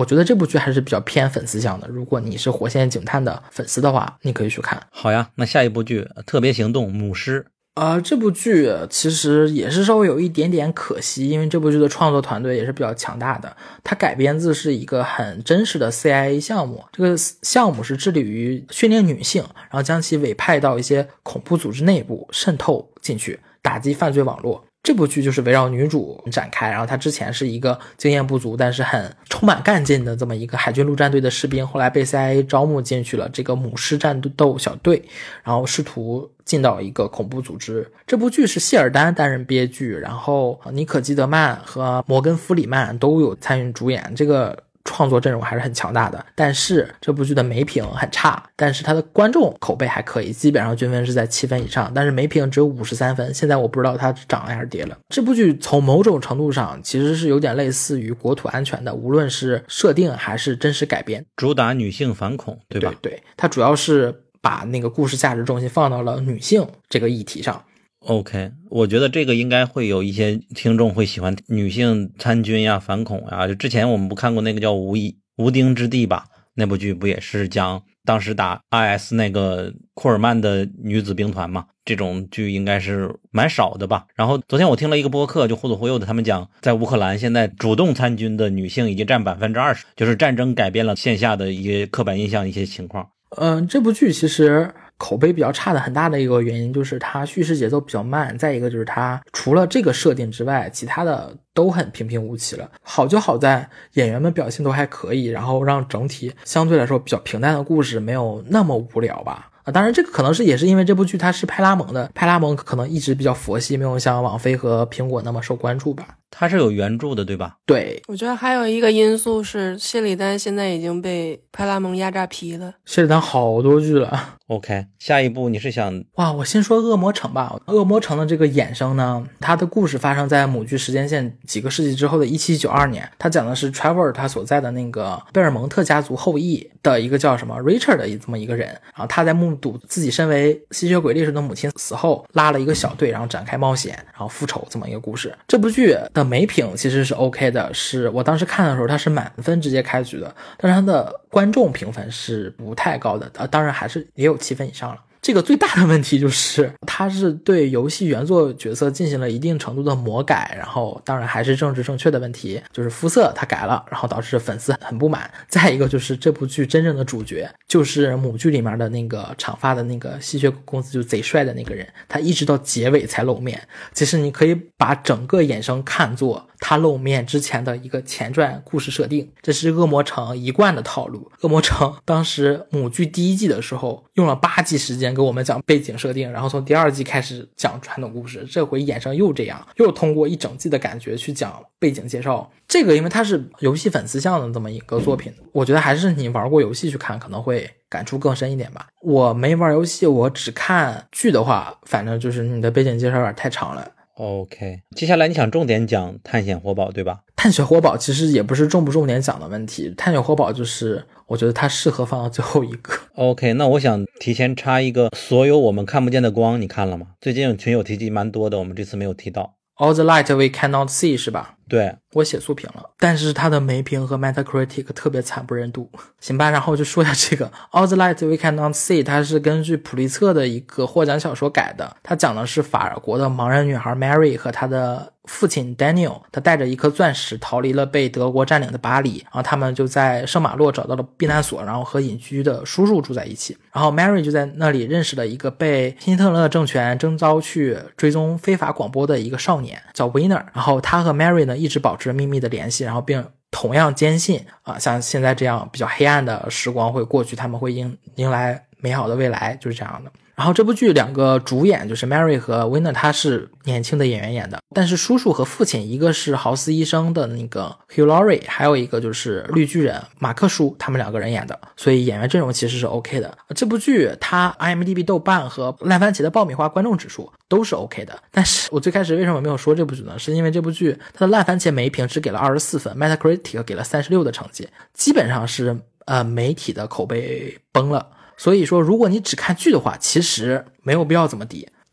我觉得这部剧还是比较偏粉丝向的，如果你是火线警探的粉丝的话，你可以去看。 好呀，那下一部剧特别行动母狮。 这部剧其实也是稍微有一点点可惜，因为这部剧的创作团队也是比较强大的，它改编自是一个很真实的 CIA 项目，这个项目是致力于训练女性，然后将其委派到一些恐怖组织内部渗透进去，打击犯罪网络。这部剧就是围绕女主展开，然后她之前是一个经验不足但是很充满干劲的这么一个海军陆战队的士兵，后来被 CIA 招募进去了这个母狮战斗小队，然后试图进到一个恐怖组织。这部剧是谢尔丹担任编剧，然后妮可基德曼和摩根弗里曼都有参与主演，这个创作阵容还是很强大的。但是这部剧的媒评很差，但是它的观众口碑还可以，基本上均分是在7分以上，但是媒评只有53分，现在我不知道它涨了还是跌了。这部剧从某种程度上其实是有点类似于国土安全的，无论是设定还是真实改编， 主打女性反恐，对吧？ 对，它主要是把那个故事价值重心放到了女性这个议题上。 OK， 我觉得这个应该会有一些听众会喜欢女性参军呀、反恐呀。就之前我们不看过那个叫无丁之地吧？那部剧不也是讲当时打 IS 那个库尔曼的女子兵团嘛？这种剧应该是蛮少的吧。然后昨天我听了一个播客，就忽左忽右的他们讲，在乌克兰现在主动参军的女性已经占 20%， 就是战争改变了线下的一些刻板印象一些情况。 这部剧其实口碑比较差的很大的一个原因就是它叙事节奏比较慢，再一个就是它除了这个设定之外，其他的都很平平无奇了。好就好在演员们表现都还可以，然后让整体相对来说比较平淡的故事没有那么无聊吧。当然这个可能也是因为这部剧它是派拉蒙的，派拉蒙可能一直比较佛系，没有像网飞和苹果那么受关注吧。 它是有原著的对吧？ 对， 我觉得还有一个因素是谢里丹现在已经被派拉蒙压榨皮了， 谢里丹好多剧了。 OK， 下一部你是想我先说恶魔城吧。恶魔城的这个衍生呢，它的故事发生在母剧时间线几个世纪之后的1792年，它讲的是 Trevor 他所在的那个贝尔蒙特家族后裔的一个叫什么 Richard 的这么一个人，然后他在目睹自己身为吸血鬼猎人的母亲死后，拉了一个小队，然后展开冒险，然后复仇这么一个故事。这部剧的媒评其实是 OK 的，是我当时看的时候它是满分直接开局的，但是它的观众评分是不太高的，当然还是也有7分以上了。这个最大的问题就是它是对游戏原作角色进行了一定程度的魔改，然后当然还是政治正确的问题，就是肤色它改了，然后导致粉丝很不满。再一个就是这部剧真正的主角就是母剧里面的那个长发的那个吸血公子，就贼帅的那个人，他一直到结尾才露面。其实你可以把整个衍生看作他露面之前的一个前传故事设定，这是恶魔城一贯的套路。恶魔城当时母剧第1季的时候用了8季时间给我们讲背景设定，然后从第2季开始讲传统故事，这回衍生又这样，又通过一整季的感觉去讲背景介绍。这个因为它是游戏粉丝向的这么一个作品，我觉得还是你玩过游戏去看可能会感触更深一点吧。我没玩游戏，我只看剧的话，反正就是你的背景介绍有点太长了。 OK， 接下来你想重点讲探险活宝对吧？ 探险活宝其实也不是重不重点讲的问题，探险活宝就是我觉得它适合放到最后一个。 OK， 那我想提前插一个所有我们看不见的光，你看了吗？最近群友提及蛮多的，我们这次没有提到。 All the light we cannot see 是吧？ 对， 我写速评了，但是它的媒评和 Metacritic 特别惨不忍睹。行吧，然后就说一下这个 All the light we cannot see， 它是根据普利策的一个获奖小说改的，它讲的是法国的盲人女孩 Mary 和她的父亲 Daniel， 他带着一颗钻石逃离了被德国占领的巴黎，然后他们就在圣马洛找到了避难所，然后和隐居的叔叔住在一起。然后 Mary 就在那里认识了一个被希特勒政权征召去追踪非法广播的一个少年叫 Winner， 然后他和 Mary 呢一直保持秘密的联系，然后并同样坚信像现在这样比较黑暗的时光会过去，他们会迎来美好的未来，就是这样的。然后这部剧2个主演就是 Mary 和 Winner， 他是年轻的演员演的，但是叔叔和父亲一个是豪斯医生的那个 Hugh Laurie， 还有一个就是绿巨人马克叔，他们2个人演的，所以演员阵容其实是 OK 的。这部剧它 IMDB 豆瓣和烂番茄的爆米花观众指数都是 OK 的，但是我最开始为什么没有说这部剧呢？是因为这部剧它的烂番茄媒评只给了24分， Metacritic 给了36的成绩，基本上是媒体的口碑崩了。所以说如果你只看剧的话，其实没有必要这么低。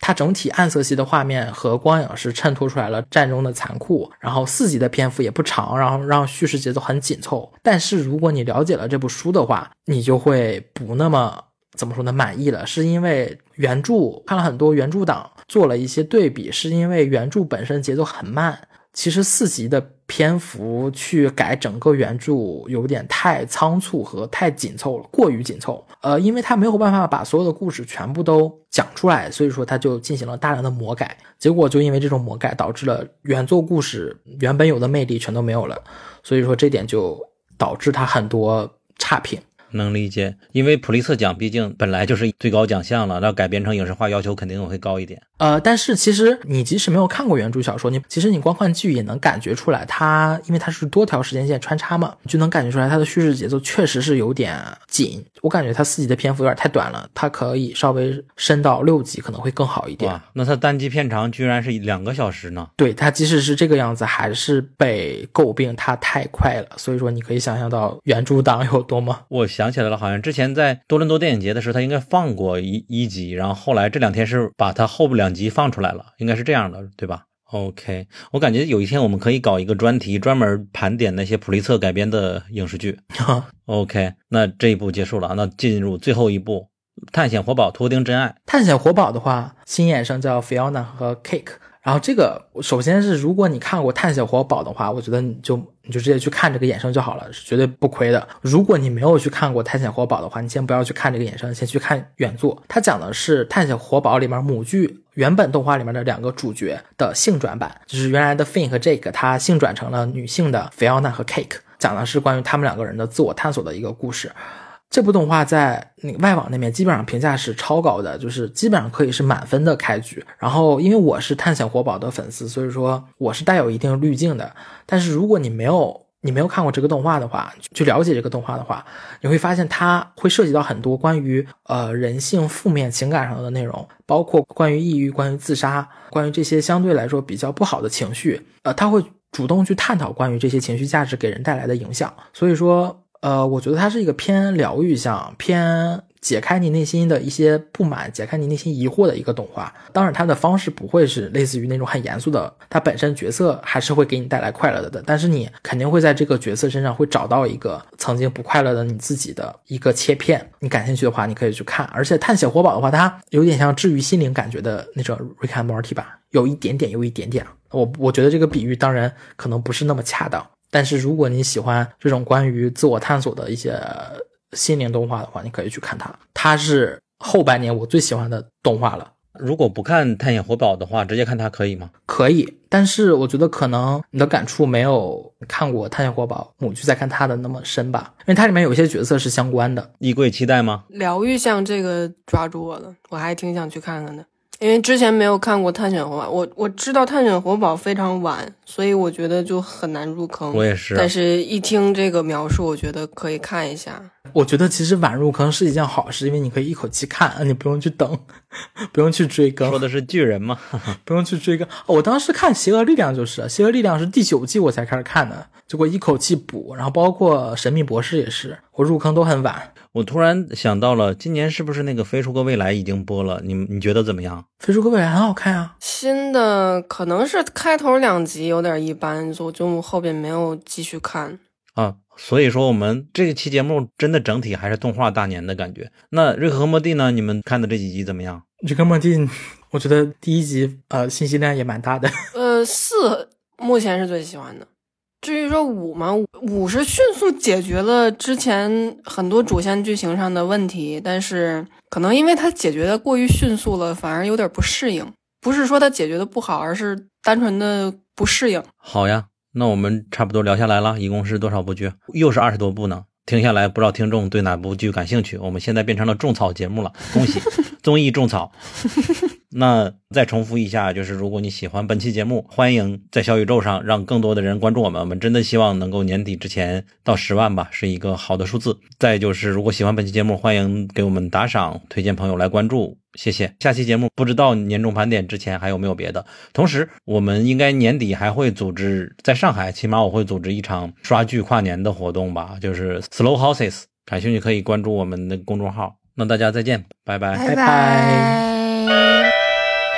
它整体暗色系的画面和光影是衬托出来了战争的残酷，然后4集的篇幅也不长，然后让叙事节奏很紧凑。但是如果你了解了这部书的话，你就会不那么怎么说呢满意了，是因为原著看了很多原著党做了一些对比，是因为原著本身节奏很慢，其实4集的篇幅去改整个原著有点太仓促和太紧凑了，过于紧凑。因为他没有办法把所有的故事全部都讲出来，所以说他就进行了大量的魔改，结果就因为这种魔改导致了原作故事原本有的魅力全都没有了，所以说这点就导致他很多差评。 能理解，因为普利策奖毕竟本来就是最高奖项了，那改编成影视化要求肯定会高一点。 但是其实你即使没有看过原著小说，其实你光看剧也能感觉出来，因为它是多条时间线穿插嘛，就能感觉出来它的叙事节奏确实是有点紧。我感觉它4集的篇幅有点太短了，它可以稍微升到6集可能会更好一点。 哇，那它单集片长居然是2个小时呢？ 对，它即使是这个样子，还是被诟病它太快了。所以说你可以想象到原著党有多么。 我想起来了，好像之前在多伦多电影节的时候，他应该放过一集，然后后来这2天是把它后2集放出来了，应该是这样的，对吧？ OK， 我感觉有一天我们可以搞一个专题，专门盘点那些普利策改编的影视剧。OK， 那这一部结束了，那进入最后一部探险活宝图丁真爱。 探险活宝的话，新衍生叫 Fiona 和 Cake。然后这个首先是如果你看过探险活宝的话，我觉得你就直接去看这个衍生就好了，是绝对不亏的。如果你没有去看过探险活宝的话，你先不要去看这个衍生，先去看原作。它讲的是探险活宝里面母剧原本动画里面的2个主角的性转版，就是原来的 Finn 和 Jake， 他性转成了女性的 Fiona 和 Cake， 讲的是关于他们2个人的自我探索的一个故事。这部动画在外网那边基本上评价是超高的，就是基本上可以是满分的开局。然后因为我是探险活宝的粉丝，所以说我是带有一定滤镜的。但是如果你没有看过这个动画的话，去了解这个动画的话，你会发现它会涉及到很多关于人性负面情感上的内容，包括关于抑郁、关于自杀、关于这些相对来说比较不好的情绪。它会主动去探讨关于这些情绪价值给人带来的影响。所以说我觉得它是一个偏疗愈向、偏解开你内心的一些不满、解开你内心疑惑的一个动画。当然它的方式不会是类似于那种很严肃的，它本身角色还是会给你带来快乐的，但是你肯定会在这个角色身上会找到一个曾经不快乐的你自己的一个切片。你感兴趣的话你可以去看。而且探险活宝的话，它有点像治愈心灵感觉的那种 Rick and Morty 吧，有一点点。我觉得这个比喻当然可能不是那么恰当，但是如果你喜欢这种关于自我探索的一些心灵动画的话，你可以去看它。它是后半年我最喜欢的动画了。 如果不看探险活宝的话，直接看它可以吗？ 可以，但是我觉得可能你的感触没有看过探险活宝母剧再看它的那么深吧，因为它里面有一些角色是相关的。 衣柜期待吗？ 疗愈像这个抓住我了，我还挺想去看看的。因为之前没有看过探险活宝，我知道探险活宝非常晚，所以我觉得就很难入坑。 我也是， 但是一听这个描述，我觉得可以看一下。 我觉得其实晚入坑是一件好事，因为你可以一口气看，你不用去等，不用去追更。 说的是巨人吗？ 不用去追更。我当时看邪恶力量就是邪恶力量是第9季我才开始看的，结果一口气补，然后包括神秘博士也是，我入坑都很晚。 我突然想到了，今年是不是那个飞出个未来已经播了？你觉得怎么样？ 飞出个未来很好看啊。 新的可能是开头2集有点一般，我就后边没有继续看啊。所以说我们这期节目真的整体还是动画大年的感觉。那瑞克和莫蒂呢？你们看的这几集怎么样？ 瑞克和莫蒂我觉得第1集信息量也蛮大的。 4目前是最喜欢的。至于说5嘛，5是迅速解决了之前很多主线剧情上的问题，但是可能因为它解决的过于迅速了，反而有点不适应。不是说它解决的不好，而是单纯的不适应。 好呀，那我们差不多聊下来了，一共是多少部剧？又是20多部呢。听下来不知道听众对哪部剧感兴趣，我们现在变成了种草节目了，恭喜综艺种草。那再重复一下，就是如果你喜欢本期节目，欢迎在小宇宙上让更多的人关注我们，我们真的希望能够年底之前到10万吧，是一个好的数字。再就是如果喜欢本期节目，欢迎给我们打赏，推荐朋友来关注，谢谢。下期节目不知道年终盘点之前还有没有别的，同时我们应该年底还会组织，在上海起码我会组织一场刷剧跨年的活动吧，就是 Slow Houses， 感兴趣可以关注我们的公众号。那大家再见，拜拜， 拜拜。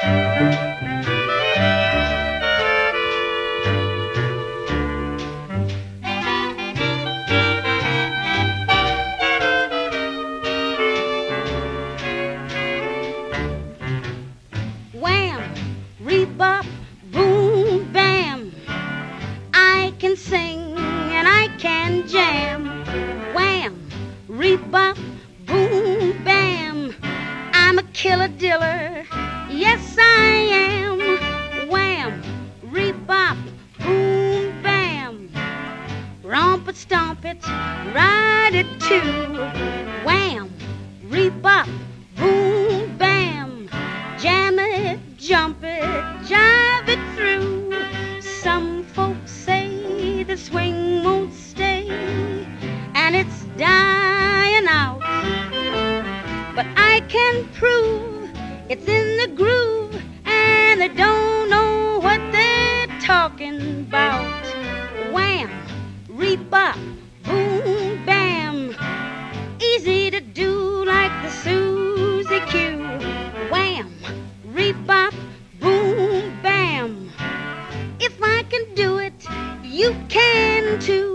Wham, rebop, boom, bam. I can sing and I can jam. Wham, rebop, boom, bam. I'm a killer diller, yes I am. Wham, rebop, boom, bam. Romp it, stomp it, ride it too. Wham, rebop, boom, bam. Jam it, jump it, jive it through. Some folks say the swing won't stay, and it's dying out. But I can prove it's in the groove, and they don't know what they're talking about. Wham, rebop, boom, bam. Easy to do like the Susie Q. Wham, rebop, boom, bam. If I can do it, you can too.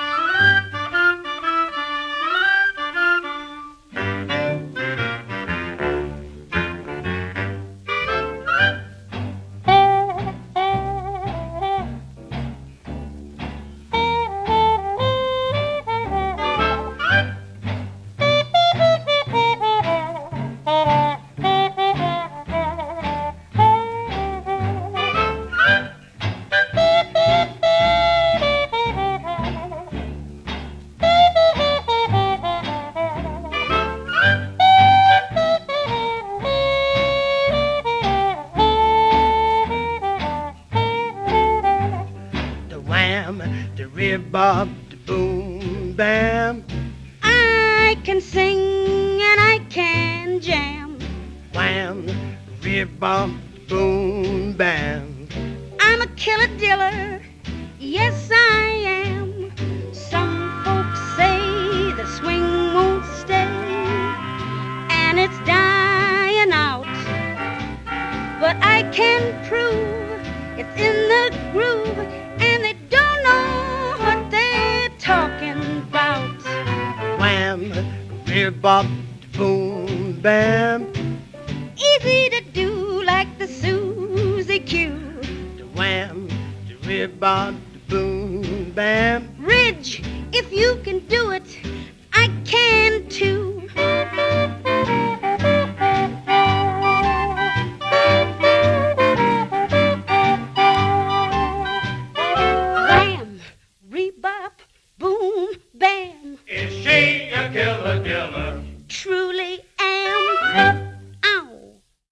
The rib-bob, the boom, bam. I can sing and I can jam. Wham, rib-bob, boom, bam. I'm a killer diller, yes I am. Some folks say the swing won't stay, and it's dying out. But I can prove it's in the groove, and they don't know what they're talking about. Wham, rib-bob, boom, bam. Easy to do like the Susie Q. The wham, the rib-bob, the boom, bam. Ridge, if you can